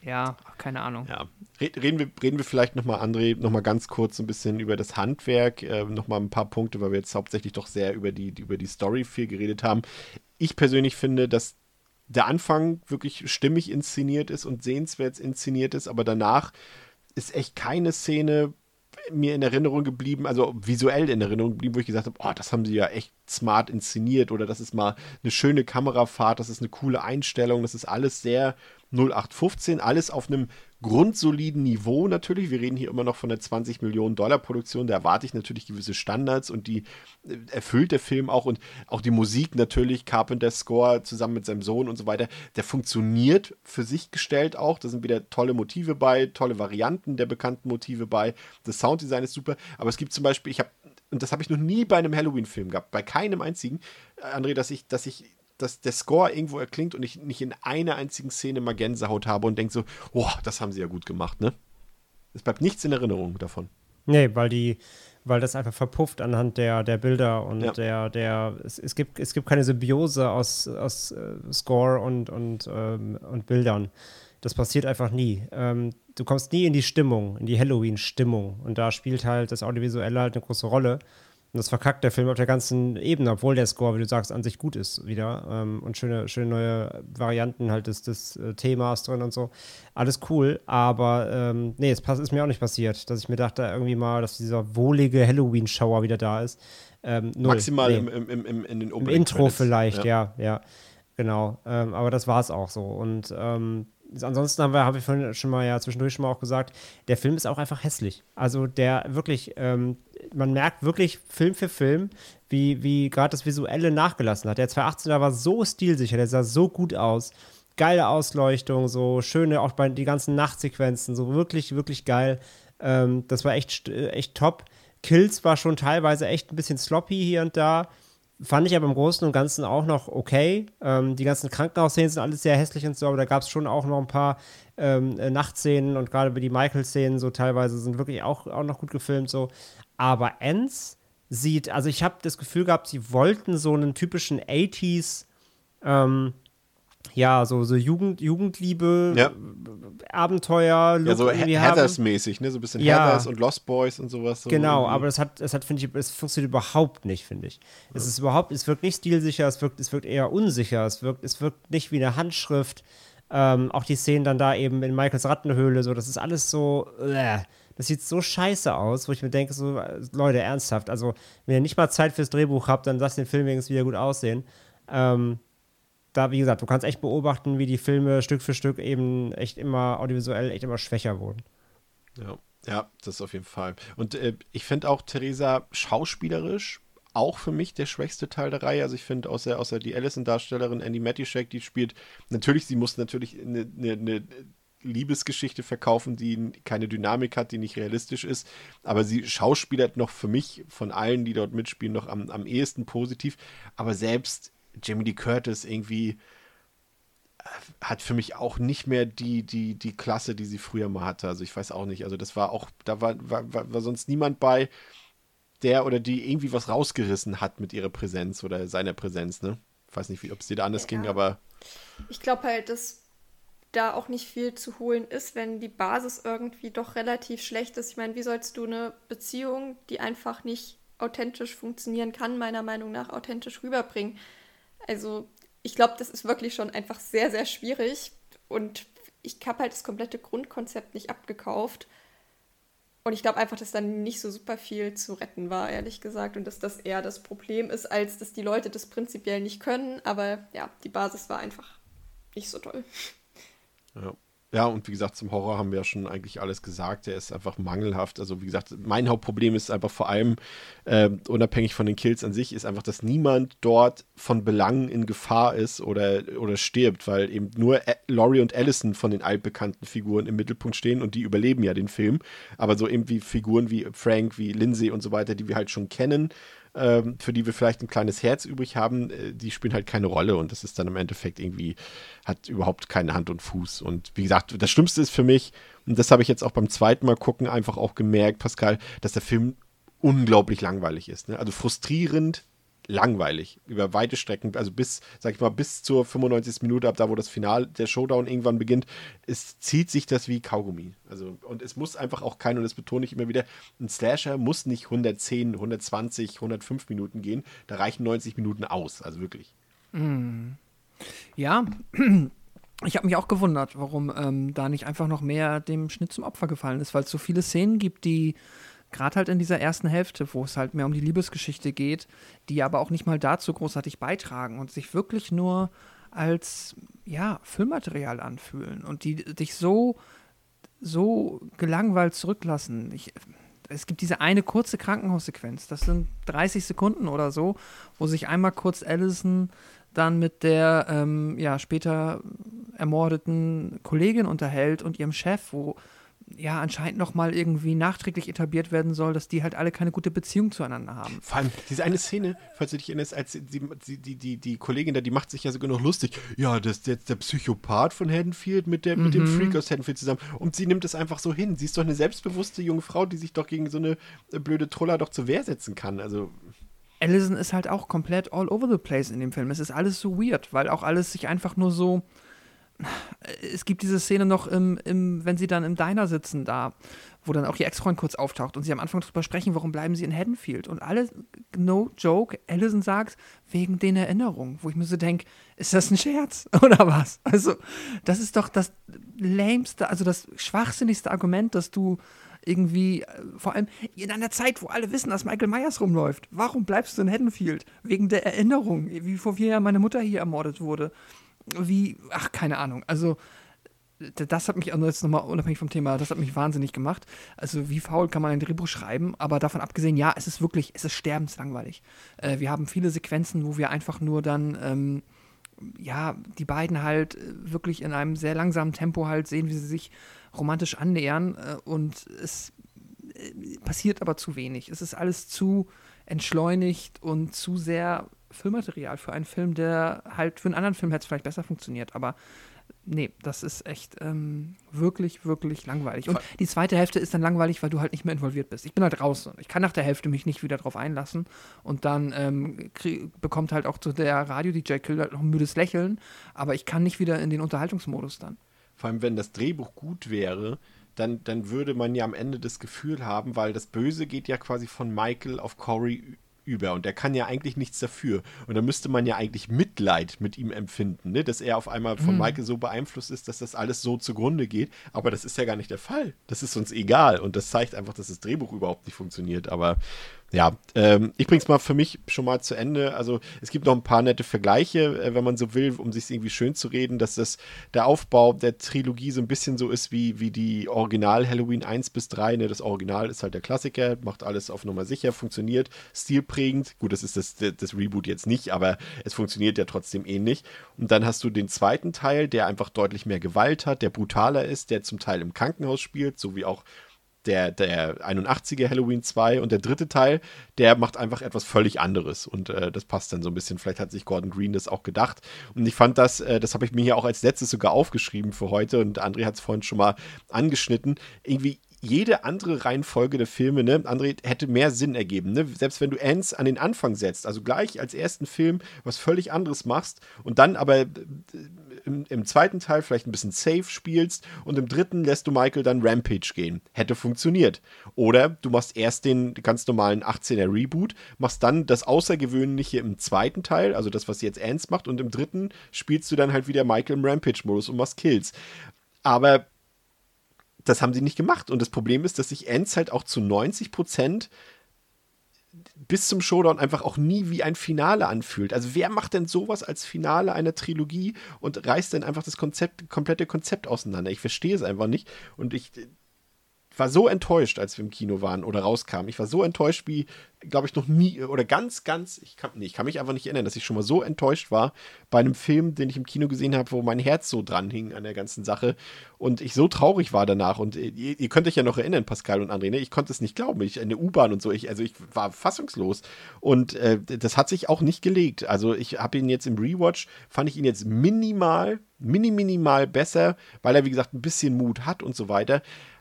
F: Ja, ach, keine Ahnung.
C: Ja. Reden wir, reden wir vielleicht nochmal, André, nochmal ganz kurz ein bisschen über das Handwerk, äh, nochmal ein paar Punkte, weil wir jetzt hauptsächlich doch sehr über die, über die Story viel geredet haben. Ich persönlich finde, dass der Anfang wirklich stimmig inszeniert ist und sehenswert inszeniert ist, aber danach ist echt keine Szene mir in Erinnerung geblieben, also visuell in Erinnerung geblieben, wo ich gesagt habe, oh, das haben sie ja echt smart inszeniert oder das ist mal eine schöne Kamerafahrt, das ist eine coole Einstellung, das ist alles sehr null acht fünfzehn, alles auf einem grundsoliden Niveau natürlich. Wir reden hier immer noch von einer zwanzig Millionen Dollar Produktion, da erwarte ich natürlich gewisse Standards und die äh, erfüllt der Film auch und auch die Musik natürlich, Carpenter's Score zusammen mit seinem Sohn und so weiter, der funktioniert für sich gestellt auch, da sind wieder tolle Motive bei, tolle Varianten der bekannten Motive bei, das Sounddesign ist super, aber es gibt zum Beispiel, ich habe, und das habe ich noch nie bei einem Halloween-Film gehabt, bei keinem einzigen, äh, André, dass ich, dass ich dass der Score irgendwo erklingt und ich nicht in einer einzigen Szene mal Gänsehaut habe und denke so, oh, das haben sie ja gut gemacht, ne? Es bleibt nichts in Erinnerung davon.
D: Nee, weil die, weil das einfach verpufft anhand der, der Bilder und
C: Ja.
D: der, der, es, es gibt, es gibt keine Symbiose aus, aus äh, Score und, und, ähm, und Bildern. Das passiert einfach nie. Ähm, du kommst nie in die Stimmung, in die Halloween-Stimmung. Und da spielt halt das Audiovisuelle halt eine große Rolle. Und das verkackt der Film auf der ganzen Ebene, obwohl der Score, wie du sagst, an sich gut ist wieder. Ähm, und schöne, schöne neue Varianten halt des, des äh, Themas drin und so. Alles cool, aber ähm, nee, es pass- ist mir auch nicht passiert, dass ich mir dachte irgendwie mal, dass dieser wohlige Halloween-Schauer wieder da ist. Ähm, null.
C: Maximal
D: Nee.
C: im, im, im, im, in den
D: Im
C: Opening
D: Intro
C: Credits.
D: vielleicht, ja, ja, genau. Ähm, aber das war es auch so. Und ähm, ansonsten haben wir, habe ich vorhin schon mal ja zwischendurch schon mal auch gesagt, der Film ist auch einfach hässlich. Also der wirklich, ähm, man merkt wirklich Film für Film, wie, wie gerade das Visuelle nachgelassen hat. Der zweitausendachtzehner war so stilsicher, der sah so gut aus. Geile Ausleuchtung, so schöne, auch bei die ganzen Nachtsequenzen, so wirklich, wirklich geil. Ähm, das war echt, echt top. Kills war schon teilweise echt ein bisschen sloppy hier und da. Fand ich aber im Großen und Ganzen auch noch okay. Ähm, die ganzen Krankenhausszenen sind alles sehr hässlich und so, aber da gab es schon auch noch ein paar ähm, Nachtszenen und gerade die Michael-Szenen so teilweise sind wirklich auch, auch noch gut gefilmt so. Aber Ends sieht, also ich habe das Gefühl gehabt, sie wollten so einen typischen achtziger ähm, ja, so, so Jugend, Jugendliebe,
C: Ja.
D: Abenteuer,
C: Ja, so
D: irgendwie haben.
C: Heathers-mäßig, ne? So ein bisschen
D: Ja.
C: Heathers und Lost Boys und sowas. So
D: Genau,
C: irgendwie.
D: aber es hat, es hat, finde ich, es funktioniert überhaupt nicht, finde ich. Es ist überhaupt, es wirkt nicht stilsicher, es wirkt, es wirkt eher unsicher, es wirkt, es wirkt nicht wie eine Handschrift. Ähm, auch die Szenen dann da eben in Michaels Rattenhöhle, so, das ist alles so, äh, das sieht so scheiße aus, wo ich mir denke, so, Leute, ernsthaft, also, wenn ihr nicht mal Zeit fürs Drehbuch habt, dann lasst den Film wenigstens wieder gut aussehen. Ähm, da, wie gesagt, du kannst echt beobachten, wie die Filme Stück für Stück eben echt immer audiovisuell echt immer schwächer wurden.
C: Ja, ja, das auf jeden Fall. Und äh, ich finde auch Theresa schauspielerisch auch für mich der schwächste Teil der Reihe. Also ich finde, außer, außer die Allison-Darstellerin Andy Matischek, die spielt, natürlich, sie muss natürlich eine, eine, eine Liebesgeschichte verkaufen, die keine Dynamik hat, die nicht realistisch ist, aber sie schauspielert noch für mich von allen, die dort mitspielen, noch am, am ehesten positiv. Aber selbst Jamie Lee Curtis irgendwie hat für mich auch nicht mehr die, die, die Klasse, die sie früher mal hatte. Also ich weiß auch nicht. Also das war auch, da war, war, war, war sonst niemand bei, der oder die irgendwie was rausgerissen hat mit ihrer Präsenz oder seiner Präsenz, ne? Ich weiß nicht, wie, ob es dir da anders
E: Ja.
C: ging, aber
E: Ich glaube halt, dass da auch nicht viel zu holen ist, wenn die Basis irgendwie doch relativ schlecht ist. Ich meine, wie sollst du eine Beziehung, die einfach nicht authentisch funktionieren kann, meiner Meinung nach authentisch rüberbringen? Also ich glaube, das ist wirklich schon einfach sehr, sehr schwierig und ich habe halt das komplette Grundkonzept nicht abgekauft und ich glaube einfach, dass da nicht so super viel zu retten war, ehrlich gesagt, und dass das eher das Problem ist, als dass die Leute das prinzipiell nicht können, aber ja, die Basis war einfach nicht so toll.
C: ja. Ja, und wie gesagt, zum Horror haben wir ja schon eigentlich alles gesagt. Der ist einfach mangelhaft. Also wie gesagt, mein Hauptproblem ist einfach vor allem, äh, unabhängig von den Kills an sich, ist einfach, dass niemand dort von Belang in Gefahr ist oder, oder stirbt, weil eben nur A- Laurie und Allison von den altbekannten Figuren im Mittelpunkt stehen und die überleben ja den Film. Aber so eben wie Figuren wie Frank, wie Lindsay und so weiter, die wir halt schon kennen, ähm, für die wir vielleicht ein kleines Herz übrig haben, äh, die spielen halt keine Rolle und das ist dann im Endeffekt irgendwie, hat überhaupt keine Hand und Fuß. Und wie gesagt, das Schlimmste ist für mich, und das habe ich jetzt auch beim zweiten Mal gucken einfach auch gemerkt, Pascal, dass der Film unglaublich langweilig ist. Ne? Also frustrierend langweilig. Über weite Strecken, also bis, sag ich mal, bis zur fünfundneunzigsten Minute, ab da, wo das Finale, der Showdown irgendwann beginnt, es zieht sich das wie Kaugummi. Also, und es muss einfach auch kein, und das betone ich immer wieder, ein Slasher muss nicht hundertzehn, hundertzwanzig, hundertfünf Minuten gehen, da reichen neunzig Minuten aus, also wirklich.
F: Mm. Ja, ich habe mich auch gewundert, warum ähm, da nicht einfach noch mehr dem Schnitt zum Opfer gefallen ist, weil es so viele Szenen gibt, die gerade halt in dieser ersten Hälfte, wo es halt mehr um die Liebesgeschichte geht, die aber auch nicht mal dazu großartig beitragen und sich wirklich nur als, ja, Filmmaterial anfühlen und die dich so, so gelangweilt zurücklassen. Ich, es gibt diese eine kurze Krankenhaussequenz, das sind dreißig Sekunden oder so, wo sich einmal kurz Allison dann mit der ähm, ja, später ermordeten Kollegin unterhält und ihrem Chef, wo ja anscheinend nochmal irgendwie nachträglich etabliert werden soll, dass die halt alle keine gute Beziehung zueinander haben.
C: Vor allem diese eine Szene, falls du dich erinnerst, als die, die, die, die, die Kollegin da, die macht sich ja sogar noch lustig. Ja, das ist jetzt der Psychopath von Haddonfield mit, der, mhm. mit dem Freak aus Haddonfield zusammen. Und sie nimmt es einfach so hin. Sie ist doch eine selbstbewusste junge Frau, die sich doch gegen so eine blöde Troller doch zur Wehr setzen kann. Also
F: Allison ist halt auch komplett all over the place in dem Film. Es ist alles so weird, weil auch alles sich einfach nur so. Es gibt diese Szene noch, im, im, wenn sie dann im Diner sitzen da, wo dann auch ihr Ex-Freund kurz auftaucht und sie am Anfang darüber sprechen, warum bleiben sie in Haddonfield. Und alle, no joke, Allison sagt, wegen den Erinnerungen. Wo ich mir so denke, ist das ein Scherz oder was? Also, das ist doch das lämste, also das schwachsinnigste Argument, dass du irgendwie, vor allem in einer Zeit, wo alle wissen, dass Michael Myers rumläuft. Warum bleibst du in Haddonfield? Wegen der Erinnerung, wie vor vier Jahren meine Mutter hier ermordet wurde. Wie, ach, keine Ahnung. Also, das hat mich, also jetzt nochmal unabhängig vom Thema, das hat mich wahnsinnig gemacht. Also, wie faul kann man ein Drehbuch schreiben? Aber davon abgesehen, ja, es ist wirklich, es ist sterbenslangweilig. Äh, wir haben viele Sequenzen, wo wir einfach nur dann, ähm, ja, die beiden halt wirklich in einem sehr langsamen Tempo halt sehen, wie sie sich romantisch annähern. Äh, und es äh, passiert aber zu wenig. Es ist alles zu entschleunigt und zu sehr Filmmaterial für einen Film, der halt für einen anderen Film hätte es vielleicht besser funktioniert, aber nee, das ist echt ähm, wirklich, wirklich langweilig. Und die zweite Hälfte ist dann langweilig, weil du halt nicht mehr involviert bist. Ich bin halt raus. Ich kann nach der Hälfte mich nicht wieder drauf einlassen und dann ähm, krieg, bekommt halt auch so der Radio-D J Kill halt noch ein müdes Lächeln, aber ich kann nicht wieder in den Unterhaltungsmodus dann.
C: Vor allem, wenn das Drehbuch gut wäre, dann, dann würde man ja am Ende das Gefühl haben, weil das Böse geht ja quasi von Michael auf Corey über und der kann ja eigentlich nichts dafür. Und da müsste man ja eigentlich Mitleid mit ihm empfinden, ne? Dass er auf einmal von mhm. Michael so beeinflusst ist, dass das alles so zugrunde geht. Aber das ist ja gar nicht der Fall. Das ist uns egal und das zeigt einfach, dass das Drehbuch überhaupt nicht funktioniert. Aber ja, ähm, ich bring's mal für mich schon mal zu Ende. Also es gibt noch ein paar nette Vergleiche, äh, wenn man so will, um sich irgendwie schön zu reden, dass das der Aufbau der Trilogie so ein bisschen so ist wie, wie die Original Halloween eins bis drei. Ne? Das Original ist halt der Klassiker, macht alles auf Nummer sicher, funktioniert, stilprägend. Gut, das ist das, das Reboot jetzt nicht, aber es funktioniert ja trotzdem ähnlich. Und dann hast du den zweiten Teil, der einfach deutlich mehr Gewalt hat, der brutaler ist, der zum Teil im Krankenhaus spielt, so wie auch Der, der einundachtziger Halloween zwei und der dritte Teil, der macht einfach etwas völlig anderes und äh, das passt dann so ein bisschen. Vielleicht hat sich Gordon Green das auch gedacht und ich fand das, äh, das habe ich mir hier auch als letztes sogar aufgeschrieben für heute und André hat es vorhin schon mal angeschnitten, irgendwie jede andere Reihenfolge der Filme, ne, André, hätte mehr Sinn ergeben, ne? Selbst wenn du Ants an den Anfang setzt, also gleich als ersten Film was völlig anderes machst und dann aber im, im zweiten Teil vielleicht ein bisschen safe spielst und im dritten lässt du Michael dann Rampage gehen. Hätte funktioniert. Oder du machst erst den ganz normalen achtzehner Reboot, machst dann das Außergewöhnliche im zweiten Teil, also das, was jetzt Ants macht, und im dritten spielst du dann halt wieder Michael im Rampage-Modus und machst Kills. Aber das haben sie nicht gemacht. Und das Problem ist, dass sich Ants halt auch zu neunzig Prozent bis zum Showdown einfach auch nie wie ein Finale anfühlt. Also wer macht denn sowas als Finale einer Trilogie und reißt dann einfach das Konzept, komplette Konzept auseinander? Ich verstehe es einfach nicht. Und ich war so enttäuscht, als wir im Kino waren oder rauskamen. Ich war so enttäuscht wie, glaube ich, noch nie oder ganz, ganz, ich kann, nee, ich kann mich einfach nicht erinnern, dass ich schon mal so enttäuscht war bei einem Film, den ich im Kino gesehen habe, wo mein Herz so dran hing an der ganzen Sache und ich so traurig war danach. Und ihr, ihr könnt euch ja noch erinnern, Pascal und André, ne? Ich konnte es nicht glauben. Ich in der U-Bahn und so, ich, also ich war fassungslos. Und äh, das hat sich auch nicht gelegt. Also ich habe ihn jetzt im Rewatch, fand ich ihn jetzt minimal, mini, minimal besser, weil er, wie gesagt, ein bisschen Mut hat und so weiter.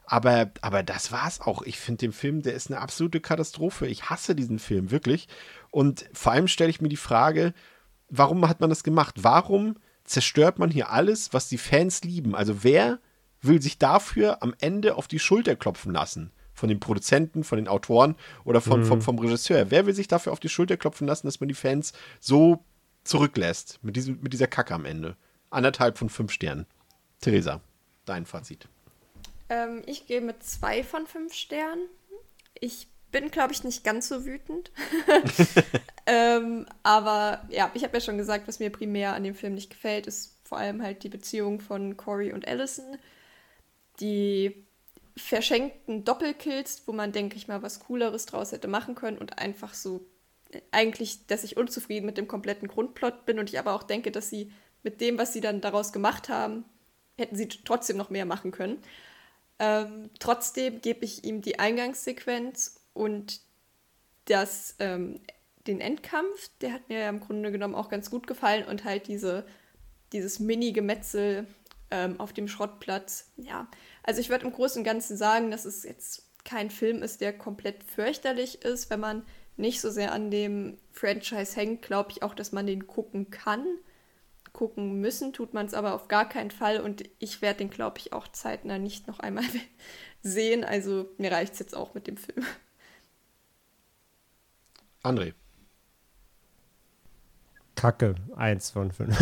C: Aber, aber das war's auch. Ich finde den Film, der ist eine absolute Katastrophe. Ich hasse diesen Film, wirklich. Und vor allem stelle ich mir die Frage, warum hat man das gemacht? Warum zerstört man hier alles, was die Fans lieben? Also wer will sich dafür am Ende auf die Schulter klopfen lassen? Von den Produzenten, von den Autoren oder von, mhm. vom, vom Regisseur. Wer will sich dafür auf die Schulter klopfen lassen, dass man die Fans so zurücklässt mit, diesem, mit dieser Kacke am Ende? Anderthalb von fünf Sternen. Theresa, dein Fazit.
E: Ähm, ich gehe mit zwei von fünf Sternen. Ich bin, glaube ich, nicht ganz so wütend. ähm, aber ja, ich habe ja schon gesagt, was mir primär an dem Film nicht gefällt, ist vor allem halt die Beziehung von Corey und Allison. Die verschenkten Doppelkills, wo man, denke ich mal, was Cooleres draus hätte machen können und einfach so eigentlich, dass ich unzufrieden mit dem kompletten Grundplot bin und ich aber auch denke, dass sie mit dem, was sie dann daraus gemacht haben, hätten sie trotzdem noch mehr machen können. Ähm, trotzdem gebe ich ihm die Eingangssequenz und das, ähm, den Endkampf, der hat mir ja im Grunde genommen auch ganz gut gefallen und halt diese, dieses Mini-Gemetzel ähm, auf dem Schrottplatz, ja. Also ich würde im Großen und Ganzen sagen, dass es jetzt kein Film ist, der komplett fürchterlich ist. Wenn man nicht so sehr an dem Franchise hängt, glaube ich auch, dass man den gucken kann. Gucken müssen tut man es aber auf gar keinen Fall. Und ich werde den, glaube ich, auch zeitnah nicht noch einmal sehen. Also mir reicht es jetzt auch mit dem Film.
C: André.
D: Kacke, eins von fünf.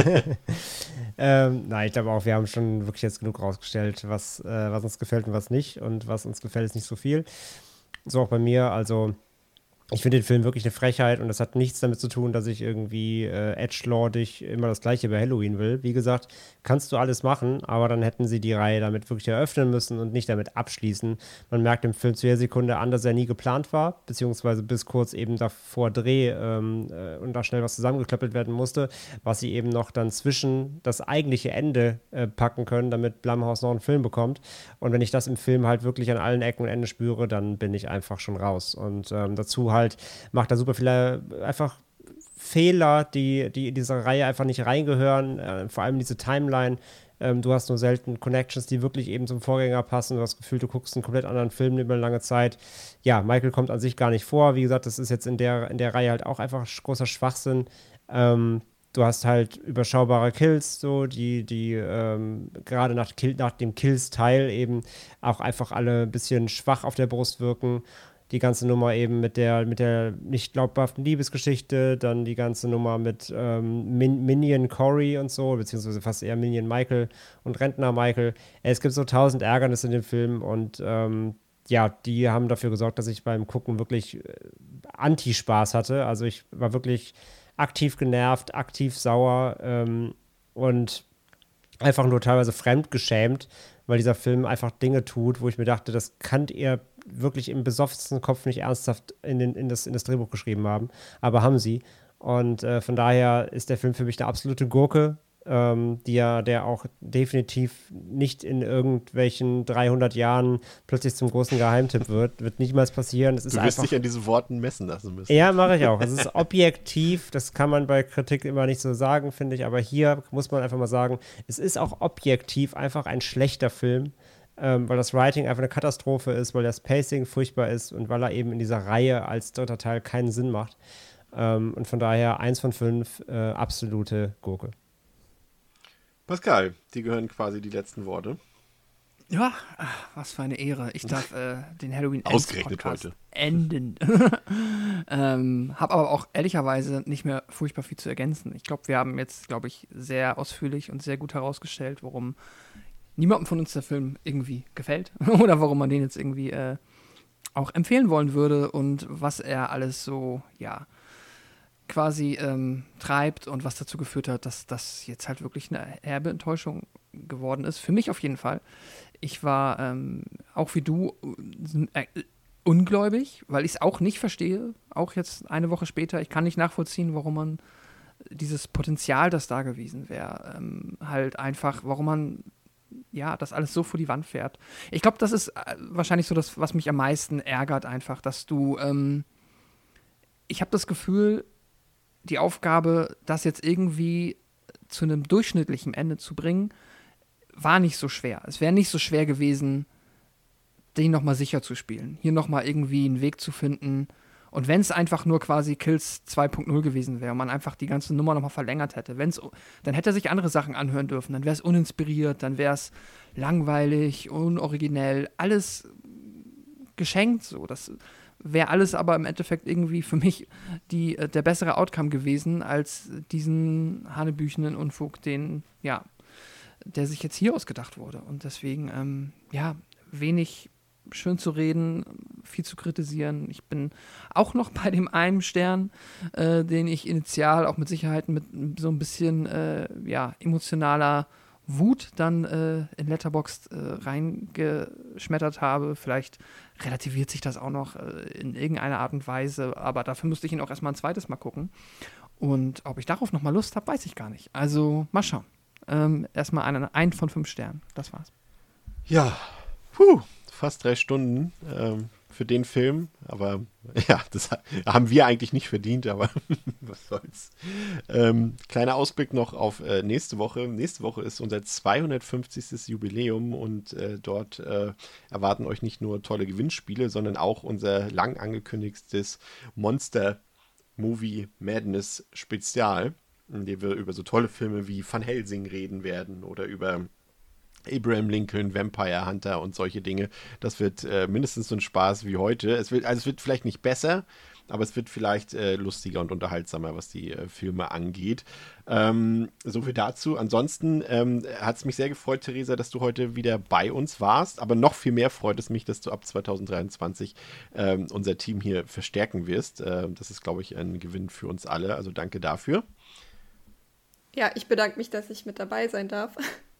D: ähm, nein, ich glaube auch, wir haben schon wirklich jetzt genug rausgestellt, was, äh, was uns gefällt und was nicht. Und was uns gefällt, ist nicht so viel. So auch bei mir, also ich finde den Film wirklich eine Frechheit und das hat nichts damit zu tun, dass ich irgendwie äh, edgelordig immer das Gleiche bei Halloween will. Wie gesagt, kannst du alles machen, aber dann hätten sie die Reihe damit wirklich eröffnen müssen und nicht damit abschließen. Man merkt im Film zu jeder Sekunde an, dass er nie geplant war, beziehungsweise bis kurz eben davor Dreh ähm, äh, und da schnell was zusammengeklöppelt werden musste, was sie eben noch dann zwischen das eigentliche Ende äh, packen können, damit Blumhouse noch einen Film bekommt. Und wenn ich das im Film halt wirklich an allen Ecken und Enden spüre, dann bin ich einfach schon raus. Und ähm, dazu halt macht da super viele einfach Fehler, die, die in diese Reihe einfach nicht reingehören, äh, vor allem diese Timeline. Ähm, du hast nur selten Connections, die wirklich eben zum Vorgänger passen. Du hast das Gefühl, du guckst einen komplett anderen Film über eine lange Zeit. Ja, Michael kommt an sich gar nicht vor. Wie gesagt, das ist jetzt in der, in der Reihe halt auch einfach großer Schwachsinn. Ähm, du hast halt überschaubare Kills, so, die, die ähm, gerade nach, Kill, nach dem Kills-Teil eben auch einfach alle ein bisschen schwach auf der Brust wirken. Die ganze Nummer eben mit der, mit der nicht glaubhaften Liebesgeschichte, dann die ganze Nummer mit ähm, Min- Minion Corey und so, beziehungsweise fast eher Minion Michael und Rentner Michael. Es gibt so tausend Ärgernisse in dem Film und ähm, ja, die haben dafür gesorgt, dass ich beim Gucken wirklich äh, Anti-Spaß hatte. Also ich war wirklich aktiv genervt, aktiv sauer ähm, und einfach nur teilweise fremdgeschämt, weil dieser Film einfach Dinge tut, wo ich mir dachte, das könnt ihr wirklich im besoffensten Kopf nicht ernsthaft in, den, in, das, in das Drehbuch geschrieben haben, aber haben sie. Und äh, von daher ist der Film für mich eine absolute Gurke, ähm, die ja, der auch definitiv nicht in irgendwelchen dreihundert Jahren plötzlich zum großen Geheimtipp wird. Wird niemals passieren. Es ist
C: du wirst
D: einfach,
C: dich an diesen Worten messen lassen müssen.
D: Ja, mache ich auch. Es ist objektiv, das kann man bei Kritik immer nicht so sagen, finde ich, aber hier muss man einfach mal sagen, es ist auch objektiv einfach ein schlechter Film. Ähm, weil das Writing einfach eine Katastrophe ist, weil das Pacing furchtbar ist und weil er eben in dieser Reihe als dritter Teil keinen Sinn macht. Ähm, und von daher eins von fünf, äh, absolute Gurke.
C: Pascal, dir gehören quasi die letzten Worte.
F: Ja, was für eine Ehre. Ich darf äh, den Halloween
C: Ausgerechnet
F: Podcast
C: heute.
F: enden. ähm, hab aber auch ehrlicherweise nicht mehr furchtbar viel zu ergänzen. Ich glaube, wir haben jetzt, glaube ich, sehr ausführlich und sehr gut herausgestellt, warum niemandem von uns der Film irgendwie gefällt oder warum man den jetzt irgendwie äh, auch empfehlen wollen würde und was er alles so, ja, quasi ähm, treibt und was dazu geführt hat, dass das jetzt halt wirklich eine herbe Enttäuschung geworden ist. Für mich auf jeden Fall. Ich war ähm, auch wie du äh, ungläubig, weil ich es auch nicht verstehe, auch jetzt eine Woche später. Ich kann nicht nachvollziehen, warum man dieses Potenzial, das da gewesen wäre, ähm, halt einfach, warum man ja, das alles so vor die Wand fährt. Ich glaube, das ist äh, wahrscheinlich so das, was mich am meisten ärgert einfach, dass du, ähm, ich habe das Gefühl, die Aufgabe, das jetzt irgendwie zu einem durchschnittlichen Ende zu bringen, war nicht so schwer. Es wäre nicht so schwer gewesen, den nochmal sicher zu spielen. Hier nochmal irgendwie einen Weg zu finden. Und wenn es einfach nur quasi Kills zwei Punkt null gewesen wäre und man einfach die ganze Nummer nochmal verlängert hätte, wenn's, dann hätte er sich andere Sachen anhören dürfen. Dann wäre es uninspiriert, dann wäre es langweilig, unoriginell, alles geschenkt so. Das wäre alles aber im Endeffekt irgendwie für mich die, der bessere Outcome gewesen als diesen hanebüchenen Unfug, den, ja, der sich jetzt hier ausgedacht wurde. Und deswegen, ähm, ja, wenig schön zu reden, viel zu kritisieren. Ich bin auch noch bei dem einen Stern, äh, den ich initial auch mit Sicherheit mit so ein bisschen äh, ja, emotionaler Wut dann äh, in Letterboxd äh, reingeschmettert habe. Vielleicht relativiert sich das auch noch äh, in irgendeiner Art und Weise, aber dafür müsste ich ihn auch erstmal ein zweites Mal gucken. Und ob ich darauf nochmal Lust habe, weiß ich gar nicht. Also mal schauen. Ähm, erstmal einen, ein von fünf Sternen. Das war's.
C: Ja, puh. Fast drei Stunden ähm, für den Film, aber ja, das haben wir eigentlich nicht verdient, aber was soll's. Ähm, kleiner Ausblick noch auf äh, nächste Woche. Nächste Woche ist unser zweihundertfünfzigstes Jubiläum und äh, dort äh, erwarten euch nicht nur tolle Gewinnspiele, sondern auch unser lang angekündigtes Monster Movie Madness Spezial, in dem wir über so tolle Filme wie Van Helsing reden werden oder über Abraham Lincoln, Vampire Hunter und solche Dinge. Das wird äh, mindestens so ein Spaß wie heute. Es wird, also es wird vielleicht nicht besser, aber es wird vielleicht äh, lustiger und unterhaltsamer, was die äh, Filme angeht. Ähm, so viel dazu. Ansonsten ähm, hat es mich sehr gefreut, Theresa, dass du heute wieder bei uns warst. Aber noch viel mehr freut es mich, dass du ab zwanzig dreiundzwanzig ähm, unser Team hier verstärken wirst. Äh, das ist, glaube ich, ein Gewinn für uns alle. Also danke dafür.
E: Ja, ich bedanke mich, dass ich mit dabei sein darf.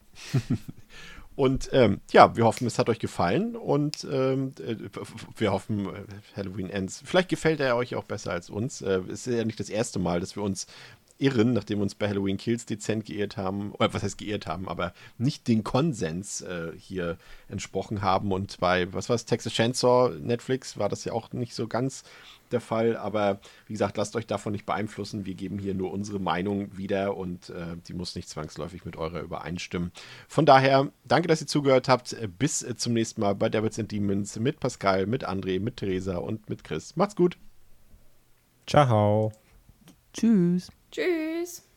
C: Und ähm, ja, wir hoffen, es hat euch gefallen und ähm, äh, wir hoffen, äh, Halloween Ends. Vielleicht gefällt er euch auch besser als uns. Äh, es ist ja nicht das erste Mal, dass wir uns irren, nachdem wir uns bei Halloween Kills dezent geirrt haben, oder was heißt geirrt haben, aber nicht den Konsens äh, hier entsprochen haben. Und bei, was war es, Texas Chainsaw Netflix war das ja auch nicht so ganz der Fall, aber wie gesagt, lasst euch davon nicht beeinflussen. Wir geben hier nur unsere Meinung wieder und äh, die muss nicht zwangsläufig mit eurer übereinstimmen. Von daher, danke, dass ihr zugehört habt. Bis äh, zum nächsten Mal bei Devils and Demons mit Pascal, mit André, mit Theresa und mit Chris. Macht's gut.
D: Ciao.
F: Tschüss.
E: Tschüss.